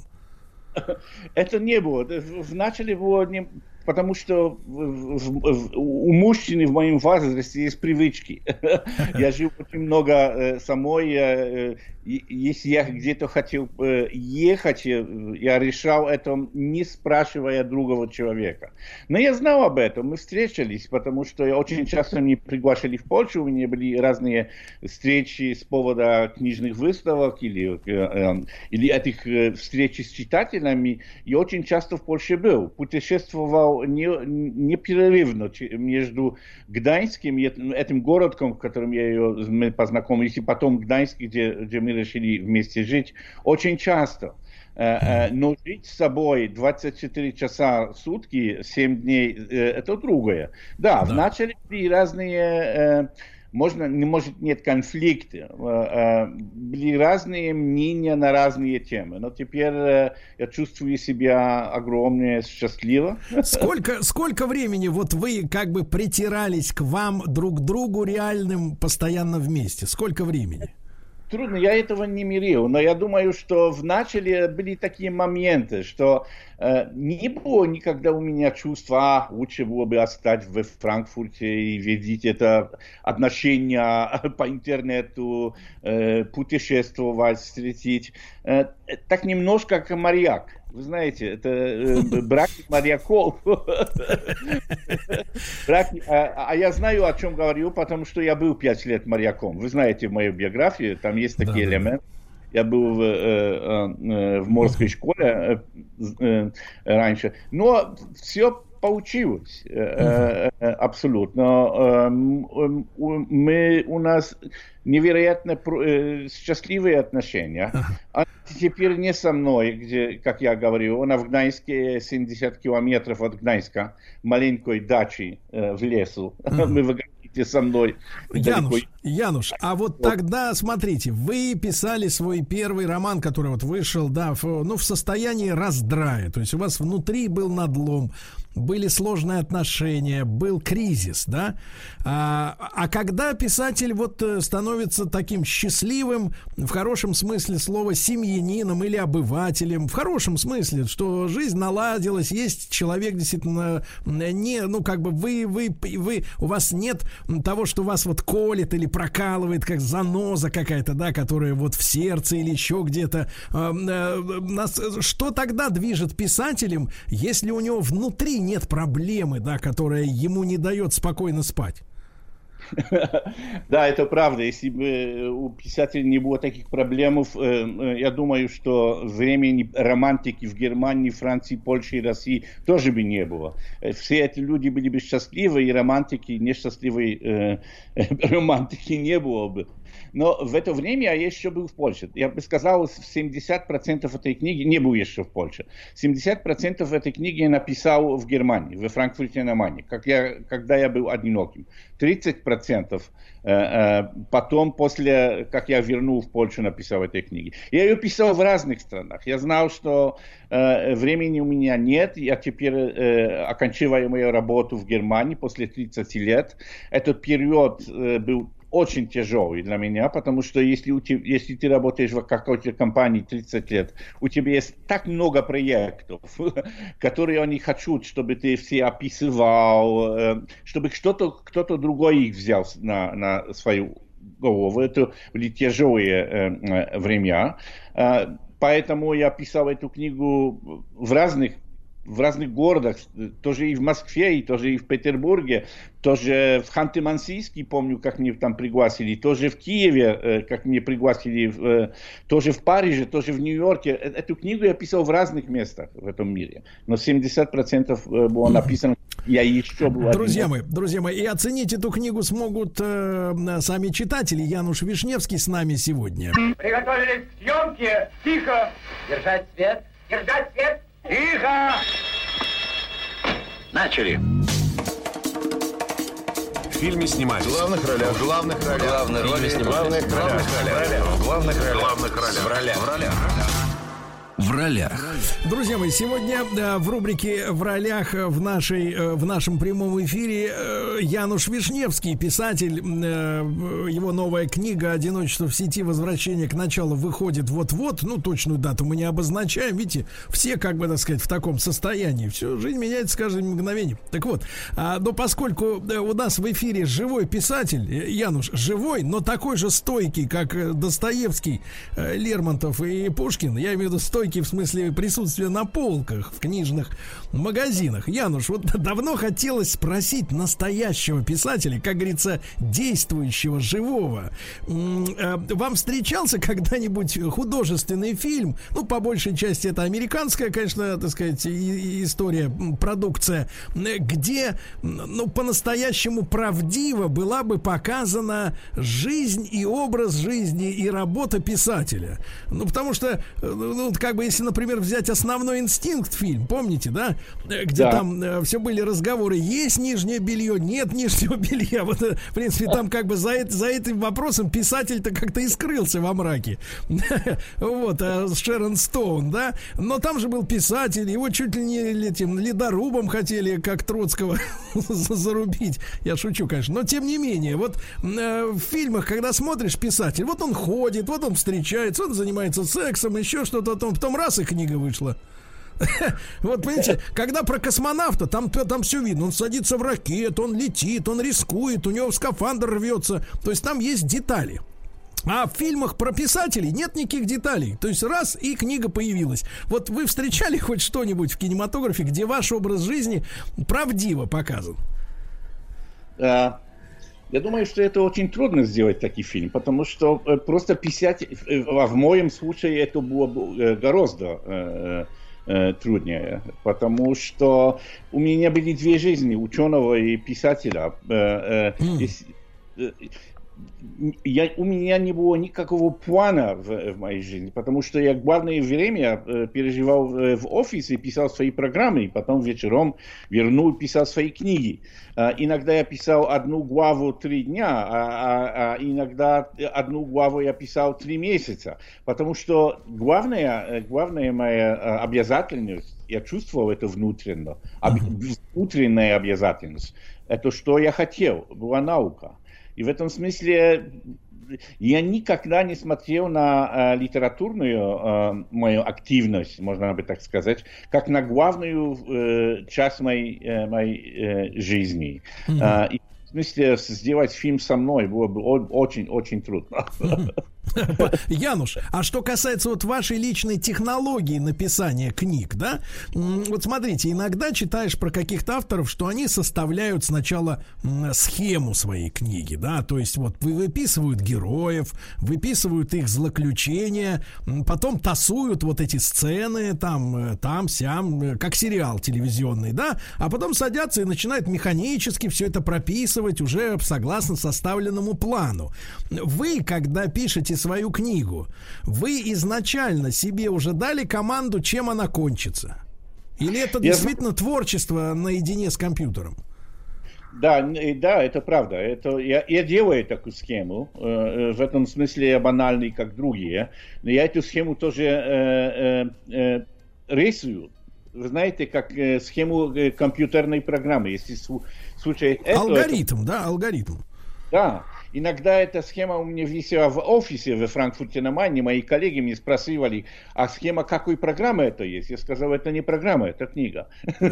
Это не было. Вначале было не... Потому что в, в, в, у мужчины в моем возрасте есть привычки. Я жил очень много э, самой. Э, если я где-то хотел э, ехать, я решал это, не спрашивая другого человека. Но я знал об этом, мы встречались, потому что очень часто меня приглашали в Польшу, у меня были разные встречи с повода книжных выставок или, э, э, или этих э, встреч с читателями. Я очень часто в Польше был, путешествовал непрерывно между Гданьским, этим городом, в котором я ее, мы познакомились, и потом Гданьск, где, где мы решили вместе жить, очень часто. Но жить с собой двадцать четыре часа в сутки, семь дней, это другое. Да, да. Вначале были разные, можно, не может, нет конфликты, были разные мнения на разные темы. Но теперь я чувствую себя огромно счастливо. Сколько, сколько времени вот вы как бы притирались к вам друг к другу реальным постоянно вместе? Сколько времени? Трудно, я этого не мерил, но я думаю, что вначале были такие моменты, что э, не было никогда у меня чувства, а, лучше было бы остаться в Франкфурте и видеть это отношения по интернету, э, путешествовать, встретить. Э, так немножко как моряк. Вы знаете, это э, брак моряков. брак, а, а я знаю, о чем говорю, потому что я был пять лет моряком. Вы знаете мою биографию, там есть такие да, элементы. Да. Я был в, э, э, в морской школе э, э, раньше. Но все получилось. Э, э, абсолютно. Э, мы, у нас невероятно э, счастливые отношения. А теперь не со мной, где, как я говорю, он в Гданьске, семьдесят километров от Гданьска, маленькой дачи э, в лесу. Mm-hmm. Мы в со мной. Януш, Януш, а вот, вот тогда, смотрите, вы писали свой первый роман, который вот вышел, да, в, ну, в состоянии раздрая, то есть у вас внутри был надлом, были сложные отношения, был кризис, да, а, а когда писатель вот становится таким счастливым, в хорошем смысле слова, семьянином или обывателем, в хорошем смысле, что жизнь наладилась, есть человек действительно, не, ну, как бы вы, вы, вы, у вас нет того, что вас вот колет или прокалывает, как заноза какая-то, да, которая вот в сердце или еще где-то. Что тогда движет писателем, если у него внутри нет проблемы, да, которая ему не дает спокойно спать? Да, это правда. Если бы у писателя не было таких проблем, я думаю, что времени романтики в Германии, Франции, Польше и России тоже бы не было. Все эти люди были бы счастливы, и романтики, несчастливой э, романтики не было бы. Но в это время я еще был в Польше. Я бы сказал, семьдесят процентов этой книги не был еще в Польше. семьдесят процентов этой книги я написал в Германии, в Франкфурте на Майне, как я, когда я был одиноким. тридцать процентов э, э, потом, после, как я вернул в Польшу, написал этой книги. Я ее писал в разных странах. Я знал, что э, времени у меня нет. Я теперь э, оканчиваю мою работу в Германии после тридцати лет. Этот период э, был очень тяжелый для меня, потому что если, у тебя, если ты работаешь в какой-то компании тридцать лет, у тебя есть так много проектов, которые они хотят, чтобы ты все описывал, чтобы кто-то, кто-то другой их взял на, на свою голову. Это были тяжелые э, времена. Поэтому я писал эту книгу в разных в разных городах, тоже и в Москве, и тоже и в Петербурге, тоже в Ханты-Мансийске, помню, как меня там пригласили, тоже в Киеве, как меня пригласили, тоже в Париже, тоже в Нью-Йорке. Эту книгу я писал в разных местах в этом мире, но семьдесят процентов было написано, я еще был... Друзья мои, друзья мои, и оценить эту книгу смогут э, сами читатели. Януш Вишневский с нами сегодня. Приготовились к съемке. Тихо. Держать свет. Держать свет. Тихо! Начали. В фильме снимались. В главных ролях. В главных ролях. Главные роли снимались. В главных ролях. В главных ролях. В главных ролях. В ролях. В ролях. В ролях. Друзья мои, сегодня э, в рубрике «В ролях» в, нашей, э, в нашем прямом эфире э, Януш Вишневский, писатель. Э, его новая книга «Одиночество в сети. Возвращение к началу» выходит вот-вот. Ну, точную дату мы не обозначаем. Видите, все, как бы, так сказать, в таком состоянии. Все, жизнь меняется с каждым мгновением. Так вот, а, но поскольку у нас в эфире живой писатель, Януш, живой, но такой же стойкий, как Достоевский, Лермонтов и Пушкин, я имею в виду стойкий в смысле присутствия на полках в книжных магазинах. Януш, вот давно хотелось спросить настоящего писателя, как говорится, действующего, живого. Вам встречался когда-нибудь художественный фильм? Ну, по большей части это американская, конечно, так сказать, история, продукция, где, ну, по-настоящему правдиво была бы показана жизнь и образ жизни и работа писателя. Ну, потому что, ну, как бы бы, если, например, взять «Основной инстинкт» фильм, помните, да? Где да. там э, все были разговоры, есть нижнее белье, нет нижнего белья. Вот, э, в принципе, там как бы за, за этим вопросом писатель-то как-то и скрылся во мраке. Вот, Шерон Стоун, да? Но там же был писатель, его чуть ли не этим ледорубом хотели, как Троцкого, зарубить. Я шучу, конечно. Но, тем не менее, вот в фильмах, когда смотришь писатель, вот он ходит, вот он встречается, он занимается сексом, еще что-то, потом раз и книга вышла. Вот, понимаете, когда про космонавта, там, там все видно. Он садится в ракету, он летит, он рискует, у него скафандр рвется. То есть там есть детали. А в фильмах про писателей нет никаких деталей. То есть раз, и книга появилась. Вот вы встречали хоть что-нибудь в кинематографе, где ваш образ жизни правдиво показан? Да. Я думаю, что это очень трудно сделать такой фильм, потому что просто писать, в моем случае, это было бы гораздо э, э, труднее, потому что у меня были две жизни, ученого и писателя. Э, э, mm. Я, у меня не было никакого плана в, в моей жизни, потому что я главное время э, переживал э, в офисе, писал свои программы, и потом вечером вернул, писал свои книги. Э, иногда я писал одну главу три дня, а, а, а иногда одну главу я писал три месяца, потому что главная, главная моя обязательность, я чувствовал это внутренно, об, внутренняя обязательность, это что я хотел, была наука. И в этом смысле я никогда не смотрел на э, литературную э, мою активность, можно бы так сказать, как на главную э, часть моей, э, моей э, жизни. Mm-hmm. Э, и в смысле сделать фильм со мной было бы очень-очень трудно. Януш, а что касается вот вашей личной технологии написания книг, да? Вот смотрите, иногда читаешь про каких-то авторов, что они составляют сначала схему своей книги, да? То есть вот выписывают героев, выписывают их злоключения, потом тасуют вот эти сцены там, там, сям, как сериал телевизионный, да? А потом садятся и начинают механически все это прописывать уже согласно составленному плану. Вы, когда пишете свою книгу, вы изначально себе уже дали команду, чем она кончится? Или это Я... действительно творчество наедине с компьютером? Да, да, это правда. Это, я, я делаю такую схему. Э, в этом смысле я банальный, как другие. Но я эту схему тоже э, э, э, рисую. Вы знаете, как э, схему э, компьютерной программы. Если случай алгоритм, это... да, алгоритм. Да. Иногда эта схема у меня висела в офисе во Франкфурте на Майне. Мои коллеги меня спрашивали, а схема какой программы это есть? Я сказал, это не программа, это книга.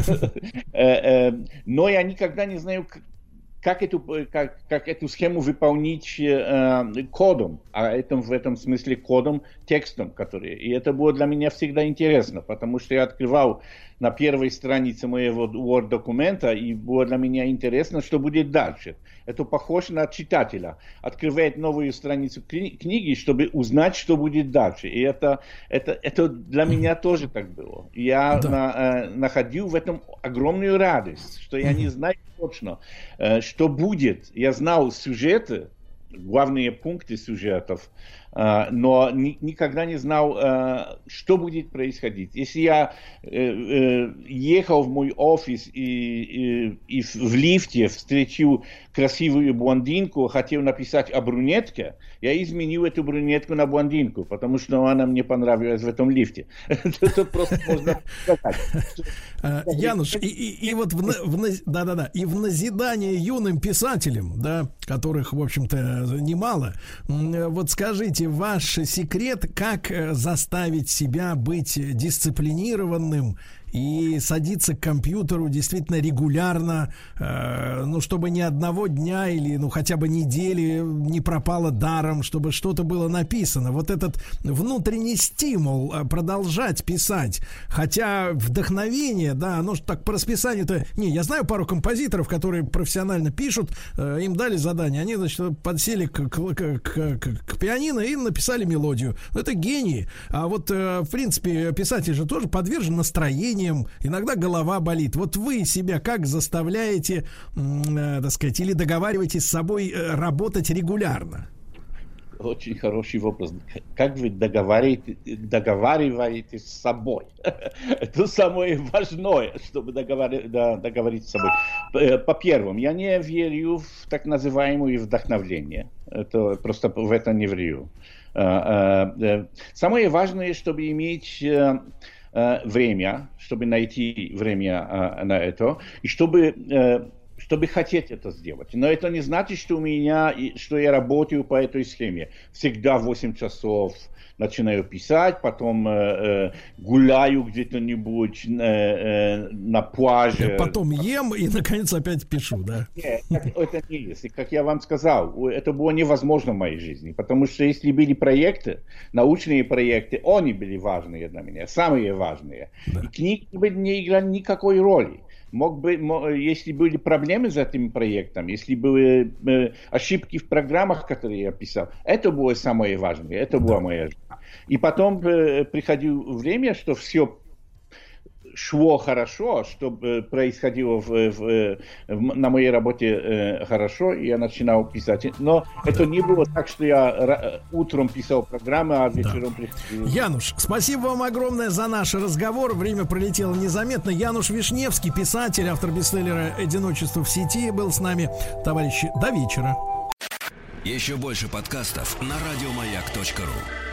Но я никогда не знаю, как эту, как, как эту схему выполнить кодом, а это в этом смысле кодом, текстом, который. И это было для меня всегда интересно, потому что я открывал на первой странице моего Word-документа, и было для меня интересно, что будет дальше. Это похоже на читателя. Открывает новую страницу кни- книги, чтобы узнать, что будет дальше. И это, это, это для меня тоже так было. Я да. на, э, находил в этом огромную радость, что я не знаю точно, э, что будет. Я знал сюжеты, главные пункты сюжетов, Uh, но ни, никогда не знал, uh, что будет происходить. Если я uh, uh, ехал в мой офис и, и, и в, в лифте встретил красивую блондинку, хотел написать о брюнетке, я изменил эту брюнетку на блондинку, потому что она мне понравилась в этом лифте. Это просто можно сказать. Януш, и вот да-да-да, и в назидание юным писателям, да, которых, в общем-то, немало, вот скажите, ваш секрет, как заставить себя быть дисциплинированным и садиться к компьютеру действительно регулярно, э, ну, чтобы ни одного дня или, ну, хотя бы недели не пропало даром, чтобы что-то было написано. Вот этот внутренний стимул продолжать писать, хотя вдохновение, да, оно же так по расписанию-то... Не, я знаю пару композиторов, которые профессионально пишут, э, им дали задание, они, значит, подсели к, к, к, к, к пианино и написали мелодию. Это гении. А вот, э, в принципе, писатель же тоже подвержен настроению, иногда голова болит. Вот вы себя как заставляете, э, так сказать, или договариваетесь с собой э, работать регулярно? очень хороший вопрос. Как вы договариваете, договариваетесь с собой? Это самое важное, чтобы договор... договориться с собой. По-первому, я не верю в так называемое вдохновление. Это просто в это не верю. Самое важное, чтобы иметь время, чтобы найти время на это, и чтобы... чтобы хотеть это сделать. Но это не значит, что у меня, что я работаю по этой схеме. Всегда в восемь часов начинаю писать, потом э, гуляю где-то-нибудь э, э, на пляже. Потом ем и, наконец, опять пишу, да? Нет, это не есть. И, как я вам сказал, это было невозможно в моей жизни, потому что если были проекты, научные проекты, они были важные для меня, самые важные. Да. И книги не играли никакой роли. Мог бы, если были проблемы с этим проектом, если были э, ошибки в программах, которые я писал, это было самое важное, это была моя жизнь. И потом э, приходило время, что все шло хорошо, что э, происходило в, в, в, на моей работе э, хорошо, и я начинал писать. Но это не было так, что я утром писал программы, а вечером да. приходил. Януш, спасибо вам огромное за наш разговор. Время пролетело незаметно. Януш Вишневский, писатель, автор бестселлера «Одиночество в сети», был с нами. Товарищи, до вечера. Еще больше подкастов на радиомаяк точка ру.